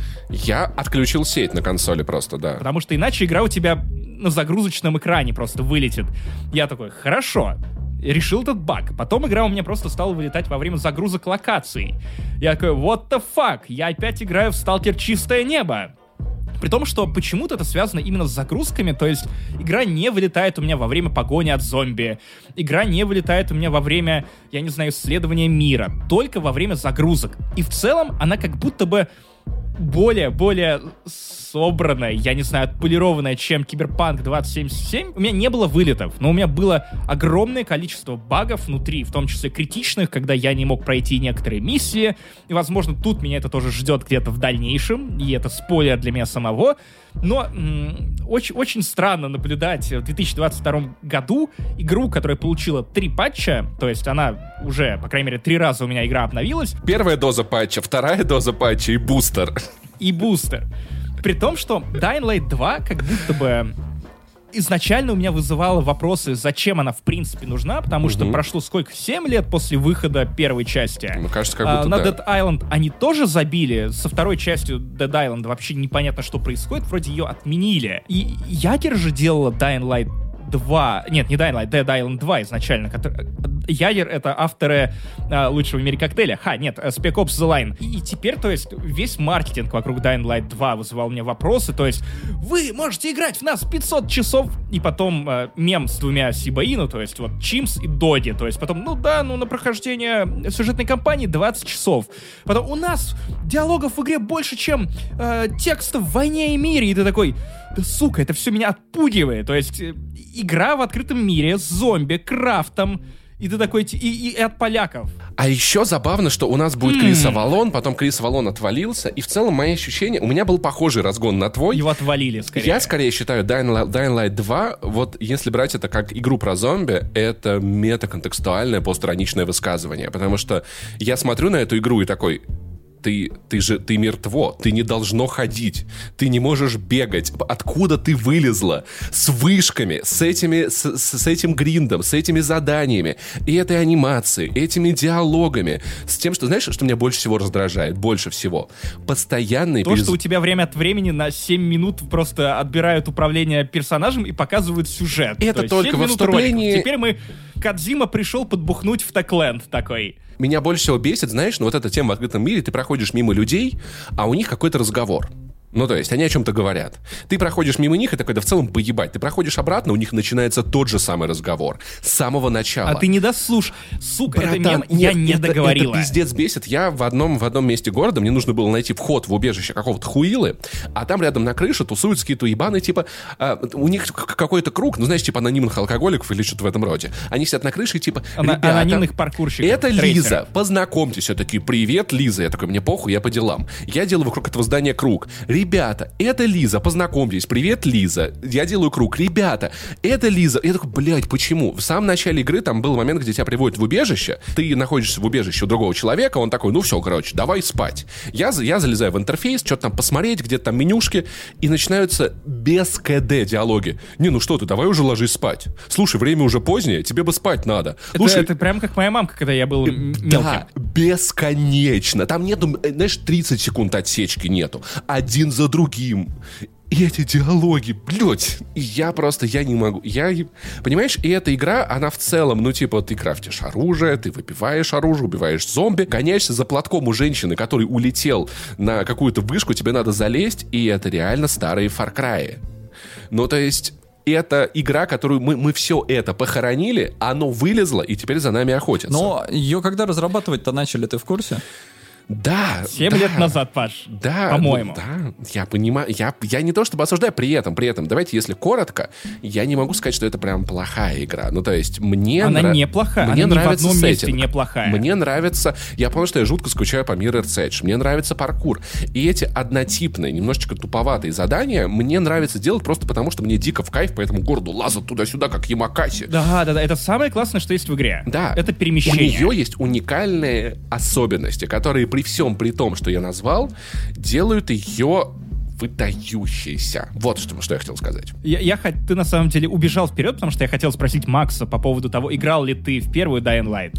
Speaker 2: Я отключил сеть на консоли просто, да.
Speaker 1: Потому что иначе игра у тебя на загрузочном экране просто вылетит. Я такой, хорошо. Решил этот баг. Потом игра у меня просто стала вылетать во время загрузок локаций. Я такой, what the fuck? Я опять играю в Stalker Чистое Небо. При том, что почему-то это связано именно с загрузками, то есть игра не вылетает у меня во время погони от зомби, игра не вылетает у меня во время, я не знаю, исследования мира, только во время загрузок. И в целом она как будто бы более-более собранная, я не знаю, отполированная, чем Киберпанк двадцать семьдесят семь. У меня не было вылетов, но у меня было огромное количество багов внутри, в том числе критичных, когда я не мог пройти некоторые миссии. И, возможно, тут меня это тоже ждет где-то в дальнейшем, и это спойлер для меня самого. Но м- очень, очень странно наблюдать в две тысячи двадцать втором году игру, которая получила три патча, то есть она уже, по крайней мере, три раза у меня игра обновилась,
Speaker 2: Первая доза патча, вторая доза патча и бустер.
Speaker 1: и бустер. При том, что Dying Light два как будто бы изначально у меня вызывало вопросы, зачем она в принципе нужна, потому что
Speaker 2: Мгм.
Speaker 1: прошло сколько? семь лет после выхода первой части.
Speaker 2: Ну, кажется, как
Speaker 1: А,
Speaker 2: будто
Speaker 1: на
Speaker 2: да.
Speaker 1: Dead Island они тоже забили. Со второй частью Dead Island вообще непонятно, что происходит. Вроде ее отменили. И Ягер же делала Dying Light два... Нет, не Dying Light, Dead Island два изначально. Который... Ягер — это авторы а, лучшего в мире коктейля. Ха, нет, Spec Ops The Line. И, и теперь, то есть, весь маркетинг вокруг Dying Light два вызывал у меня вопросы. То есть, вы можете играть в нас пятьсот часов, и потом а, мем с двумя Сибаину, то есть, вот, Чимс и Доди. То есть, потом, ну да, ну на прохождение сюжетной кампании двадцать часов. Потом, у нас диалогов в игре больше, чем э, текстов в «Войне и мире». И ты такой, да сука, это все меня отпугивает. То есть, э, игра в открытом мире с зомби, крафтом, и ты такой, и, и, и от поляков.
Speaker 2: А еще забавно, что у нас будет mm. Крис Авалон, потом Крис Авалон отвалился, и в целом мои ощущения... У меня был похожий разгон на твой.
Speaker 1: Его отвалили, скорее.
Speaker 2: Я скорее считаю Dying Light два, вот если брать это как игру про зомби, это метаконтекстуальное постраничное высказывание, потому что я смотрю на эту игру и такой... Ты, ты же, ты мертво, ты не должно ходить, ты не можешь бегать. Откуда ты вылезла? С вышками, с этими, с, с этим гриндом, с этими заданиями, и этой анимацией, этими диалогами, с тем, что, знаешь, что меня больше всего раздражает, больше всего? Постоянный...
Speaker 1: То, перез... что у тебя время от времени на семь минут просто отбирают управление персонажем и показывают сюжет.
Speaker 2: Это
Speaker 1: то
Speaker 2: только во вступлении...
Speaker 1: Теперь мы... Кодзима пришел подбухнуть в Techland такой.
Speaker 2: Меня больше всего бесит, знаешь, ну вот эта тема в открытом мире, ты проходишь мимо людей, а у них какой-то разговор. Ну, то есть, они о чем-то говорят. Ты проходишь мимо них и такой, да в целом поебать. Ты проходишь обратно, у них начинается тот же самый разговор. С самого начала.
Speaker 1: А ты не дослушай. Сука,
Speaker 2: Братан,
Speaker 1: это мем,
Speaker 2: нет,
Speaker 1: я не
Speaker 2: это,
Speaker 1: договорила.
Speaker 2: Это пиздец бесит. Я в одном, в одном месте города, мне нужно было найти вход в убежище какого-то хуилы, а там рядом на крыше тусуются какие-то ебаные, типа, а, у них какой-то круг, ну, знаешь, типа анонимных алкоголиков или что-то в этом роде. Они сидят на крыше и типа,
Speaker 1: Ана-
Speaker 2: ребята,
Speaker 1: анонимных паркурщиков.
Speaker 2: это
Speaker 1: трейсеров.
Speaker 2: Лиза, познакомьтесь. Все такие, привет, Лиза. Я такой, мне похуй, я по делам. Я делаю вокруг этого здания круг. Ребята, это Лиза, познакомьтесь. Привет, Лиза. Я делаю круг. Ребята, это Лиза. Я такой, блядь, почему? В самом начале игры там был момент, где тебя приводят в убежище. Ты находишься в убежище у другого человека. Он такой, ну все, короче, давай спать. Я, я залезаю в интерфейс, что-то там посмотреть, где-то там менюшки. И начинаются без КД диалоги. Не, ну что ты, давай уже ложись спать. Слушай, время уже позднее, тебе бы спать надо.
Speaker 1: Это,
Speaker 2: Слушай,
Speaker 1: это прям как моя мамка, когда я был мелким.
Speaker 2: Да, бесконечно. Там нету, знаешь, тридцать секунд отсечки нету. Один за другим. И эти диалоги, блядь, я просто, я не могу. Я, понимаешь, и эта игра, она в целом, ну, типа, ты крафтишь оружие, ты выпиваешь оружие, убиваешь зомби, гоняешься за платком у женщины, который улетел на какую-то вышку, тебе надо залезть, и это реально старые Far Cry. Ну, то есть... Это игра, которую мы, мы все это похоронили, оно вылезло, и теперь за нами охотятся.
Speaker 3: Но ее когда разрабатывать-то начали, ты в курсе?
Speaker 2: Да.
Speaker 1: Семь
Speaker 2: да,
Speaker 1: лет назад, Паш.
Speaker 2: Да.
Speaker 1: По-моему.
Speaker 2: Да, я понимаю. Я, я не то чтобы осуждаю, при этом, при этом, давайте, если коротко, я не могу сказать, что это прям плохая игра. Ну, то есть, мне
Speaker 1: Она
Speaker 2: нра...
Speaker 1: неплохая.
Speaker 2: Мне
Speaker 1: Она
Speaker 2: нравится
Speaker 1: ни в одном месте
Speaker 2: сеттинг.
Speaker 1: неплохая.
Speaker 2: Мне нравится... Я понял, что я жутко скучаю по Mirror's Edge. Мне нравится паркур. И эти однотипные, немножечко туповатые задания мне нравится делать просто потому, что мне дико в кайф по этому городу лазать туда-сюда, как Ямакаси.
Speaker 1: Да, да, да. Это самое классное, что есть в игре.
Speaker 2: Да.
Speaker 1: Это перемещение.
Speaker 2: У нее есть уникальные особенности, которые при всем при том, что я назвал, делают ее выдающейся. Вот что, что я хотел сказать.
Speaker 1: Я, я, ты на самом деле убежал вперед, потому что я хотел спросить Макса по поводу того, играл ли ты в первую Dying Light.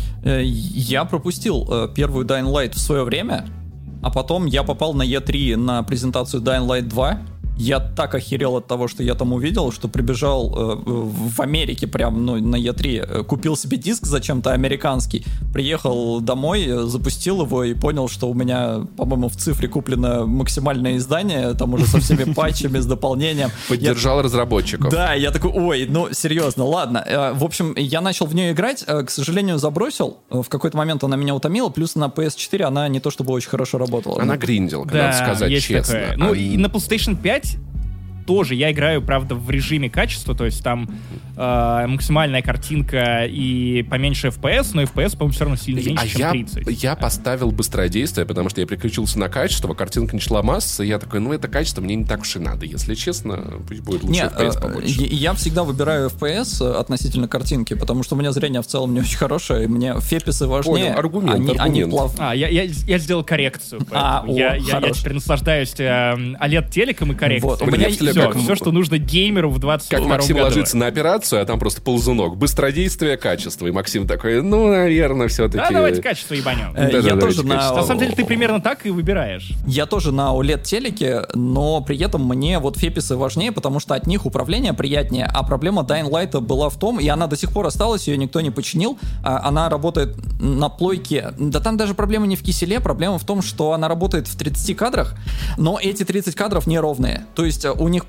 Speaker 3: Я пропустил э, первую Dying Light в свое время, а потом я попал на и три на презентацию Dying Light два. Я так охерел от того, что я там увидел, что прибежал э, в Америке прям, ну, на и три, э, купил себе диск зачем-то американский, приехал домой, э, запустил его и понял, что у меня, по-моему, в цифре куплено максимальное издание, там уже со всеми патчами, с дополнением.
Speaker 2: Поддержал я... разработчиков.
Speaker 3: Да, я такой, ой, ну, серьезно, ладно. Э, в общем, я начал в нее играть, э, к сожалению, забросил. В какой-то момент она меня утомила, плюс на пи эс четыре она не то чтобы очень хорошо работала.
Speaker 2: Она
Speaker 3: ну,
Speaker 2: гринделка,
Speaker 1: да,
Speaker 2: надо сказать
Speaker 1: есть
Speaker 2: честно.
Speaker 1: Такое. Ну,
Speaker 2: а...
Speaker 1: и на PlayStation пять тоже я играю, правда, в режиме качества, то есть там э, максимальная картинка и поменьше эф пи эс, но эф пи эс, по-моему, все равно сильно меньше,
Speaker 2: а
Speaker 1: чем
Speaker 2: я,
Speaker 1: тридцать.
Speaker 2: Я поставил быстродействие, потому что я переключился на качество, картинка начала массаться, и я такой, ну это качество мне не так уж и надо, если честно, пусть будет лучше. Не, эф пи эс побольше.
Speaker 3: Я всегда выбираю эф пи эс относительно картинки, потому что у меня зрение в целом не очень хорошее, и мне феписы важнее.
Speaker 2: Понял, аргумент,
Speaker 3: они,
Speaker 2: аргумент.
Speaker 3: Они плав...
Speaker 1: А, я, я, я сделал коррекцию.
Speaker 3: А,
Speaker 1: я,
Speaker 3: о,
Speaker 1: я, я теперь наслаждаюсь э, о лед телеком и коррекцией. Вот,
Speaker 3: у меня
Speaker 1: все,
Speaker 2: как...
Speaker 1: все, что нужно геймеру в двадцать втором
Speaker 2: году. Как Максим
Speaker 1: году.
Speaker 2: ложится на операцию, а там просто ползунок. Быстродействие, качество. И Максим такой, ну, наверное, все-таки...
Speaker 1: Да, давайте качество ебанем.
Speaker 3: Э, я тоже на...
Speaker 1: На самом деле ты примерно так и выбираешь.
Speaker 3: Я тоже на о лед телеке, но при этом мне вот феписы важнее, потому что от них управление приятнее. А проблема Dying Light была в том, и она до сих пор осталась, ее никто не починил. Она работает на плойке. Да там даже проблема не в киселе, проблема в том, что она работает в тридцати кадрах, но эти тридцать кадров неровные. То есть у них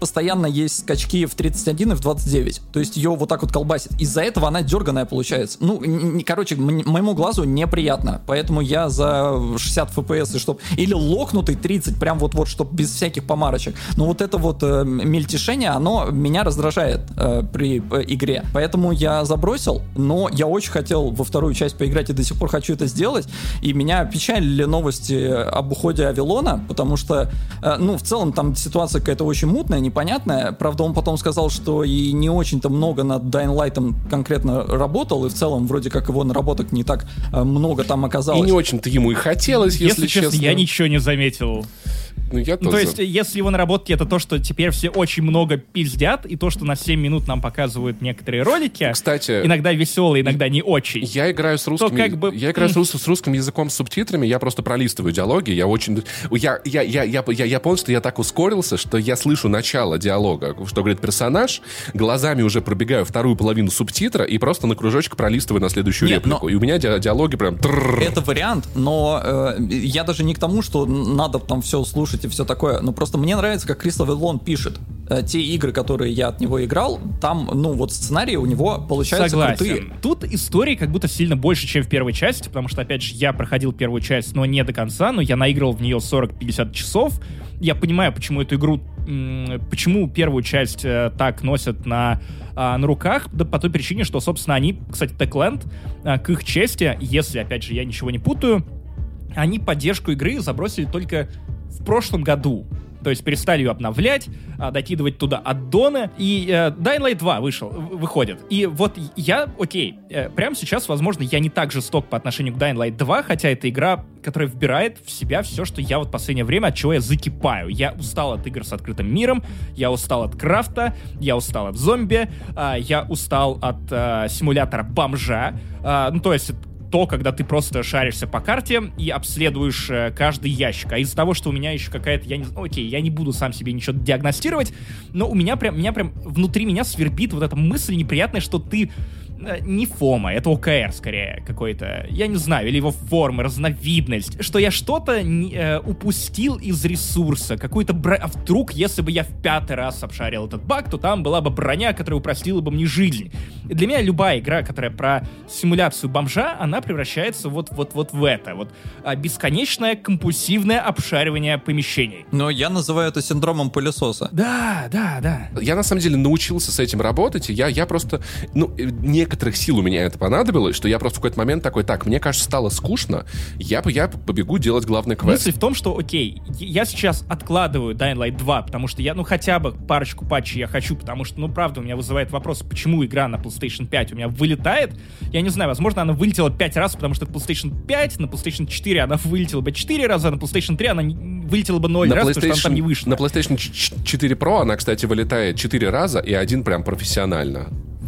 Speaker 3: постоянно есть скачки в тридцать один и в двадцать девять. То есть ее вот так вот колбасит. Из-за этого она дерганая получается. Ну, не, короче, м- моему глазу неприятно. Поэтому я за шестьдесят эф пи эс, и чтоб... или локнутый тридцать, прям вот-вот, чтоб без всяких помарочек. Но вот это вот э, мельтешение, оно меня раздражает э, при э, игре. Поэтому я забросил, но я очень хотел во вторую часть поиграть и до сих пор хочу это сделать. И меня печалили новости об уходе Авилона, потому что, э, ну, в целом там ситуация какая-то очень мутная, непонятная. Правда, он потом сказал, что и не очень-то много над Dying Light'ом конкретно работал, и в целом вроде как его наработок не так э, много там оказалось.
Speaker 2: И не очень-то ему и хотелось, если,
Speaker 1: если честно.
Speaker 2: честно.
Speaker 1: Я ничего не заметил.
Speaker 2: Ну, я
Speaker 1: ну, то есть, если его наработки это то, что теперь все очень много пиздят, и то, что на семь минут нам показывают некоторые ролики,
Speaker 2: кстати,
Speaker 1: иногда веселые, иногда не очень.
Speaker 2: Я играю с русским,
Speaker 1: как бы...
Speaker 2: я играю с, рус... с русским языком с субтитрами, я просто пролистываю диалоги, я очень... Я, я, я, я, я, я понял, что я так ускорился, что я слышу начало диалога, что говорит персонаж, глазами уже пробегаю вторую половину субтитра и просто на кружочек пролистываю на следующую Нет, реплику. Но... И у меня ди- диалоги прям...
Speaker 3: Это вариант, но э, я даже не к тому, что надо там все слушать и все такое, но просто мне нравится, как Крис Авилон пишет. Э, те игры, которые я от него играл, там, ну, вот сценарии у него получаются
Speaker 1: Согласен.
Speaker 3: крутые.
Speaker 1: Тут истории как будто сильно больше, чем в первой части, потому что, опять же, я проходил первую часть, но не до конца, но я наиграл в нее сорок-пятьдесят часов. Я понимаю, почему эту игру, м- почему первую часть э, так носят на, э, на руках, да по той причине, что, собственно, они, кстати, Techland, э, к их чести, если, опять же, я ничего не путаю, они поддержку игры забросили только в прошлом году. То есть перестали ее обновлять, а, докидывать туда аддоны. И э, Dying Light два вышел, выходит. И вот я, окей, э, прямо сейчас, возможно, я не так жесток по отношению к Dying Light два, хотя это игра, которая вбирает в себя все, что я вот в последнее время, от чего я закипаю. Я устал от игр с открытым миром, я устал от крафта, я устал от зомби, э, я устал от э, симулятора бомжа. Э, ну, то есть... то, когда ты просто шаришься по карте и обследуешь э, каждый ящик. А из-за того, что у меня еще какая-то... Я не, окей, я не буду сам себе ничего диагностировать, но у меня прям, меня прям внутри меня свербит вот эта мысль неприятная, что ты э, не Фома, это ОКР скорее какой-то. Я не знаю, или его форма, разновидность. Что я что-то не, э, упустил из ресурса. Какую-то бро... А вдруг, если бы я в пятый раз обшарил этот баг, то там была бы броня, которая упростила бы мне жизнь. И для меня любая игра, которая про симуляцию бомжа, она превращается вот-вот-вот в это. Вот а, бесконечное компульсивное обшаривание помещений.
Speaker 3: Но я называю это синдромом пылесоса.
Speaker 1: Да, да, да.
Speaker 2: Я на самом деле научился с этим работать, и я, я просто... Ну, некоторых сил у меня это понадобилось, что я просто в какой-то момент такой, так, мне кажется, стало скучно, я, я побегу делать главный квест.
Speaker 1: Мысль в том, что, окей, я сейчас откладываю Dying Light два, потому что я, ну, хотя бы парочку патчей я хочу, потому что, ну, правда, у меня вызывает вопрос, почему игра на PlayStation пять у меня вылетает. Я не знаю, возможно, она вылетела пять раз, потому что это PlayStation пять, на PlayStation четыре она вылетела бы четыре раза, а на PlayStation три она вылетела бы ноль раз, потому что она там не вышла.
Speaker 2: На PlayStation четыре Pro она, кстати, вылетает четыре раза, и один прям профессионально.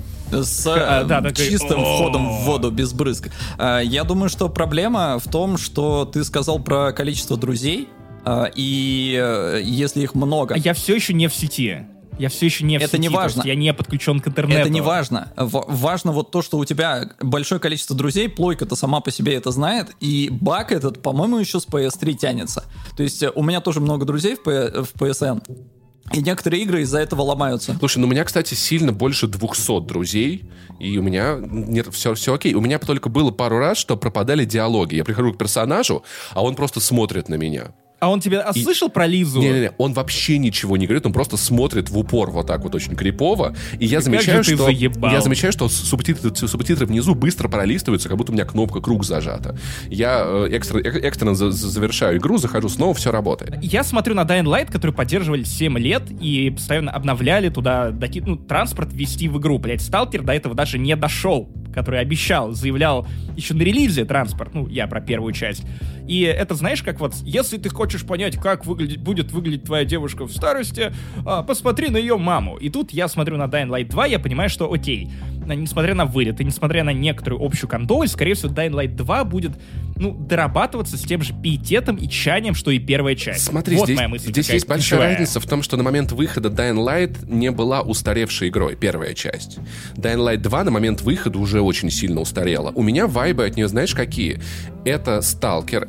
Speaker 3: С а, да, чистым такой... входом в воду, без брызг. А, я думаю, что проблема в том, что ты сказал про количество друзей, а, и если их много...
Speaker 1: Я все еще не в сети. Я все еще не в
Speaker 3: это
Speaker 1: сети,
Speaker 3: не важно.
Speaker 1: Я не подключен к интернету.
Speaker 3: Это не важно. В- важно вот то, что у тебя большое количество друзей, плойка-то сама по себе это знает, и баг этот, по-моему, еще с пи эс три тянется. То есть у меня тоже много друзей в, P- в пи эс эн, и некоторые игры из-за этого ломаются.
Speaker 2: Слушай, ну у меня, кстати, сильно больше двухсот друзей, и у меня нет, все, все окей. У меня только было пару раз, что пропадали диалоги. Я прихожу к персонажу, а он просто смотрит на меня.
Speaker 1: А он тебя... А и... слышал про Лизу?
Speaker 2: Не-не-не, он вообще ничего не говорит, он просто смотрит в упор вот так вот очень крипово. И я
Speaker 1: и
Speaker 2: замечаю, что...
Speaker 1: Заебал.
Speaker 2: Я замечаю, что субтитры, субтитры внизу быстро пролистываются, как будто у меня кнопка круг зажата. Я э, экстра, э, экстренно за, за, завершаю игру, захожу снова, все работает.
Speaker 1: Я смотрю на Dying Light, который поддерживали семь лет и постоянно обновляли туда, доки... ну, транспорт ввести в игру. Блять, Сталкер до этого даже не дошел, который обещал, заявлял еще на релизе транспорт. Ну, я про первую часть. И это, знаешь, как вот, если ты хочешь понять, как выглядит, будет выглядеть твоя девушка в старости, а, посмотри на ее маму. И тут я смотрю на Dying Light два, я понимаю, что окей, несмотря на вылет и несмотря на некоторую общую кондоль, скорее всего, Dying Light два будет, ну, дорабатываться с тем же пиететом и тщанием, что и первая часть.
Speaker 2: Смотри,
Speaker 1: вот
Speaker 2: здесь,
Speaker 1: моя мысль
Speaker 2: здесь есть большая
Speaker 1: ключевая.
Speaker 2: разница в том, что на момент выхода Dying Light не была устаревшей игрой, первая часть. Dying Light два на момент выхода уже очень сильно устарела. У меня вайбы от нее, знаешь, какие? Это Сталкер,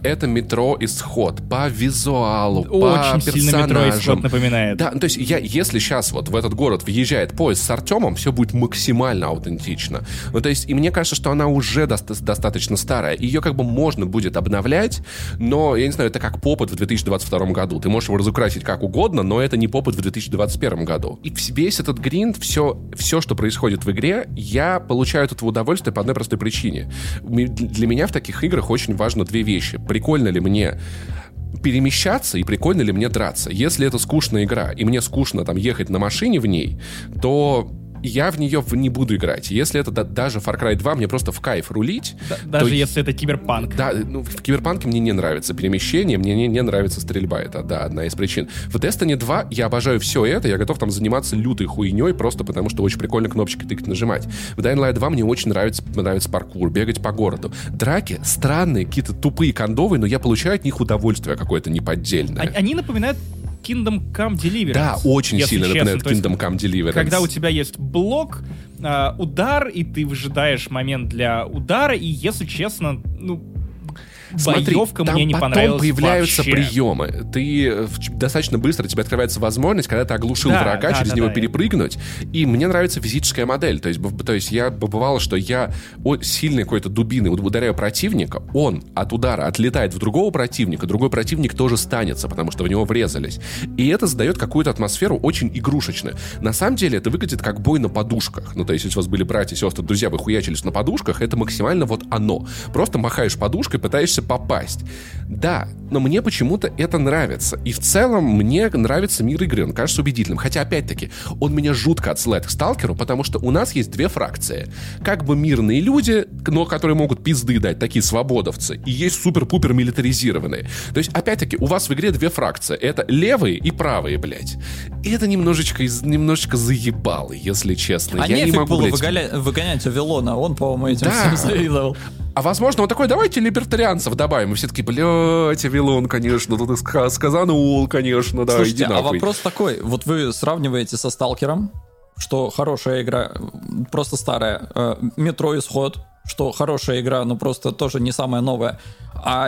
Speaker 2: это Метро Исход по визуалу,
Speaker 1: Очень
Speaker 2: по
Speaker 1: сильно
Speaker 2: персонажам.
Speaker 1: Метро Исход напоминает.
Speaker 2: Да, то есть я, если сейчас вот в этот город въезжает поезд с Артемом, все будет максимально аутентично. Ну, то есть, и мне кажется, что она уже до- достаточно старая. Ее как бы можно будет обновлять, но, я не знаю, это как попыт в две тысячи двадцать втором году. Ты можешь его разукрасить как угодно, но это не попыт в две тысячи двадцать первом году. И весь этот гринд, все, все, что происходит в игре, я получаю от этого удовольствие по одной простой причине. Для меня в таких играх очень важно две вещи. Прикольно ли мне перемещаться и прикольно ли мне драться. Если это скучная игра, и мне скучно там ехать на машине в ней, то я в нее не буду играть. Если это да, даже Far Cry два, мне просто в кайф рулить.
Speaker 1: Да, даже
Speaker 2: то,
Speaker 1: если это киберпанк.
Speaker 2: Да, ну, в киберпанке мне не нравится перемещение, мне не, не нравится стрельба. Это, да, одна из причин. В Destiny два я обожаю все это, я готов там заниматься лютой хуйней, просто потому что очень прикольно кнопочки тыкать, нажимать. В Dying Light два мне очень нравится, нравится паркур, бегать по городу. Драки странные, какие-то тупые, кондовые, но я получаю от них удовольствие какое-то неподдельное.
Speaker 1: Они напоминают Kingdom Come Deliverance.
Speaker 2: Да, очень сильно
Speaker 1: честно.
Speaker 2: напоминает Kingdom Come Deliverance.
Speaker 1: Когда у тебя есть блок, э, удар, и ты выжидаешь момент для удара, и, если честно, ну,
Speaker 2: Смотри,
Speaker 1: боевка
Speaker 2: там
Speaker 1: мне не
Speaker 2: потом
Speaker 1: понравилась
Speaker 2: появляются
Speaker 1: вообще.
Speaker 2: приемы. Ты достаточно быстро, тебе открывается возможность, когда ты оглушил
Speaker 1: да,
Speaker 2: врага,
Speaker 1: да,
Speaker 2: через
Speaker 1: да,
Speaker 2: него
Speaker 1: да,
Speaker 2: перепрыгнуть. И мне нравится физическая модель. То есть, то есть я бывало, что я сильной какой-то дубиной ударяю противника, он от удара отлетает в другого противника, другой противник тоже станется, потому что в него врезались. И это задает какую-то атмосферу очень игрушечную. На самом деле это выглядит как бой на подушках. Ну, то есть, если у вас были братья, сестры, друзья, вы хуячились на подушках, это максимально вот оно. Просто махаешь подушкой, пытаешься попасть. Да, но мне почему-то это нравится. И в целом мне нравится мир игры, он кажется убедительным. Хотя, опять-таки, он меня жутко отсылает к Сталкеру, потому что у нас есть две фракции. Как бы мирные люди, но которые могут пизды дать, такие свободовцы, и есть супер-пупер милитаризированные. То есть, опять-таки, у вас в игре две фракции. Это левые и правые, блядь. И это немножечко, немножечко заебало, если честно.
Speaker 3: А
Speaker 2: Я
Speaker 3: нефиг
Speaker 2: не могу,
Speaker 3: было
Speaker 2: блядь...
Speaker 3: выгаля... выгонять Авилона, он, по-моему, этим
Speaker 2: Да.
Speaker 3: всем завидовал.
Speaker 2: А возможно, он такой, давайте либертарианцев добавим. И все таки, блядь, Авилон, конечно, тут ска- сказанул, конечно, да,
Speaker 3: Слушайте,
Speaker 2: иди
Speaker 3: а
Speaker 2: нахуй.
Speaker 3: вопрос такой. Вот вы сравниваете со Сталкером, что хорошая игра, просто старая. э, Метро Исход, что хорошая игра, но просто тоже не самая новая. А...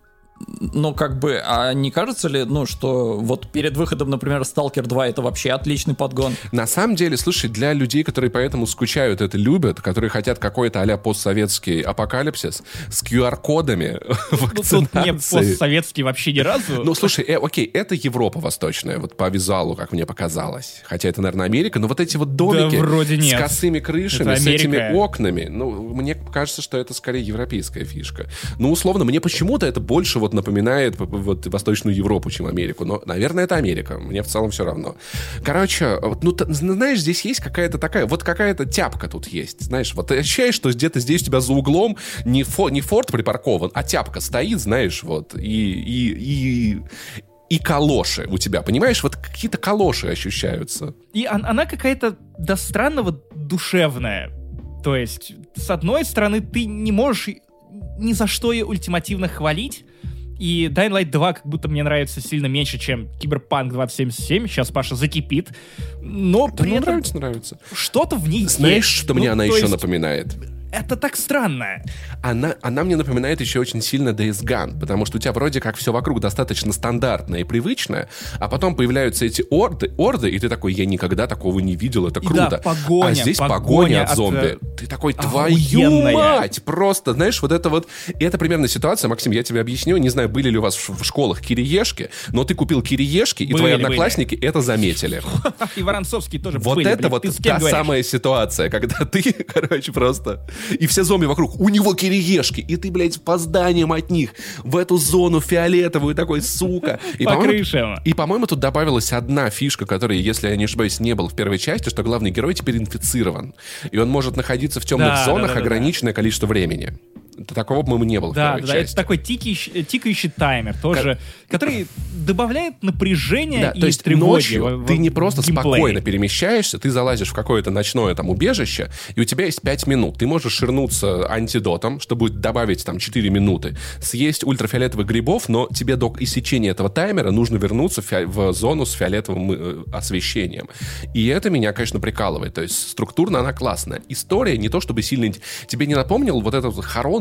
Speaker 3: Ну, как бы, а не кажется ли, ну, что вот перед выходом, например, Сталкер два это вообще отличный подгон?
Speaker 2: На самом деле, слушай, для людей, которые поэтому скучают, это любят, которые хотят какой-то а-ля постсоветский апокалипсис с ку ар-кодами,
Speaker 1: Ну, тут не
Speaker 2: вакцинации.
Speaker 1: постсоветский вообще ни разу.
Speaker 2: Ну, слушай, э, окей, это Европа восточная, вот по визуалу, как мне показалось. Хотя это, наверное, Америка, но вот эти вот домики
Speaker 1: Да, вроде
Speaker 2: с
Speaker 1: нет.
Speaker 2: косыми крышами,
Speaker 1: Это
Speaker 2: с этими
Speaker 1: Америка.
Speaker 2: окнами, ну, мне кажется, что это скорее европейская фишка. Ну, условно, мне почему-то это больше вот напоминает вот Восточную Европу, чем Америку. Но, наверное, это Америка. Мне в целом все равно. Короче, вот, ну, т- знаешь, здесь есть какая-то такая, вот какая-то тяпка тут есть. Знаешь, вот ты ощущаешь, что где-то здесь у тебя за углом не, фо- не форт припаркован, а тяпка стоит, знаешь, вот, и... и, и и калоши у тебя, понимаешь? Вот какие-то калоши ощущаются.
Speaker 1: И он- она какая-то до странного душевная. То есть, с одной стороны, ты не можешь ни за что ее ультимативно хвалить. И Dying Light два как будто мне нравится сильно меньше, чем Cyberpunk двадцать семьдесят семь. Сейчас Паша закипит. Но
Speaker 2: Да,
Speaker 1: при
Speaker 2: ну,
Speaker 1: этом
Speaker 2: нравится, нравится.
Speaker 1: что-то в ней
Speaker 2: Знаешь,
Speaker 1: есть.
Speaker 2: что мне
Speaker 1: Ну,
Speaker 2: она
Speaker 1: то
Speaker 2: еще
Speaker 1: есть,
Speaker 2: напоминает?
Speaker 1: Это так странно.
Speaker 2: Она, она мне напоминает еще очень сильно Days Gone, потому что у тебя вроде как все вокруг достаточно стандартное и привычное, а потом появляются эти орды, орды, и ты такой, я никогда такого не видел, это
Speaker 1: И
Speaker 2: круто.
Speaker 1: да, погоня,
Speaker 2: а здесь погоня,
Speaker 1: погоня
Speaker 2: от
Speaker 1: от,
Speaker 2: зомби.
Speaker 1: э,
Speaker 2: Ты такой, твою
Speaker 1: охуенная.
Speaker 2: мать! Просто, знаешь, вот это вот... И это примерно ситуация, Максим, я тебе объясню, не знаю, были ли у вас в, в школах кириешки, но ты купил кириешки, и
Speaker 1: Были,
Speaker 2: твои
Speaker 1: были.
Speaker 2: одноклассники это заметили.
Speaker 1: И Воронцовский тоже
Speaker 2: Вот
Speaker 1: были.
Speaker 2: это
Speaker 1: Блин,
Speaker 2: вот
Speaker 1: ты с кем
Speaker 2: та
Speaker 1: говоришь?
Speaker 2: самая ситуация, когда ты, короче, просто... И все зомби вокруг, у него кириешки, и ты, блядь, по зданиям от них в эту зону фиолетовую такой, сука. И,
Speaker 1: По
Speaker 2: по-моему,
Speaker 1: крышам.
Speaker 2: И, по-моему, тут добавилась одна фишка, которая, если я не ошибаюсь, не было в первой части, что главный герой теперь инфицирован. И он может находиться в темных
Speaker 1: Да,
Speaker 2: зонах
Speaker 1: да, да, да,
Speaker 2: ограниченное количество времени. Такого, по-моему, не было в
Speaker 1: Да,
Speaker 2: первой
Speaker 1: да,
Speaker 2: части.
Speaker 1: это такой тикающий, тикающий таймер тоже, который добавляет напряжение
Speaker 2: Да,
Speaker 1: и
Speaker 2: то есть
Speaker 1: тревоги.
Speaker 2: ночью
Speaker 1: в- в
Speaker 2: ты не просто
Speaker 1: геймплей.
Speaker 2: спокойно перемещаешься, ты залазишь в какое-то ночное там убежище, и у тебя есть пять минут. Ты можешь ширнуться антидотом, что будет добавить там четыре минуты, съесть ультрафиолетовых грибов, но тебе до иссечения этого таймера нужно вернуться в, фи- в зону с фиолетовым э, освещением. И это меня, конечно, прикалывает. То есть структурно она классная. История не то чтобы сильно... ин- Тебе не напомнил вот этот вот Харон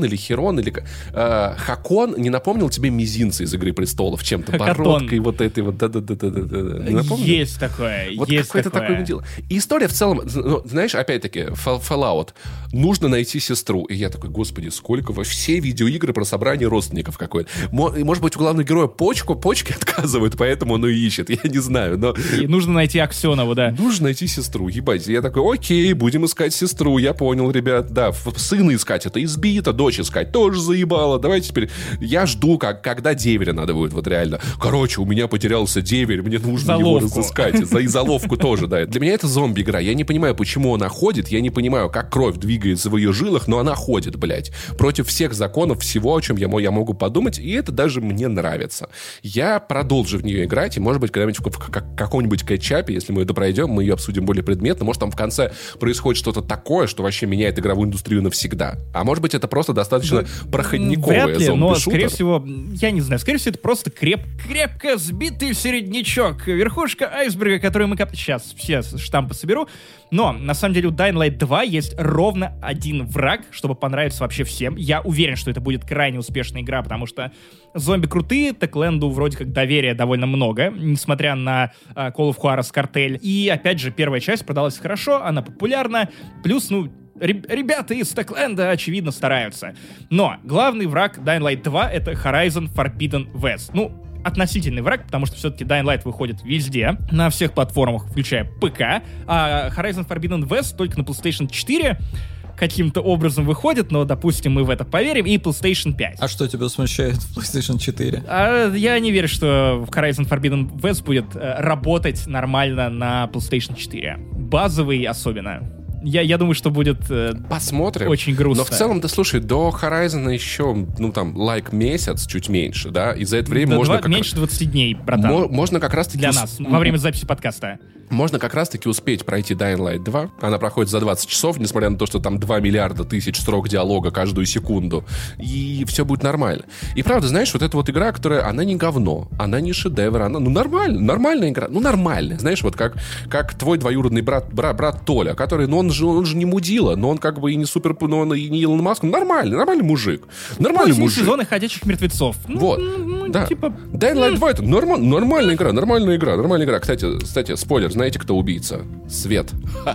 Speaker 2: или Херон, или... Э, Хакон не напомнил тебе мизинца из «Игры престолов» чем-то?
Speaker 1: Хакатон.
Speaker 2: Бородкой вот этой вот... Да-да-да-да-да. Не напомнил?
Speaker 1: Есть такое,
Speaker 2: вот
Speaker 1: есть
Speaker 2: какое-то
Speaker 1: такое.
Speaker 2: такое дело. И история в целом... Ну, знаешь, опять-таки, Fallout. Нужно найти сестру. И я такой, господи, сколько... во Все видеоигры про собрание родственников какое-то. Может быть, у главного героя почку, почки отказывают, поэтому он и ищет. Я не знаю, но...
Speaker 1: И нужно найти Аксенову, да.
Speaker 2: Нужно найти сестру, ебать. Я такой, окей, будем искать сестру. Я понял, ребят. Да, сына искать это избито, дочь искать тоже заебало. Давайте теперь... Я жду, как, когда деверя надо будет, вот реально. Короче, у меня потерялся деверь, мне нужно
Speaker 1: Заловку.
Speaker 2: его разыскать. За и заловку тоже, да. Для меня это зомби-игра. Я не понимаю, почему она ходит. Я не понимаю, как кровь двигается в ее жилах, но она ходит, блядь. Против всех законов, всего, о чем я, я могу подумать. И это даже мне нравится. Я продолжу в нее играть. И, может быть, когда-нибудь в, в, в каком-нибудь кэтчапе, если мы это пройдем, мы ее обсудим более предметно. Может, там в конце происходит что-то такое, что вообще меняет игровую индустрию навсегда. А может быть, это просто достаточно проходниковая
Speaker 1: Вряд ли,
Speaker 2: зомби-шутер.
Speaker 1: но, скорее всего, я не знаю, скорее всего, это просто креп, крепко сбитый середнячок, верхушка айсберга, который мы... Коп... Сейчас все штампы соберу. Но, на самом деле, у Dying Light два есть ровно один враг, чтобы понравиться вообще всем. Я уверен, что это будет крайне успешная игра, потому что зомби крутые, Techland'у вроде как доверия довольно много, несмотря на uh, Call of Juarez картель. И, опять же, первая часть продалась хорошо, она популярна. Плюс, ну, ребята из Techland'а, очевидно, стараются. Но главный враг Dying Light два — это Horizon Forbidden West. Ну, относительный враг, потому что все-таки Dying Light выходит везде, на всех платформах, включая ПК, а Horizon Forbidden West только на PlayStation четыре каким-то образом выходит, но, допустим, мы в это поверим, и PlayStation пять.
Speaker 3: А что тебя смущает в PlayStation четыре?
Speaker 1: А, я не верю, что Horizon Forbidden West будет э, работать нормально на PlayStation четыре. Базовый особенно. Я, я думаю, что будет э,
Speaker 2: Посмотрим.
Speaker 1: Очень грустно.
Speaker 2: Но в целом, да слушай, до Horizon еще, ну там, like месяц, чуть меньше, да? И за это время
Speaker 1: до
Speaker 2: можно...
Speaker 1: два,
Speaker 2: как...
Speaker 1: меньше двадцати дней, братан.
Speaker 2: Мо- можно как раз-таки...
Speaker 1: Для
Speaker 2: ус...
Speaker 1: нас, во время записи подкаста.
Speaker 2: Можно как раз-таки успеть пройти Dying Light два. Она проходит за двадцать часов, несмотря на то, что там два миллиарда тысяч строк диалога каждую секунду. И все будет нормально. И правда, знаешь, вот эта вот игра, которая, она не говно, она не шедевр, она, ну, нормально, нормальная игра. Ну, нормальная. Знаешь, вот как, как твой двоюродный брат, брат, брат Толя, который, ну, он же, он же не мудила, но он как бы и не супер, но он и не Илон Маск, ну, нормальный, нормальный мужик. Нормальный
Speaker 1: Восемь
Speaker 2: мужик.
Speaker 1: сезонов «Ходячих мертвецов». Ну,
Speaker 2: Вот,
Speaker 1: ну,
Speaker 2: да.
Speaker 1: Типа...
Speaker 2: Dying Light два — это норм... нормальная игра, нормальная игра, нормальная игра. Кстати, кстати, спойлер, знаете, кто убийца? Свет.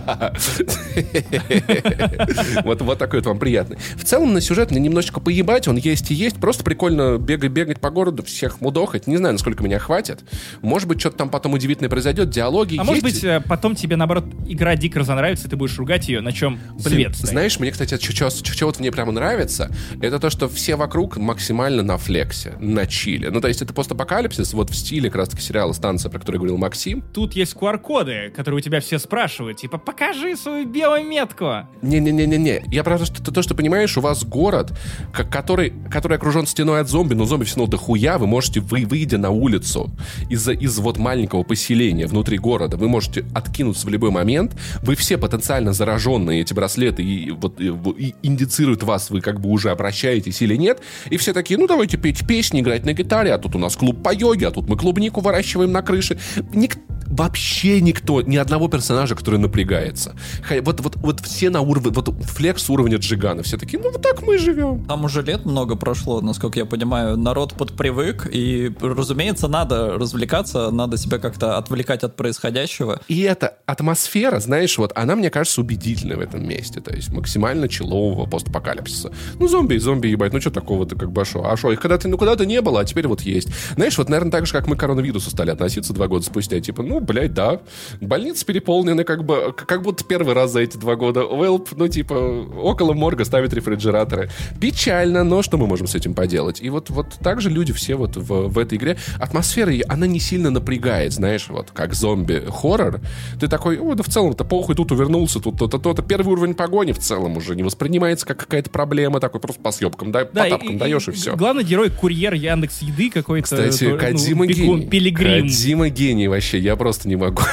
Speaker 2: Вот, вот такой вот вам приятный. В целом на сюжет немножечко поебать, он есть и есть. Просто прикольно бегать, бегать по городу, всех мудохать. Не знаю, насколько меня хватит. Может быть, что-то там потом удивительное произойдет, диалоги
Speaker 1: А
Speaker 2: есть.
Speaker 1: может быть, потом тебе, наоборот, игра дико разонравится, и ты будешь ругать ее, на чем свет стоит.
Speaker 2: Знаешь, мне, кстати, что вот мне прямо нравится, это то, что все вокруг максимально на флексе, на чиле. Ну, то есть это постапокалипсис, вот в стиле как раз-таки сериала «Станция», про который говорил Максим.
Speaker 1: Тут есть ку ар-коды, которые у тебя все спрашивают, типа, покажи свою биометку.
Speaker 2: Не-не-не-не-не. Я про то, что, то, что понимаешь, у вас город, как, который, который окружен стеной от зомби, но зомби все равно дохуя, вы можете, вы, выйдя на улицу из, из вот маленького поселения внутри города, вы можете откинуться в любой момент, вы все потенциально зараженные, эти браслеты и, вот, и, и индицируют вас, вы как бы уже обращаетесь или нет, и все такие, ну давайте петь песни, играть на гитаре, а тут у нас клуб по йоге, а тут мы клубнику выращиваем на крыше. Ник... Вообще никто, ни одного персонажа, который напрягается. Вот, вот, вот все на уровне, вот флекс уровня Джигана, все такие, ну вот так мы живем.
Speaker 3: Там уже лет много прошло, насколько я понимаю, народ подпривык, и, разумеется, надо развлекаться, надо себя как-то отвлекать от происходящего.
Speaker 2: И эта атмосфера, знаешь, вот она, мне кажется, убедительной в этом месте, то есть максимально челового постапокалипсиса. Ну, зомби, зомби, ебать, ну что такого-то, как бы, а шо? А шо, их когда-то, ну, когда-то не было, а теперь вот есть. Знаешь, вот, наверное, так же, как мы к коронавирусу стали относиться два года спустя, типа, ну, блядь, да, больницы переполнены, как бы, как будто первый раз за эти два года. Велп, ну, типа, около морга ставят рефрижераторы. Печально, но что мы можем с этим поделать? И вот, вот так же люди все вот в, в этой игре. Атмосфера, она не сильно напрягает, знаешь, вот, как зомби-хоррор. Ты такой, о, да в целом-то похуй, тут увернулся, тут то-то, то-то. Первый уровень погони в целом уже не воспринимается как какая-то проблема, такой просто по съебкам, да,
Speaker 1: да,
Speaker 2: по тапкам
Speaker 1: и,
Speaker 2: даешь, и,
Speaker 1: и
Speaker 2: все.
Speaker 1: Главный герой — курьер Яндекс.Еды какой-то.
Speaker 2: Кстати,
Speaker 1: ну,
Speaker 2: Кодзима
Speaker 1: бегун,
Speaker 2: гений.
Speaker 1: Пилигрим.
Speaker 2: Кодзима гений вообще, я просто не могу.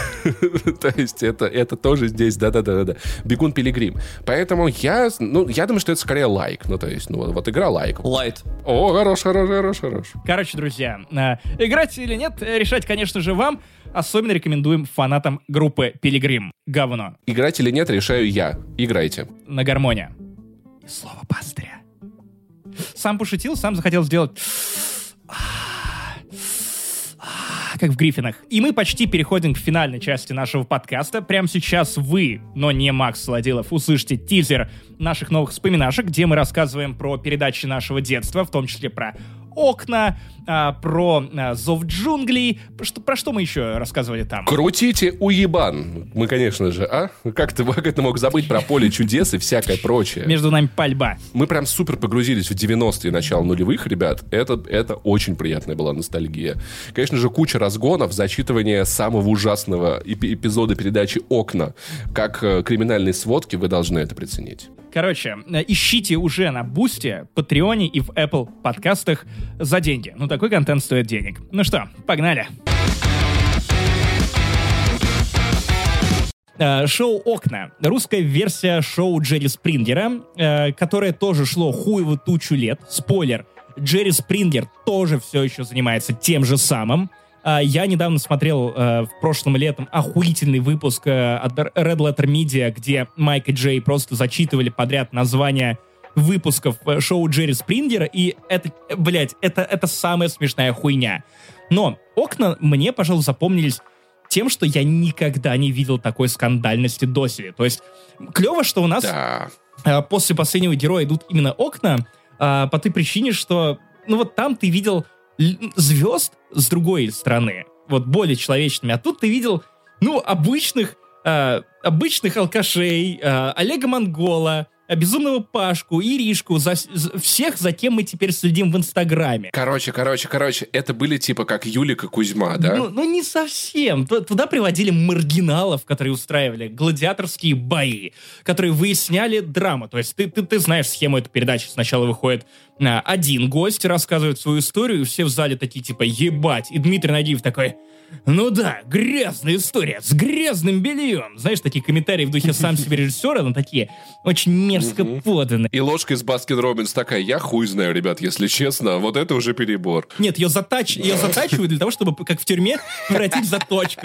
Speaker 2: То есть это, это тоже здесь, да-да-да-да. Бегун Пилигрим. Поэтому я, ну, я думаю, что это скорее лайк. Ну, то есть, ну, вот, вот игра лайк.
Speaker 3: Лайт.
Speaker 2: О, хорош, хорош, хорош, хорош.
Speaker 1: Короче, друзья, э, играть или нет, решать, конечно же, вам. Особенно рекомендуем фанатам группы Пилигрим. Говно.
Speaker 2: Играть или нет, решаю я. Играйте.
Speaker 1: На гармоне. Слово пастыря. Сам пошутил, сам захотел сделать... как в Гриффинах. И мы почти переходим к финальной части нашего подкаста. Прямо сейчас вы, но не Макс Солодилов, услышите тизер наших новых вспоминашек, где мы рассказываем про передачи нашего детства, в том числе про «Окна», а, про а, «Зов джунглей». Что, про что мы еще рассказывали там?
Speaker 2: Крутите уебан. Мы, конечно же, а? Как ты, как ты мог забыть про «Поле чудес» и всякое прочее?
Speaker 1: Между нами пальба.
Speaker 2: Мы прям супер погрузились в девяностые, начало нулевых, ребят. Это, это очень приятная была ностальгия. Конечно же, куча разгонов, зачитывание самого ужасного эпи- эпизода передачи «Окна». Как э, криминальные сводки, вы должны это приценить.
Speaker 1: Короче, ищите уже на Бусти, Патреоне и в Apple подкастах за деньги. Ну, такой контент стоит денег. Ну что, погнали. Э, шоу «Окна». Русская версия шоу Джерри Спрингера, э, которое тоже шло хуеву тучу лет. Спойлер. Джерри Спрингер тоже все еще занимается тем же самым. Uh, я недавно смотрел uh, в прошлом летом охуительный выпуск uh, от Red Letter Media, где Майк и Джей просто зачитывали подряд названия выпусков uh, шоу Джерри Спрингера, и это, блядь, это, это самая смешная хуйня. Но «Окна» мне, пожалуй, запомнились тем, что я никогда не видел такой скандальности доселе. То есть клево, что у нас
Speaker 2: да.
Speaker 1: uh, после последнего героя идут именно «Окна», uh, по той причине, что ну вот там ты видел звезд с другой стороны, вот более человечными, а тут ты видел, ну, обычных, э, обычных алкашей, э, Олега Монгола, Безумного Пашку, Иришку, за, за, всех, за кем мы теперь следим в Инстаграме.
Speaker 2: Короче, короче, короче, это были типа как Юлик и Кузьма, да?
Speaker 1: Ну, ну не совсем. Туда приводили маргиналов, которые устраивали гладиаторские бои, которые выясняли драму. То есть ты, ты, ты знаешь схему этой передачи. Сначала выходит а, один гость, рассказывает свою историю, и все в зале такие типа «ебать». И Дмитрий Нагиев такой... Ну да, грязная история с грязным бельем. Знаешь, такие комментарии в духе сам себе режиссера, но такие очень мерзко поданы.
Speaker 2: И ложка из Баскин-Роббинс такая, я хуй знаю, ребят, если честно, вот это уже перебор.
Speaker 1: Нет, ее, затач... ее затачивают для того, чтобы, как в тюрьме, превратить в заточку.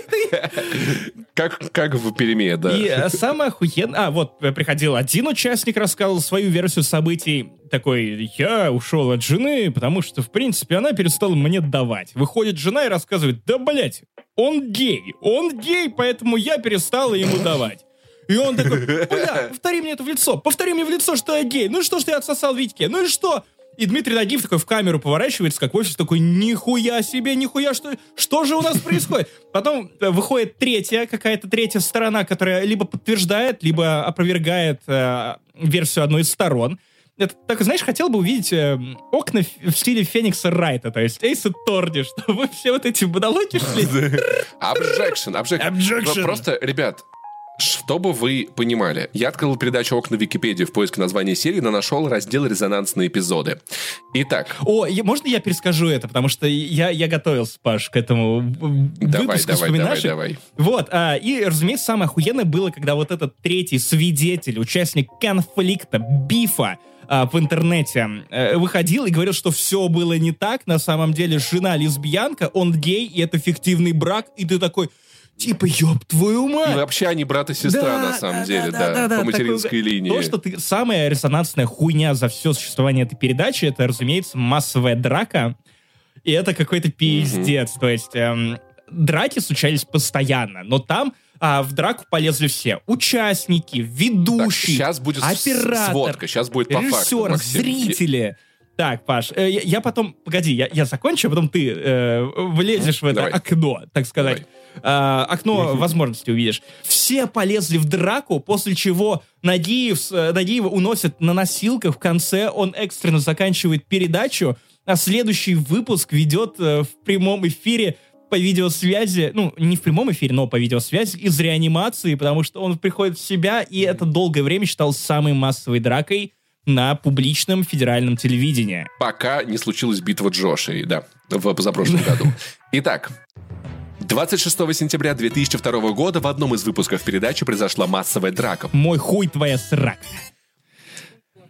Speaker 2: Как, как в переме, да.
Speaker 1: И самое охуенное... А, вот, приходил один участник, рассказывал свою версию событий. Такой, я ушел от жены, потому что, в принципе, она перестала мне давать. Выходит жена и рассказывает, да, блять, он гей, он гей, поэтому я перестала ему давать. И он такой, бля, повтори мне это в лицо, повтори мне в лицо, что я гей. Ну и что, что я отсосал Витьке, ну и что? И Дмитрий Нагиев такой в камеру поворачивается, как в офис, такой, нихуя себе, нихуя, что, что же у нас происходит? Потом выходит третья, какая-то третья сторона, которая либо подтверждает, либо опровергает э, версию одной из сторон. Это, так, знаешь, хотел бы увидеть э, «Окна» в стиле Феникса Райта, то есть Эйс Торни, чтобы все вот эти бодолоки шли.
Speaker 2: Objection, objection. Просто, ребят, чтобы вы понимали, я открыл передачу «Окна» в Википедии в поиске названия серии, но нашел раздел «Резонансные эпизоды». Итак.
Speaker 1: О, я, можно я перескажу это? Потому что я, я готовился, Паш, к этому
Speaker 2: давай,
Speaker 1: выпуску
Speaker 2: давай,
Speaker 1: вспоминашек.
Speaker 2: давай, давай.
Speaker 1: Вот, а, и, разумеется, самое охуенное было, когда вот этот третий свидетель, участник конфликта, бифа, в интернете э, выходил и говорил, что все было не так, на самом деле жена лесбиянка, он гей, и это фиктивный брак, и ты такой, типа, ёб твою мать!
Speaker 2: И вообще они брат и сестра,
Speaker 1: да,
Speaker 2: на самом
Speaker 1: да,
Speaker 2: деле,
Speaker 1: да,
Speaker 2: да,
Speaker 1: да, да,
Speaker 2: по материнской
Speaker 1: такой,
Speaker 2: линии.
Speaker 1: То, что ты, самая резонансная хуйня за все существование этой передачи, это, разумеется, массовая драка, и это какой-то пиздец, mm-hmm. то есть эм, драки случались постоянно, но там А в драку полезли все. Участники, ведущие, так,
Speaker 2: сейчас будет
Speaker 1: оператор,
Speaker 2: сводка, сейчас будет по
Speaker 1: режиссер,
Speaker 2: факту,
Speaker 1: зрители. Так, Паш, э, я, я потом... Погоди, я, я закончу, а потом ты э, влезешь в это Давай. окно, так сказать. Э, окно возможностей увидишь. Все полезли в драку, после чего Нагиев, Нагиева уносят на носилках. В конце он экстренно заканчивает передачу, а следующий выпуск ведет э, в прямом эфире по видеосвязи, ну, не в прямом эфире, но по видеосвязи, из реанимации, потому что он приходит в себя, и это долгое время считалось самой массовой дракой на публичном федеральном телевидении.
Speaker 2: Пока не случилась битва Джошей, да, в позапрошлом году. Итак, двадцать шестого сентября две тысячи второго года в одном из выпусков передачи произошла массовая драка.
Speaker 1: Мой хуй твоя срака.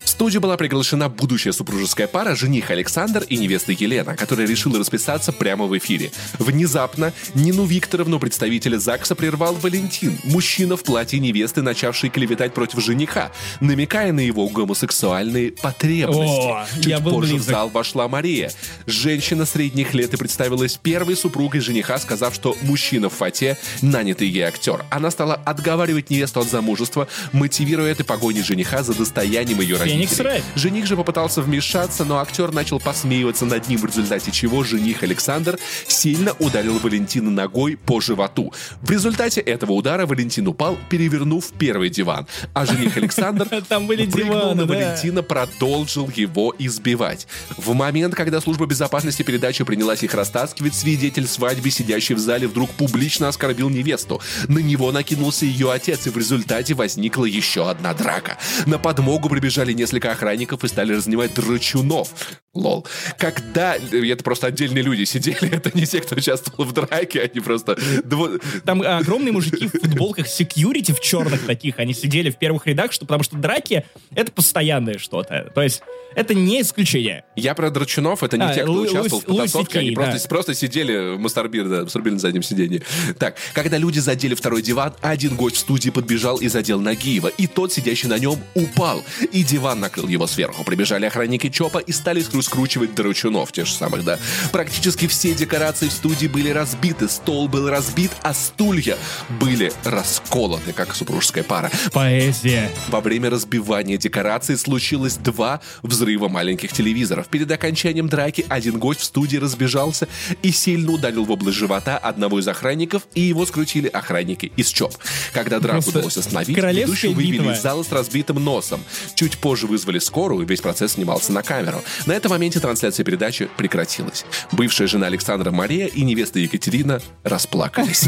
Speaker 2: В студию была приглашена будущая супружеская пара, жених Александр и невеста Елена, которая решила расписаться прямо в эфире. Внезапно Нину Викторовну, представителя ЗАГСа, прервал Валентин, мужчина в платье невесты, начавший клеветать против жениха, намекая на его гомосексуальные потребности.
Speaker 1: О,
Speaker 2: Чуть
Speaker 1: я был
Speaker 2: позже
Speaker 1: близок.
Speaker 2: в зал вошла Мария. Женщина средних лет и представилась первой супругой жениха, сказав, что мужчина в фате — нанятый ей актер. Она стала отговаривать невесту от замужества, мотивируя этой погоней жениха за достоянием ее родителей.
Speaker 1: Феникс Райт.
Speaker 2: Жених же попытался вмешаться, но актер начал посмеиваться над ним, в результате чего жених Александр сильно ударил Валентина ногой по животу. В результате этого удара Валентин упал, перевернув первый диван, а жених Александр
Speaker 1: Там были
Speaker 2: прыгнул
Speaker 1: диваны,
Speaker 2: на
Speaker 1: да.
Speaker 2: Валентина, продолжил его избивать. В момент, когда служба безопасности передачи принялась их растаскивать, свидетель свадьбы, сидящий в зале, вдруг публично оскорбил невесту. На него накинулся ее отец, и в результате возникла еще одна драка. На подмогу прибежали несколько охранников и стали разнимать драчунов. Лол. Когда... Это просто отдельные люди сидели, это не те, кто участвовал в драке, они просто... дво-
Speaker 1: Там огромные мужики в футболках security, в черных таких, они сидели в первых рядах, что, потому что драки — это постоянное что-то. То есть это не исключение.
Speaker 2: Я про драчунов, это не
Speaker 1: А,
Speaker 2: те, кто
Speaker 1: Лу-
Speaker 2: участвовал
Speaker 1: Луис-
Speaker 2: в потасовке,
Speaker 1: Луис
Speaker 2: они
Speaker 1: Кей,
Speaker 2: просто,
Speaker 1: да.
Speaker 2: просто сидели, мастурбировали, да, мастурбировали на заднем сиденье. Так, когда люди задели второй диван, один гость в студии подбежал и задел Нагиева, и тот, сидящий на нем, упал, и диван накрыл его сверху. Прибежали охранники ЧОПа и стали скру- скручивать драчунов, те же самых, да. Практически все декорации в студии были разбиты, стол был разбит, а стулья были расколоты, как супружеская пара.
Speaker 1: Поэзия.
Speaker 2: Во время разбивания декораций случилось два взрыва маленьких телевизоров. Перед окончанием драки один гость в студии разбежался и сильно ударил в область живота одного из охранников, и его скрутили охранники из ЧОП. Когда драку
Speaker 1: Просто
Speaker 2: удалось остановить,
Speaker 1: королевская
Speaker 2: ведущего вывели
Speaker 1: битва.
Speaker 2: из зала с разбитым носом. Чуть позже вызвали скорую, весь процесс снимался на камеру. На этом моменте трансляция передачи прекратилась. Бывшая жена Александра Мария и невеста Екатерина расплакались.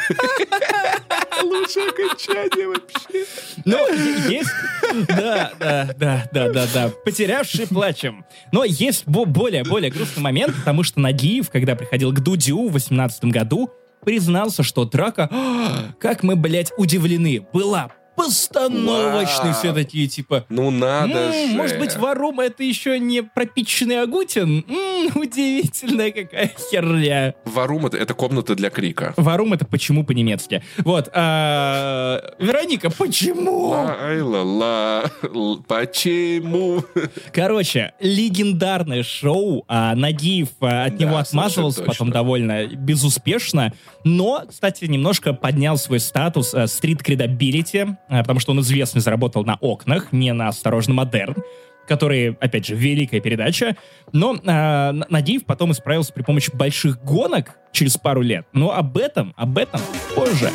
Speaker 2: Лучшее окончание вообще.
Speaker 1: Ну, е- есть... Да, да, да, да, да, да. Потерявший плачем. Но есть бо- более, более грустный момент, потому что Нагиев, когда приходил к Дудю в восемнадцатом году, признался, что драка, «А, как мы, блядь, удивлены, была постановочной.
Speaker 2: Вау.
Speaker 1: Все такие, типа...
Speaker 2: Ну надо
Speaker 1: «М,
Speaker 2: же.
Speaker 1: Может быть, Варума — это еще не пропиченный Агутин? М, удивительная какая херня.
Speaker 2: Варум это, это комната для крика.
Speaker 1: Варум — это почему по-немецки. Вот. а, Вероника, почему?
Speaker 2: Ай-ла-ла, л- почему?
Speaker 1: Короче, легендарное шоу. а, Нагиев а, от
Speaker 2: Да,
Speaker 1: него отмазывался
Speaker 2: совершенно
Speaker 1: потом
Speaker 2: точно.
Speaker 1: довольно безуспешно. Но, кстати, немножко поднял свой статус а, стрит-кредабилити, а, потому что он известный заработал на окнах, не на «Осторожно, модерн», которые, опять же, великая передача. Но а, Н- Нагиев потом исправился при помощи больших гонок через пару лет. Но об этом, об этом позже.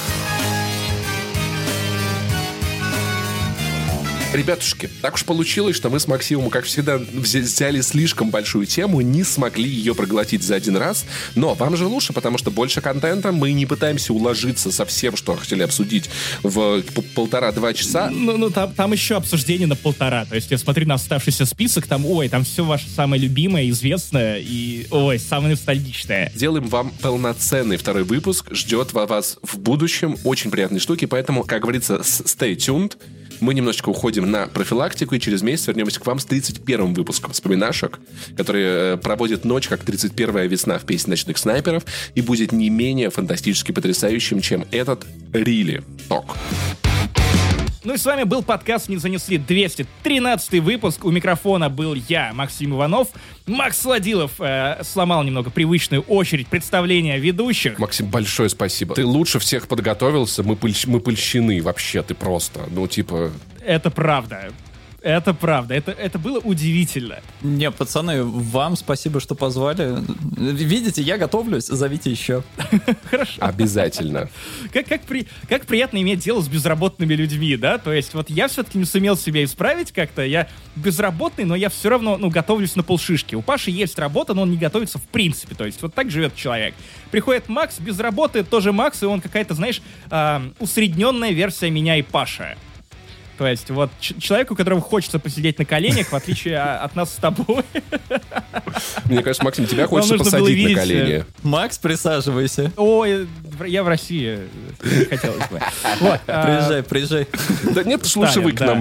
Speaker 2: Ребятушки, так уж получилось, что мы с Максимом, как всегда, взя- взяли слишком большую тему, не смогли ее проглотить за один раз. Но вам же лучше, потому что больше контента, мы не пытаемся уложиться со всем, что хотели обсудить в п- полтора-два часа.
Speaker 1: Ну, ну там, там еще обсуждение на полтора. То есть я смотрю на оставшийся список, там, ой, там все ваше самое любимое, известное и, ой, самое ностальгичное.
Speaker 2: Делаем вам полноценный второй выпуск. Ждет во- вас в будущем очень приятные штуки. Поэтому, как говорится, с- stay tuned. Мы немножечко уходим на профилактику, и через месяц вернемся к вам с тридцать первым выпуском вспоминашек, который э, проводит ночь, как тридцать первая весна в песне «Ночных снайперов», и будет не менее фантастически потрясающим, чем этот Really Talk.
Speaker 1: Ну и с вами был подкаст «Не занесли», двести тринадцатый выпуск. У микрофона был я, Максим Иванов. Макс Ладилов э, сломал немного привычную очередь представления ведущих.
Speaker 2: Максим, большое спасибо. Ты лучше всех подготовился, мы, пыль- мы польщены вообще, ты просто, ну типа...
Speaker 1: Это правда. Это правда. Это, это было удивительно.
Speaker 3: Не, пацаны, вам спасибо, что позвали. Видите, я готовлюсь, зовите еще.
Speaker 1: Хорошо.
Speaker 2: Обязательно.
Speaker 1: Как, как, при, как приятно иметь дело с безработными людьми, да? То есть вот я все-таки не сумел себя исправить как-то. Я безработный, но я все равно, ну, готовлюсь на полшишки. У Паши есть работа, но он не готовится в принципе. То есть вот так живет человек. Приходит Макс без работы, тоже Макс, и он какая-то, знаешь, э, усредненная версия меня и Паши. То есть вот ч- человеку, которому хочется посидеть на коленях, в отлище а, от нас с тобой.
Speaker 2: Мне кажется, Максим, тебя
Speaker 1: Вам
Speaker 2: хочется
Speaker 1: нужно было
Speaker 2: посадить на
Speaker 1: видеть,
Speaker 2: колени.
Speaker 3: Макс, присаживайся.
Speaker 1: Ой, в- я в России. Не хотелось бы. Вот. а,
Speaker 3: Приезжай, приезжай.
Speaker 2: Да нет, уж лучше
Speaker 1: Сталин,
Speaker 2: вы к
Speaker 1: да.
Speaker 2: нам.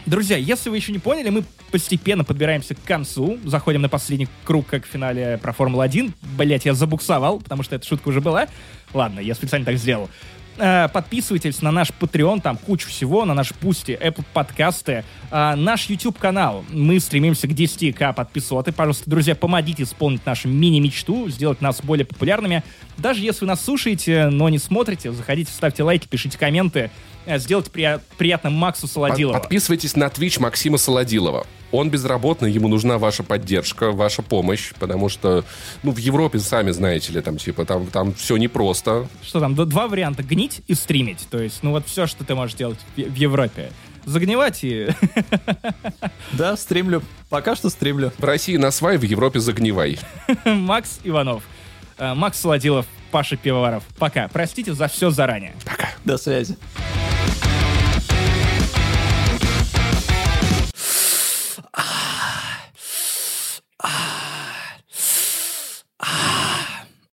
Speaker 1: Друзья, если вы еще не поняли, мы постепенно подбираемся к концу. Заходим на последний круг, как в финале про Формулу один. Блять, я забуксовал, потому что эта шутка уже была. Ладно, я специально так сделал. Подписывайтесь на наш Patreon, там куча всего, на наш Boosty, Apple подкасты, наш YouTube-канал. Мы стремимся к десяти тысячам подписоты. Пожалуйста, друзья, помогите исполнить нашу мини-мечту, сделать нас более популярными. Даже если вы нас слушаете, но не смотрите, заходите, ставьте лайки, пишите комменты. Сделайте при... приятно Максу Солодилову.
Speaker 2: Подписывайтесь на Twitch Максима Солодилова. Он безработный, ему нужна ваша поддержка, ваша помощь, потому что, ну, в Европе, сами знаете ли, там, типа, там, там все непросто.
Speaker 1: Что там, два варианта: гнить и стримить. То есть, ну, вот все, что ты можешь делать в Европе. Загнивать и...
Speaker 3: Да, стримлю. Пока что стримлю.
Speaker 2: В России насвай, в Европе загнивай.
Speaker 1: Макс Иванов, Макс Солодилов, Паша Пивоваров. Пока. Простите за все заранее.
Speaker 2: Пока.
Speaker 3: До связи.